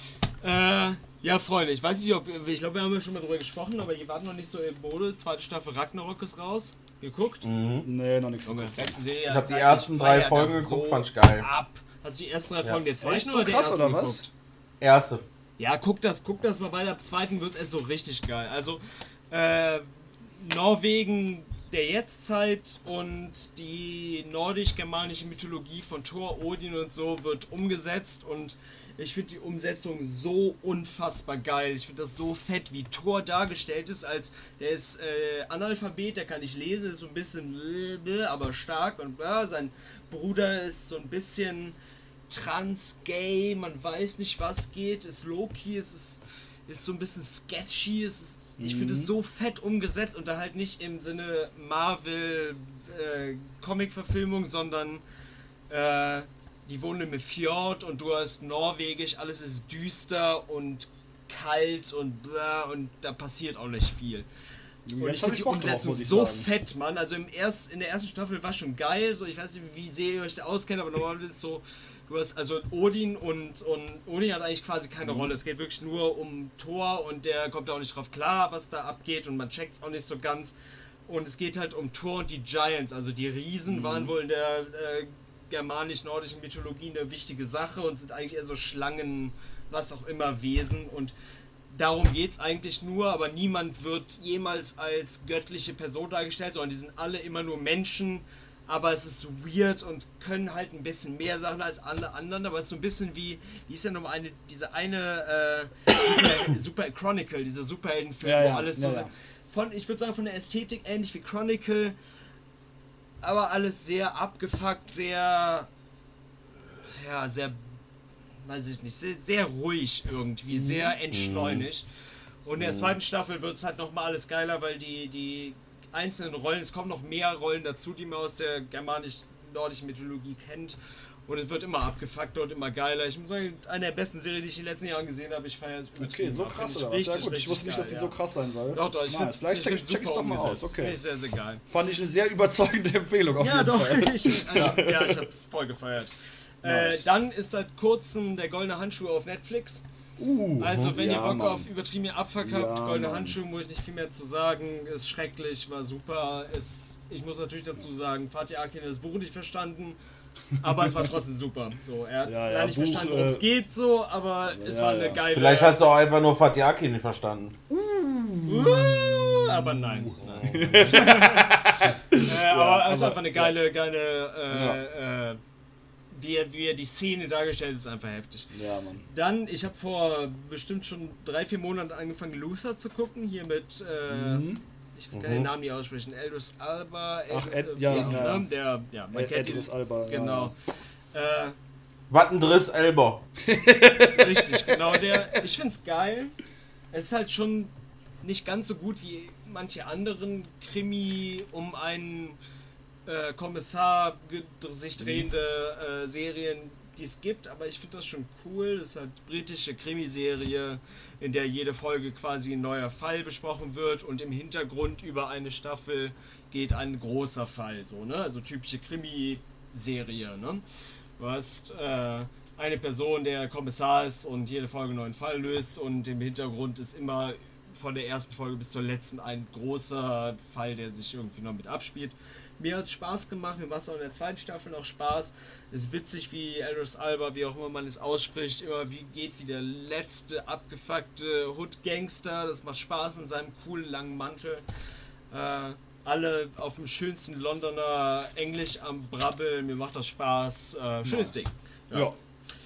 Äh, ja, Freunde, ich weiß nicht, ob. Ich glaube, wir haben ja schon mal drüber gesprochen, aber ihr wart noch nicht so im Mode. Zweite Staffel Ragnarok ist raus. Geguckt? Mhm. Nee, noch nichts Junge, geguckt. beste Serie. Ich habe die aller ersten Zeiten. drei feier Folgen das geguckt, so fand ich geil. Ab. Hast du die ersten drei Ja. Folgen der zweiten Echt so oder der krass, ersten oder was? geguckt? Erste. Ja, guck das, guck das mal weiter. Ab zweiten wird es erst so richtig geil. Also, äh, Norwegen der Jetztzeit und die nordisch-germanische Mythologie von Thor, Odin und so wird umgesetzt und ich finde die Umsetzung so unfassbar geil. Ich finde das so fett, wie Thor dargestellt ist, als der ist äh, Analphabet, der kann nicht lesen, ist so ein bisschen bläh, aber stark und bla. Sein Bruder ist so ein bisschen trans-gay, man weiß nicht, was geht, ist Loki, es ist, ist so ein bisschen sketchy, es ist, ich finde es so fett umgesetzt und da halt nicht im Sinne Marvel äh, Comic-Verfilmung, sondern äh, die wohnen im Fjord und du hast Norwegisch, alles ist düster und kalt und bla und da passiert auch nicht viel. Und Jetzt ich hab finde die Bock drauf, Umsetzung muss ich so sagen. fett, Mann. Also im erst, in der ersten Staffel war schon geil. So, ich weiß nicht, wie sehr ihr euch da auskennt, aber normalerweise ist es so, du hast also Odin und, und Odin hat eigentlich quasi keine Mhm. Rolle. Es geht wirklich nur um Thor und der kommt da auch nicht drauf klar, was da abgeht und man checkt es auch nicht so ganz. Und es geht halt um Thor und die Giants, also die Riesen Mhm. waren wohl in der äh, germanisch-nordischen Mythologie eine wichtige Sache und sind eigentlich eher so Schlangen, was auch immer, Wesen und darum geht es eigentlich nur, aber niemand wird jemals als göttliche Person dargestellt, sondern die sind alle immer nur Menschen, aber es ist so weird und können halt ein bisschen mehr Sachen als alle anderen, aber es ist so ein bisschen wie, wie ist denn nochmal eine, diese eine äh, Super, Super Chronicle, dieser Superheldenfilm, Ja, wo ja, alles ja, so ja. von, ich würde sagen von der Ästhetik ähnlich wie Chronicle, aber alles sehr abgefuckt, sehr, ja, sehr, weiß ich nicht, sehr, sehr ruhig irgendwie, sehr entschleunigt. Und in der zweiten Staffel wird es halt nochmal alles geiler, weil die, die einzelnen Rollen, es kommen noch mehr Rollen dazu, die man aus der germanisch-nordischen Mythologie kennt. Und es wird immer abgefuckt und immer geiler. Ich muss sagen, eine der besten Serien, die ich in den letzten Jahren gesehen habe. Ich feiere es Okay, übertrieben so ab. krass Find ich oder was? Ja richtig, gut, ich richtig wusste nicht, dass die geil, so ja. krass sein soll. Doch, doch, ich nice. finde Vielleicht check, check ich's doch mal aus. Okay. Finde ich sehr, sehr geil. Fand ich eine sehr überzeugende Empfehlung auf Ja, jeden doch. Fall. Ich, also, ja, ich hab's voll gefeiert. Äh, Nice. dann ist seit kurzem der Goldene Handschuh auf Netflix. Uh, Also, wenn ja, ihr Bock Mann. auf übertriebene Abfuck habt, Ja, Goldene Mann. Handschuh, muss ich nicht viel mehr zu sagen. Ist schrecklich, war super. Ist, ich muss natürlich dazu sagen, Fatih Akin hat das Buch nicht verstanden. Aber es war trotzdem super. So, er hat Ja, ja, leider nicht Buch, verstanden, worum es äh, geht, so, aber es ja, war eine ja. geile. Vielleicht hast du auch einfach nur Fatih Akin nicht verstanden. Uh, aber nein. nein. äh, aber es ist aber- einfach eine geile, geile äh, äh, wie er, wie er die Szene dargestellt ist, einfach heftig. Ja, Mann. Dann, ich habe vor bestimmt schon drei, vier Monaten angefangen, Luther zu gucken, hier mit, äh, Mhm. ich kann den Namen nicht aussprechen, Idris Elba. Ach, Ed, Ed- ja, äh, ja. Der, ja, man Ed- kennt Idris ihn. Elba, ja. Genau. Äh, Wattendriss Elber. Richtig, genau der. Ich find's geil. Es ist halt schon nicht ganz so gut wie manche anderen Krimi um einen äh, Kommissar ge- sich drehende äh, Serien, die es gibt, aber ich finde das schon cool. Das ist halt britische Krimiserie, in der jede Folge quasi ein neuer Fall besprochen wird und im Hintergrund über eine Staffel geht ein großer Fall, so, ne? Also typische Krimiserie, ne? Du hast äh, eine Person, der Kommissar ist und jede Folge einen neuen Fall löst und im Hintergrund ist immer von der ersten Folge bis zur letzten ein großer Fall, der sich irgendwie noch mit abspielt. Mir hat es Spaß gemacht, mir macht es auch in der zweiten Staffel noch Spaß. Es ist witzig, wie Idris Elba, wie auch immer man es ausspricht, immer wie geht wie der letzte abgefuckte Hood-Gangster. Das macht Spaß in seinem coolen langen Mantel. Äh, alle auf dem schönsten Londoner Englisch am Brabbeln, mir macht das Spaß. Äh, schönes Ding. Ja. Ja.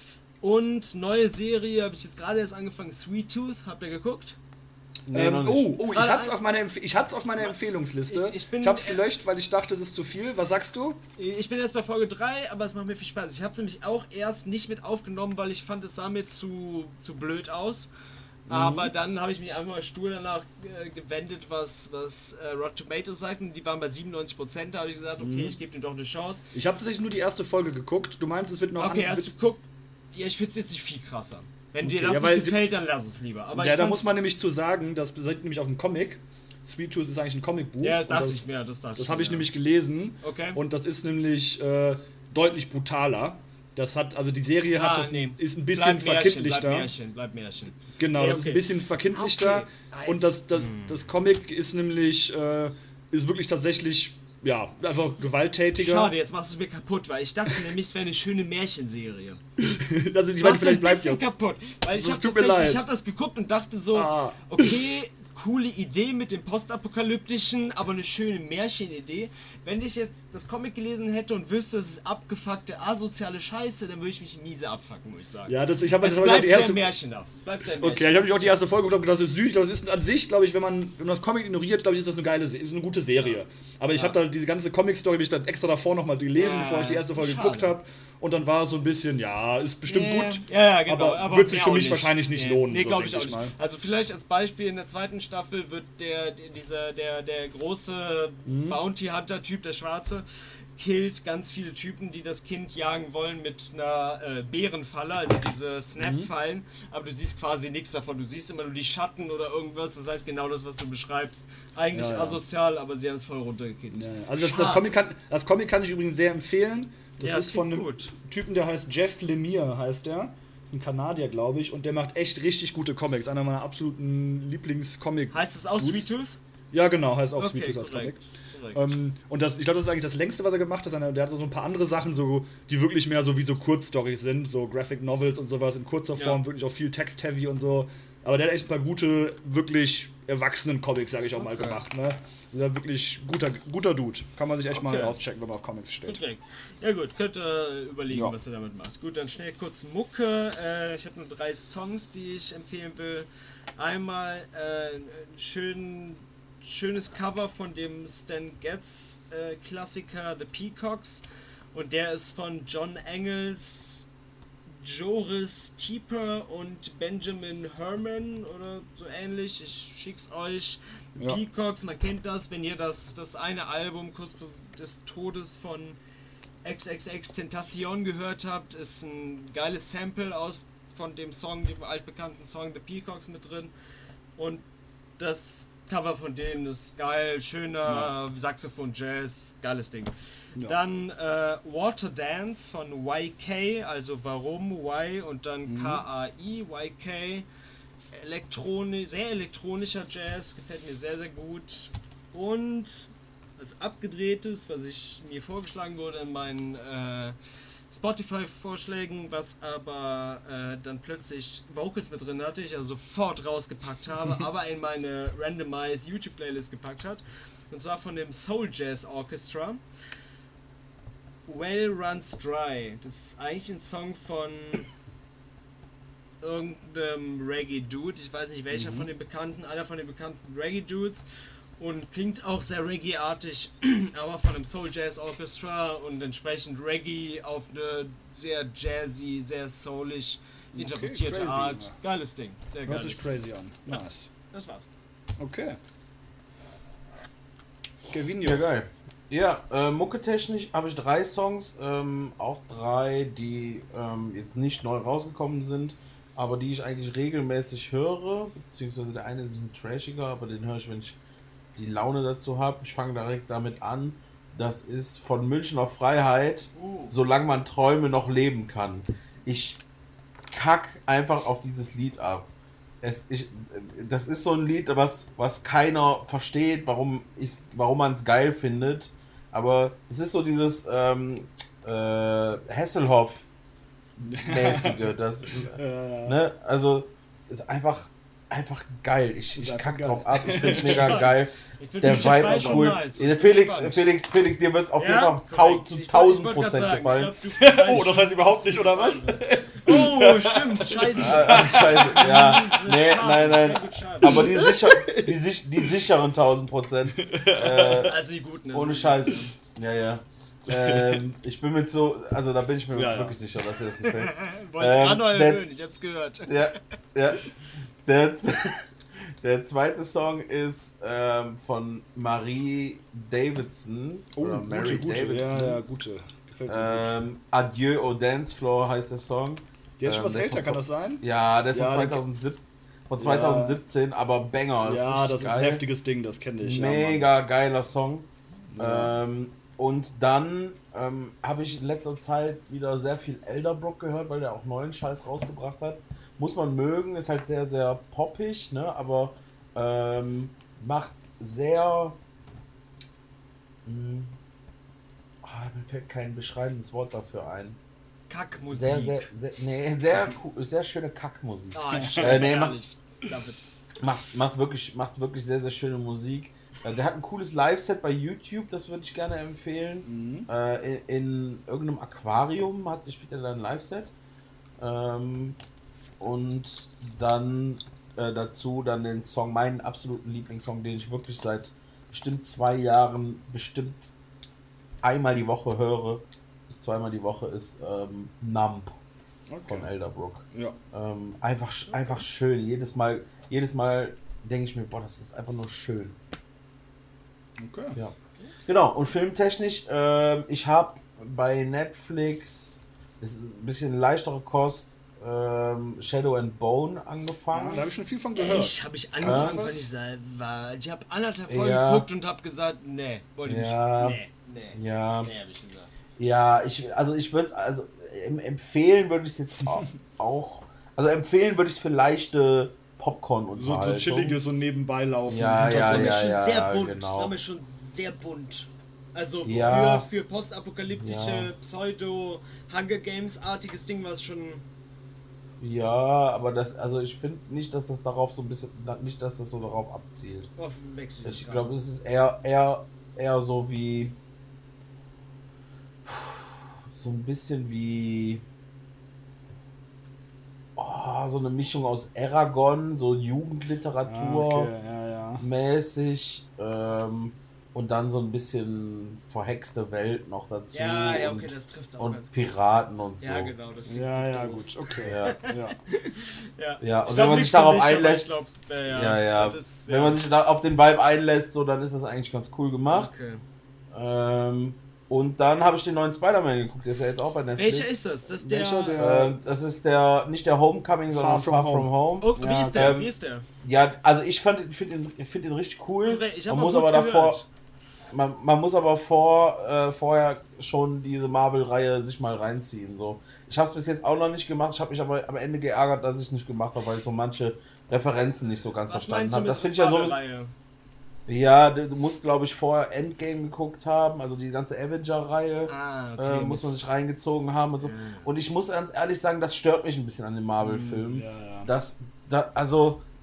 Und neue Serie habe ich jetzt gerade erst angefangen, Sweet Tooth, habt ihr geguckt? Nee, ähm, noch nicht. oh, oh, ich Gerade hatte es ein- auf meiner Empf- ich hat's auf meiner Empfehlungsliste. Ich- ich bin- ich habe es gelöscht, weil ich dachte, es ist zu viel. Was sagst du? Ich bin jetzt bei Folge drei, aber es macht mir viel Spaß. Ich habe nämlich auch erst nicht mit aufgenommen, weil ich fand, es sah mir zu, zu blöd aus. Aber dann habe ich mich einfach mal stur danach äh, gewendet, was, was äh, Rotten Tomatoes sagten. Die waren bei siebenundneunzig Prozent. Da habe ich gesagt, okay, ich gebe dem doch eine Chance. Ich habe tatsächlich nur die erste Folge geguckt. Du meinst, es wird noch Okay, an- hast du geguckt? Ja, ich finde es jetzt nicht viel krasser. Wenn dir Okay, das ja, weil- nicht gefällt, dann lass es lieber. Aber ja, ich da fand's- muss man nämlich zu sagen, das basiert nämlich auf einem Comic. Sweet Tooth ist eigentlich ein Comicbuch. Ja, das und dachte das, ich mir. Das, dachte Das ich habe mir, ich ja. nämlich gelesen. Okay. Und das ist nämlich äh, deutlich brutaler. Das hat, also die Serie hat Ah, das nee. ist ein bisschen Bleib Märchen, verkindlichter. Bleib Märchen, bleib Märchen. Genau, Nee, das ist okay. ein bisschen verkindlichter. Okay. Ah, Und das, das, Hm. das Comic ist nämlich äh, ist wirklich tatsächlich ja, einfach gewalttätiger. Schade, jetzt machst du es mir kaputt, weil ich dachte nämlich, es wäre eine schöne Märchenserie. Also ich Mach's meine, vielleicht ein bleibt bisschen ja. kaputt. Weil ich Das habe tut mir tatsächlich, leid. ich habe das geguckt und dachte so, Ah. okay, coole Idee mit dem Postapokalyptischen, aber eine schöne Märchenidee. Wenn ich jetzt das Comic gelesen hätte und wüsste, es ist abgefuckte, asoziale Scheiße, dann würde ich mich miese abfucken, muss ich sagen. Ja, das, ich habe es das hab ich auch bleibt die sehr erste. märchenhaft. Es bleibt sehr Okay, ich märchenhaft. habe mich auch die erste Folge gedacht, das ist süß. Ich glaub, Das ist an sich, glaube ich, wenn man, wenn man das Comic ignoriert, glaube ich, ist das eine geile, Se- ist eine gute Serie. Aber ich Ja. habe da diese ganze Comic-Story, habe ich dann extra davor nochmal gelesen, Ja, bevor ich die erste Folge schade. geguckt habe. Und dann war es so ein bisschen, ja, ist bestimmt Ja, gut. Ja, ja, genau. aber wird sich mehr für auch mich nicht. wahrscheinlich nicht nee, lohnen, Nee, so glaube ich denk auch ich nicht. mal. Also vielleicht als Beispiel, in der zweiten Staffel wird der, der dieser, der, der große Mhm. Bounty Hunter-Typ, der Schwarze, killt ganz viele Typen, die das Kind jagen wollen mit einer äh, Bärenfalle, also diese Snap-Fallen, Mhm. aber du siehst quasi nichts davon. Du siehst immer nur die Schatten oder irgendwas, das heißt genau das, was du beschreibst. Eigentlich Ja, ja. asozial, aber sie haben es voll runtergekillt. Ja, also das, das, Schade. Comic kann, das Comic kann ich übrigens sehr empfehlen. Das Ja, ist das von klingt einem gut. Typen, der heißt Jeff Lemire, heißt der. Ist ein Kanadier, glaube ich. Und der macht echt richtig gute Comics. Einer meiner absoluten Lieblingscomics. Heißt es auch Dudes. Sweet Tooth? Ja, genau, heißt auch Okay, Sweet Tooth als Comic. korrekt. Korrekt. Ähm, und das, ich glaube, das ist eigentlich das längste, was er gemacht hat. Der hat so ein paar andere Sachen, so, die wirklich mehr so wie so Kurzstories sind, so Graphic Novels und sowas in kurzer Ja. Form, wirklich auch viel Text-heavy und so. Aber der hat echt ein paar gute, wirklich erwachsenen Comics, sage ich auch mal, Okay. gemacht. Ne? Also der wirklich guter, guter Dude. Kann man sich echt mal Okay. auschecken, wenn man auf Comics steht. Korrekt. Ja gut, könnt ihr überlegen, Ja. was ihr damit macht. Gut, dann schnell kurz Mucke. Äh, ich habe nur drei Songs, die ich empfehlen will. Einmal äh, ein schön, schönes Cover von dem Stan Getz äh, Klassiker The Peacocks. Und der ist von John Engels, Joris Tieper und Benjamin Herman oder so ähnlich. Ich schick's euch. Ja. Peacocks, man kennt das, wenn ihr das, das eine Album Kuss des, des Todes von XXX Tentacion gehört habt, ist ein geiles Sample aus von dem Song, dem altbekannten Song The Peacocks mit drin. Und das Cover von denen ist geil, schöner Nice. Saxophon-Jazz, geiles Ding. Ja. Dann äh, Water Dance von Y K, also warum Y und dann Mhm. K A I, Y K. Elektroni sehr elektronischer Jazz, gefällt mir sehr, sehr gut. Und was Abgedrehtes, was ich mir vorgeschlagen wurde in meinen äh, Spotify-Vorschlägen, was aber äh, dann plötzlich Vocals mit drin hatte, ich also sofort rausgepackt habe, aber in meine Randomized YouTube-Playlist gepackt hat. Und zwar von dem Soul Jazz Orchestra. Well Runs Dry. Das ist eigentlich ein Song von irgendeinem Reggae-Dude. Ich weiß nicht welcher mhm. von den bekannten, einer von den bekannten Reggae-Dudes. Und klingt auch sehr Reggae-artig, aber von einem Soul Jazz Orchestra und entsprechend Reggae auf eine sehr jazzy, sehr soulig interpretierte okay, Art. Geiles Ding. Sehr Hört geiles sich crazy an. Nice. Das war's. Okay. Kevinio. Ja, geil. Ja, äh, mucketechnisch habe ich drei Songs, ähm, auch drei, die ähm, jetzt nicht neu rausgekommen sind, aber die ich eigentlich regelmäßig höre, beziehungsweise der eine ist ein bisschen trashiger, aber den höre ich, wenn ich die Laune dazu habe. Ich fange direkt damit an. Das ist von Münchner Freiheit, uh. solange man Träume noch leben kann. Ich kack einfach auf dieses Lied ab. Es, ich, das ist so ein Lied, was, was keiner versteht, warum, warum man es geil findet. Aber es ist so dieses ähm, äh, Hasselhoff-mäßige. Das, äh, ne? Also ist einfach, einfach geil. Ich, ich kack geil. drauf ab. Ich finde es mega geil. Der Vibe ist cool. Nice. Felix, Felix, Felix, dir wird es auf jeden Fall ja? zu tausend Prozent gefallen. Glaub, oh, das heißt überhaupt nicht, oder was? Oh, stimmt, scheiße. Ah, scheiße, ja. Nee, nein, nein. Aber die, sicher, die, die sicheren tausend Prozent. Äh, also die guten. Ohne Scheiße. Ja, ja. Ähm, ich bin mir so, also da bin ich mir ja, wirklich ja. sicher, dass dir das gefällt. Wollt's ähm, gerade erhöhen, ich hab's gehört. Ja, ja. Der, der zweite Song ist ähm, von Marie Davidson. Oh, oder Mary gute, Davidson. Ja, ja, gute. Ähm, Adieu au Dance Floor heißt der Song. Der ist schon ähm, was älter, kann das sein? Ja, der ist ja, von, zweitausendsiebzehn, von zweitausendsiebzehn, ja. aber Banger. Das ja, ist das ist geil. Ein heftiges Ding, das kenne ich. Mega ja, geiler Song. Ja. Ähm, und dann ähm, habe ich in letzter Zeit wieder sehr viel Elderbrook gehört, weil der auch neuen Scheiß rausgebracht hat. Muss man mögen, ist halt sehr, sehr poppig, ne? Aber ähm, macht sehr... Mh, oh, mir fällt kein beschreibendes Wort dafür ein. Kackmusik. Sehr, sehr, sehr, nee, sehr, sehr schöne Kackmusik. Ah, schön, äh, nee, macht, macht, macht, wirklich, macht wirklich sehr, sehr schöne Musik. Äh, der hat ein cooles Live-Set bei YouTube, das würde ich gerne empfehlen. Mhm. Äh, in, in irgendeinem Aquarium hat, spielt er da ein Live-Set. Ähm, und dann äh, dazu dann den Song, meinen absoluten Lieblingssong, den ich wirklich seit bestimmt zwei Jahren bestimmt einmal die Woche höre, bis zweimal die Woche, ist ähm, Numb okay. von Elderbrook. Ja. Ähm, einfach, einfach schön. Jedes Mal, jedes Mal denke ich mir, boah, das ist einfach nur schön. Okay. Ja. Genau, und filmtechnisch, äh, ich habe bei Netflix, das ist ein bisschen leichtere Kost, ähm, Shadow and Bone angefangen. Ja, da habe ich schon viel von gehört. Ich habe ich angefangen, äh? weil ich war, ich habe anderthalb Folgen ja. geguckt und habe gesagt, nee, wollte ich ja. nicht. Nee, nee, ja. nee, habe ich gesagt. Ja, ich, also ich würde es, also empfehlen würde ich es jetzt auch, also empfehlen würde ich es für leichte Popcorn und so, so chilliges so nebenbei laufen. Ja, ja, das war mir ja, schon ja, sehr bunt. Genau. Das war mir schon sehr bunt. Also ja. für, für postapokalyptische ja. Pseudo-Hunger Games-artiges Ding war es schon. Ja, aber das, also ich finde nicht, dass das darauf so ein bisschen, nicht, dass das so darauf abzielt. Auf Wechsel. Ich glaube, es ist eher, eher, eher so wie, so ein bisschen wie, oh, so eine Mischung aus Eragon, so Jugendliteratur okay, ja, ja. mäßig, ähm, und dann so ein bisschen verhexte Welt noch dazu. Ja, ja, okay, und, das trifft's auch und ganz Piraten gut. und so. Ja, genau, das Ja, ja, doof. Gut, okay. Ja, ja. ja. ja. und wenn man sich darauf nicht, einlässt, glaub, äh, ja, ja, ja. ist, wenn ja. man sich da auf den Vibe einlässt, so, dann ist das eigentlich ganz cool gemacht. Okay. Ähm, und dann habe ich den neuen Spider-Man geguckt, der ist ja jetzt auch bei Netflix. Welcher ist das? Das ist der, Welcher, der äh, das ist der, nicht der Homecoming, Far sondern From Far Home. From Home. Oh, wie ja, ist der? Ähm, wie ist der? Ja, also ich fand, finde ihn, find ihn richtig cool. Ich hab man mal muss kurz aber davor, gehört. man, man muss aber vor, äh, vorher schon diese Marvel-Reihe sich mal reinziehen. So. Ich habe es bis jetzt auch noch nicht gemacht, ich habe mich aber am Ende geärgert, dass ich es nicht gemacht habe, weil ich so manche Referenzen nicht so ganz Was verstanden meinst du habe. mit Das finde ich ja so. Marvel-Reihe? Ja, du, du musst, glaube ich, vorher Endgame geguckt haben, also die ganze Avenger-Reihe. Ah, okay. Äh, muss man sich reingezogen haben und so. Ja. Und ich muss ganz ehrlich sagen, das stört mich ein bisschen an den Marvel-Filmen. Ja, ja. Das, da, also,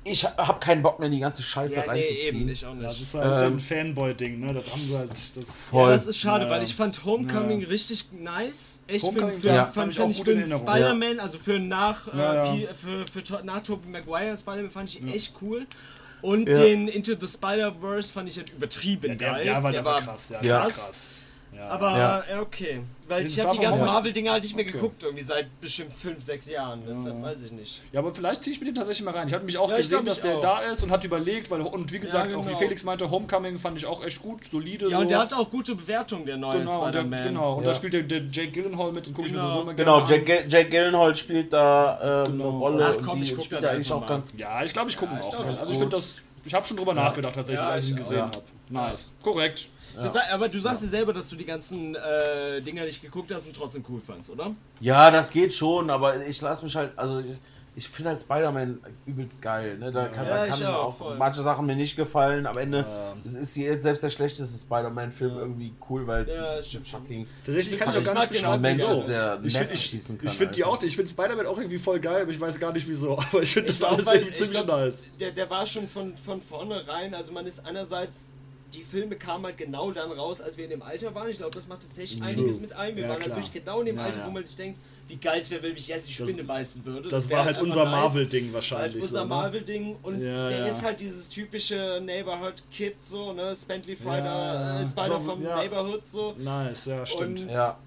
ich hab keinen Bock mehr, die ganze Scheiße Ja, nee, reinzuziehen. eben, ich auch Ja, das nicht. ist halt so ein Ähm, Fanboy-Ding, ne? Das haben sie halt. Das Voll. Ja, das ist schade, Ja. weil ich fand Homecoming Ja. richtig nice. Echt Homecoming für, für, ja. fand, fand ich fand auch ich gut für in einen Erinnerung. Spider-Man, also für nach, Ja, ja. äh, P- für, für, für nach Tobey Maguire Spider-Man fand ich ihn echt cool. Und Ja. den Into the Spider-Verse fand ich halt übertrieben ja, der, geil. der war, der war war krass. Der Ja. war krass. Ja. Aber Ja. ja, okay. Weil Das ich habe war die vom ganzen Moment- Marvel-Dinger halt nicht mehr Okay. geguckt, irgendwie seit bestimmt fünf, sechs Jahren. Deshalb weiß ich nicht. Ja, aber vielleicht ziehe ich mir den tatsächlich mal rein. Ich hatte mich auch Ja, ich gesehen, glaub, dass ich der auch. da ist und hat überlegt, weil und wie gesagt, auch wie genau. Felix meinte, Homecoming fand ich auch echt gut, solide. Ja, so. und der hat auch gute Bewertungen, der neue genau, und der, Spider-Man. genau, und Ja. da spielt der, der Jake Gyllenhaal mit, den gucke ich mir Genau. sowieso immer Genau, gerne Jack, an. Gil- Jack Gyllenhaal spielt da ähm, Genau. eine Rolle Ach, und komm, die ich guck spielt das da eigentlich einfach auch mal. ganz. Ja, ich glaube, ich gucke Ja, ihn ich auch glaub, mal. das Also ist ich finde gut. das, ich habe schon drüber nachgedacht tatsächlich, Ja, als ich ihn ich gesehen auch. habe. Nice, korrekt. Du sag, aber du sagst dir selber, dass du die ganzen äh, Dinger nicht geguckt hast und trotzdem cool fandst, oder? Ja, das geht schon, aber ich lasse mich halt, also ich, ich finde halt Spider-Man übelst geil. Ne? Da kann, Ja, da ich kann auch, auch voll. manche Sachen mir nicht gefallen. Am Ende Ja. es ist jetzt selbst der schlechteste Spider-Man-Film Ja. irgendwie cool, weil Ja, es stimmt schon. fucking Tatsächlich kann ich Ich auch gar mag nicht den auch ein Mensch so. ist, der Ich Netz finde schießen kann. ich find die Alter. auch, ich finde Spider-Man auch irgendwie voll geil, aber ich weiß gar nicht wieso. Aber ich finde das glaub, alles weil- irgendwie ziemlich ich glaub, nice. Der, der war schon von, von vornherein, also man ist einerseits, die Filme kamen halt genau dann raus, als wir in dem Alter waren. Ich glaube, das macht tatsächlich True. einiges mit ein. Wir Ja, waren klar. natürlich genau in dem Ja, Alter, ja. wo man sich denkt, wie geil es wäre, wenn mich jetzt die Spinne beißen würde. Das wär war halt einfach unser nice. Marvel-Ding Halt wahrscheinlich. unser so, ne? Marvel-Ding und Ja, der ja. ist halt dieses typische Neighborhood-Kid, so, ne? Spendly Ja, Friday, ja. äh, Spider So, vom ja. Neighborhood, so. Nice, ja, stimmt. Und Ja.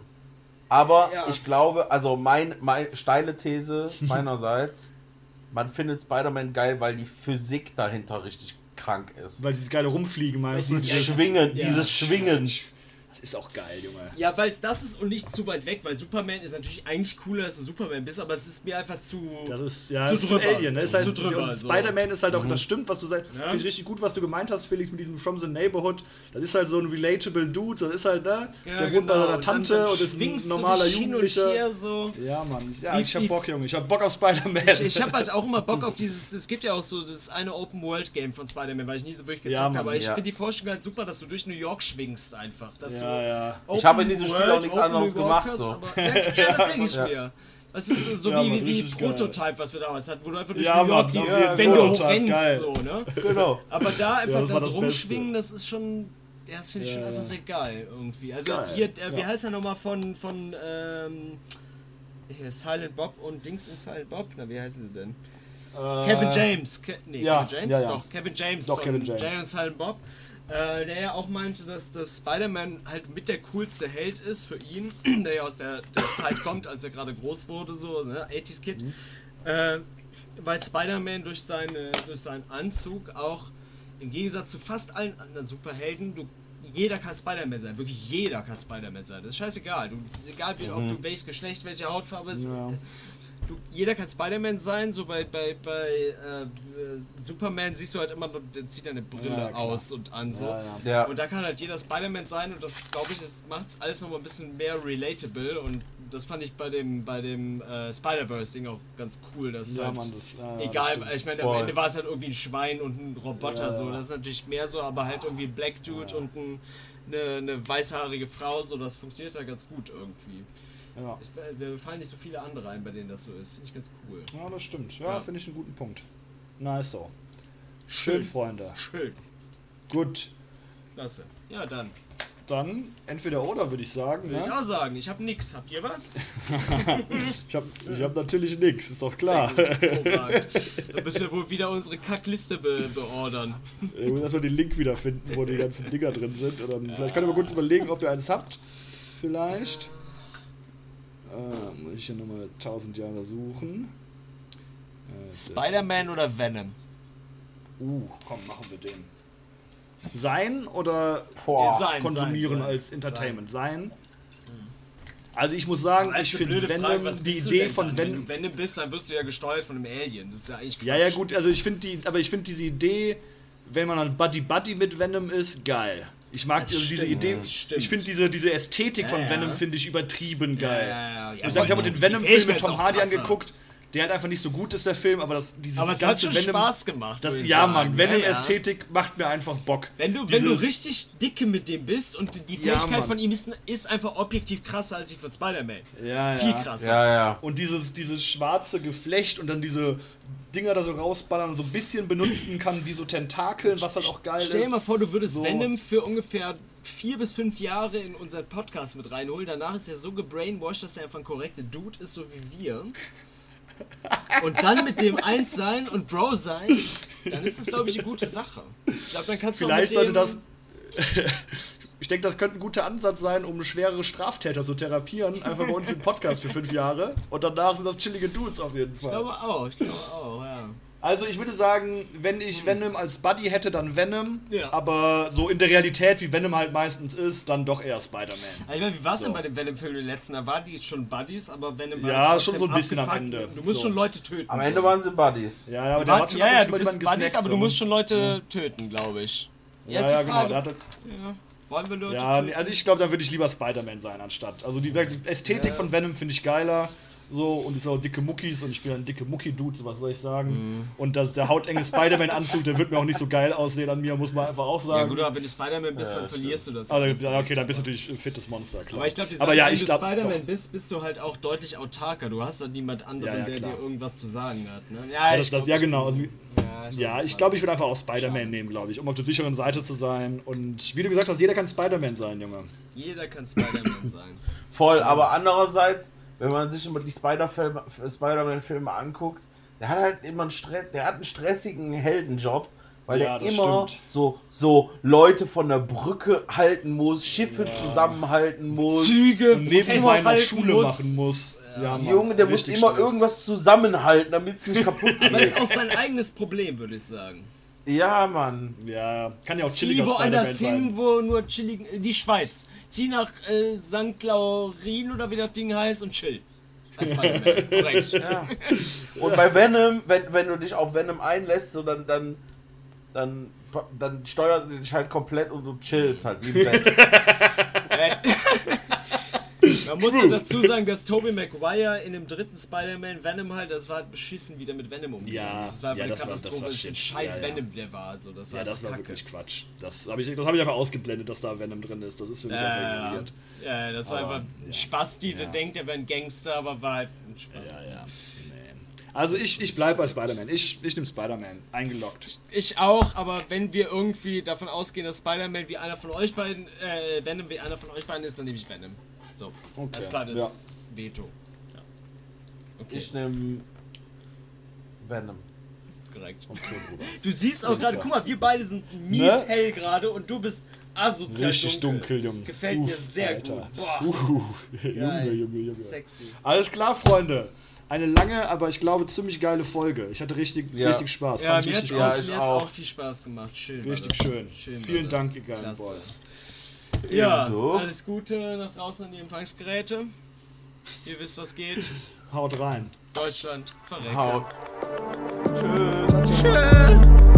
Aber Ja. ich glaube, also mein, mein steile These meinerseits, man findet Spider-Man geil, weil die Physik dahinter richtig krank ist. Weil dieses geile Rumfliegen meinst du? Weil Dieses Ja, Schwingen, ja. dieses Schwingen. Das ist auch geil, Junge. Ja, weil es das ist und nicht zu weit weg, weil Superman ist natürlich eigentlich cooler, dass du Superman bist, aber es ist mir einfach zu... Das ist ja Zu das ist drüber. Alien. Ne? Ist Zu halt, drüber, und so. Spider-Man ist halt auch, das stimmt, was du sagst. Ja. Finde ich richtig gut, was du gemeint hast, Felix, mit diesem From the Neighborhood. Das ist halt so ein relatable Dude. Das ist halt, ne? Ja, der wohnt bei genau. seiner Und Tante dann- dann und ist ein schwingst du normaler dich hin und Jugendlicher. her so. Ja, Mann. Ja, Wie- ich hab wie- Bock, Junge. Ich hab Bock auf Spider-Man. Ich, ich habe halt auch immer Bock auf dieses, es gibt ja auch so das eine Open-World-Game von Spider-Man, weil ich nie so wirklich gezockt Ja, Mann, habe, aber ich ja. finde die Vorstellung halt super, dass du durch New York schwingst einfach. Dass Ja, du ja. Ich habe in diesem Spiel Open auch nichts World, anderes Open New gemacht, York so. hast, aber- Ja, ja, das denke ich Ja. mir. Was willst du, so Ja, wie, Mann, wie, wie richtig geil. Prototype, was wir damals hatten, wo du einfach durch Ja, New York Mann, die, auf jeden wenn du Fall. rennst, Geil. so, ne? Genau. Aber da einfach das war dann das so rumschwingen, das ist schon, ja, das finde ich Ja, schon einfach ja. sehr geil irgendwie. Also Geil, hier, äh, wie ja. heißt er nochmal von, von, ähm, hier, Silent Bob und Dings in Silent Bob? Na, wie heißt sie denn? Äh, Kevin James. Ke nee, ja, Kevin James? ja, ja. Doch, Kevin James Doch, von Kevin James. Jay und Silent Bob. Äh, der ja auch meinte, dass, dass Spider-Man halt mit der coolste Held ist für ihn, der ja aus der, der Zeit kommt, als er gerade groß wurde, so, ne, achtziger Kid. Mhm. Äh, weil Spider-Man durch, seine, durch seinen Anzug auch im Gegensatz zu fast allen anderen Superhelden, du, jeder kann Spider-Man sein, wirklich jeder kann Spider-Man sein. Das ist scheißegal. Du, egal wie, ob du welches Geschlecht, welche Hautfarbe ist. Ja. Du, jeder kann Spider-Man sein, so bei, bei, bei äh, Superman siehst du halt immer, der zieht eine Brille Ja, klar. aus und an so. Ja, ja. Ja. Und da kann halt jeder Spider-Man sein und das, glaube ich, macht es alles nochmal ein bisschen mehr relatable und das fand ich bei dem, bei dem äh, Spider-Verse-Ding auch ganz cool, dass Ja, halt Mann, das, ja, ja, egal, das stimmt. ich meine, am Voll. Ende war es halt irgendwie ein Schwein und ein Roboter, Ja, so, ja. das ist natürlich mehr so, aber halt irgendwie ein Black Dude und ein, eine, eine weißhaarige Frau, so, das funktioniert da ganz gut irgendwie. Ja. Ich, mir fallen nicht so viele andere ein, bei denen das so ist. Finde ich ganz cool. Ja, das stimmt. Ja, Ja. finde ich einen guten Punkt. Nice so. Schön, Schön. Freunde. Schön. Gut. Klasse. Ja, dann. Dann entweder oder, würde ich sagen. Würde ich Ne? auch sagen. Ich habe nix. Habt ihr was? Ich habe ich hab natürlich nichts, ist doch klar. Sehr gut, hervorragend. Dann müssen wir wohl wieder unsere Kackliste be beordern. Ich muss erstmal den Link wiederfinden, wo die ganzen Dinger drin sind. Und dann, vielleicht könnt ihr mal kurz überlegen, ob ihr eins habt. Vielleicht. Äh, muss ich hier nochmal tausend Jahre suchen. Äh, Spider-Man oder Venom? Uh, komm, machen wir den. Sein oder Boah. Sein, konsumieren sein, als Entertainment? Sein. Also ich muss sagen, Aber ich ist eine finde blöde Frage, Venom, was die bist du Idee denn von dann? Wenn Venom. du Venom bist, dann wirst du ja gesteuert von einem Alien. Das ist ja eigentlich Quatsch. Ja, ja, gut, also ich finde die, aber ich finde diese Idee, wenn man dann Buddy Buddy mit Venom ist, geil. Ich mag Das also diese stimmt, Idee, das stimmt. ich finde diese, diese Ästhetik von Ja, ja. Venom finde ich übertrieben geil. Ja, ja, ja. Ja, ich sag, ich habe die den Venom-Film Fähigkeit mit ist Tom auch Hardy krasser. angeguckt, der halt einfach nicht so gut ist, der Film, aber das, dieses Aber es hat ganze schon Venom, Spaß gemacht. das, würde ich ja, sagen. Mann, Ja, Venom-Ästhetik macht mir einfach Bock. Wenn du, wenn du Dieses- richtig dicke mit dem bist und die Ja, Fähigkeit Mann. von ihm ist, ist einfach objektiv krasser als die von Spider-Man. Ja, Viel ja. krasser. Ja, ja. Und dieses, dieses schwarze Geflecht und dann diese Dinger da so rausballern und so ein bisschen benutzen kann, wie so Tentakeln, was halt auch geil Stell dir ist. mal vor, du würdest So. Venom für ungefähr vier bis fünf Jahre in unseren Podcast mit reinholen. Danach ist er so gebrainwashed, dass er einfach ein korrekter Dude ist, so wie wir. Und dann mit dem eins sein und Bro sein, dann ist das, glaube ich, eine gute Sache. Ich glaube, dann kannst du Vielleicht auch mit sollte dem das... Ich denke, das könnte ein guter Ansatz sein, um schwerere Straftäter zu therapieren. Einfach bei uns im Podcast für fünf Jahre. Und danach sind das chillige Dudes auf jeden Fall. Ich glaube auch, ich glaube auch, ja. Also ich würde sagen, wenn ich Venom als Buddy hätte, dann Venom. Ja. Aber so in der Realität, wie Venom halt meistens ist, dann doch eher Spider-Man. Also ich meine, wie war es So. denn bei dem Venom-Film im letzten? Da waren die schon Buddies, aber Venom war Ja, trotzdem schon so ein bisschen am abgefuckt. Ende. Du musst So. schon Leute töten. Am Ende waren sie Buddies. Ja, ja, aber Du der war, hat schon ja, ab und ja, zu du mal bist jemanden Buddies, gesnackt, aber du so. musst schon Leute töten, glaube ich. Ja, Jetzt die ja, genau. Frage. Der hatte, Ja. Wollen wir Leute ja, töten? nee, also ich glaube, da würde ich lieber Spider-Man sein anstatt. Also die die Ästhetik Ja. von Venom finde ich geiler. So, und ist auch dicke Muckis und ich bin ein dicke Mucki-Dude, so was soll ich sagen. Mhm. Und das, der hautenge Spider-Man-Anzug, der wird mir auch nicht so geil aussehen an mir, muss man einfach auch Ja sagen. gut, aber wenn du Spider-Man bist, Ja, dann verlierst du das. Also, alles ja, okay, dann direkt, bist du aber- natürlich ein fittes Monster, klar. Aber ich glaube, aber ja, wenn ich du glaube, Spider-Man bist, bist du halt auch deutlich autarker. Du hast halt niemand anderen, Ja, ja, der klar. dir irgendwas zu sagen hat. Ne? Ja, das, ich das, glaub, ja ich- genau. Also, Ja, ja, ich glaube, ich würde einfach auch Spider-Man Schade. nehmen, glaube ich, um auf der sicheren Seite zu sein. Und wie du gesagt hast, jeder kann Spider-Man sein, Junge. Jeder kann Spider-Man sein. Voll, aber andererseits, wenn man sich immer die Spider-Filme- Spider-Man-Filme anguckt, der hat halt immer einen Stress, der hat einen stressigen Heldenjob, weil Ja, der das immer stimmt. so, so Leute von der Brücke halten muss, Schiffe zusammenhalten muss. Züge Und nebenbei noch festhalten Schule muss. machen muss. Ja, Mann, Junge, der muss richtig immer Stress. irgendwas zusammenhalten, damit es nicht kaputt Aber geht. ist auch sein eigenes Problem, würde ich sagen. Ja, Mann. Ja, kann ja auch Zieh chilliger Spider-Man woanders hin, sein. wo nur chilligen. äh, Die Schweiz. Zieh nach äh, Sankt Laurin oder wie das Ding heißt und chill. Als Spider-Man. Korrekt. Ja. Und bei Venom, wenn, wenn du dich auf Venom einlässt, so dann, dann, dann, dann steuert er dich halt komplett und du chillst halt wie im Bett. Man muss ja dazu sagen, dass Tobey Maguire in dem dritten Spider-Man Venom halt, das war halt beschissen, wie der mit Venom umgegangen Ja, ist. Das war einfach ja, eine das war- das Katastrophe, war das ein shit. scheiß Ja, ja. Venom der war. Also, das war Ja, das einfach war Kacke. wirklich Quatsch. Das habe ich, das hab ich einfach ausgeblendet, dass da Venom drin ist. Das ist für mich einfach Ja, ignoriert. ja, ja, das war Aber, einfach ein ja. Spasti, der Ja. denkt, er wäre ein Gangster, aber war halt ein Spaß. Ja, ja. Nee. Also ich, ich bleibe bei Spider-Man. Ich, ich nehme Spider-Man. Eingeloggt. Ich auch, aber wenn wir irgendwie davon ausgehen, dass Spider-Man wie einer von euch beiden, äh, Venom wie einer von euch beiden ist, dann nehme ich Venom. So, Okay, das ist klar, das ja. ist Veto. Ja. Okay, Ich nehme Venom. korrekt. Okay, Bruder. Du siehst auch Alles gerade, klar. guck mal, wir beide sind mies Ne? hell gerade und du bist asozial Richtig dunkel, Junge. Gefällt mir sehr Alter. gut. Boah, Uh, Junge, geil. Junge, Junge. Sexy. Alles klar, Freunde. Eine lange, aber ich glaube ziemlich geile Folge. Ich hatte richtig, Ja. richtig Spaß. Ja, Fand mir ich hat richtig, auch, Ja, ich mir hat's auch. auch viel Spaß gemacht. Schön. war richtig das. schön. Schön war Vielen das. Dank, ihr geilen Klasse. Boys. Ja, Ebenso. alles Gute nach draußen an die Empfangsgeräte. Ihr wisst, was geht. Haut rein. Deutschland verreckt. Haut. Tschüss.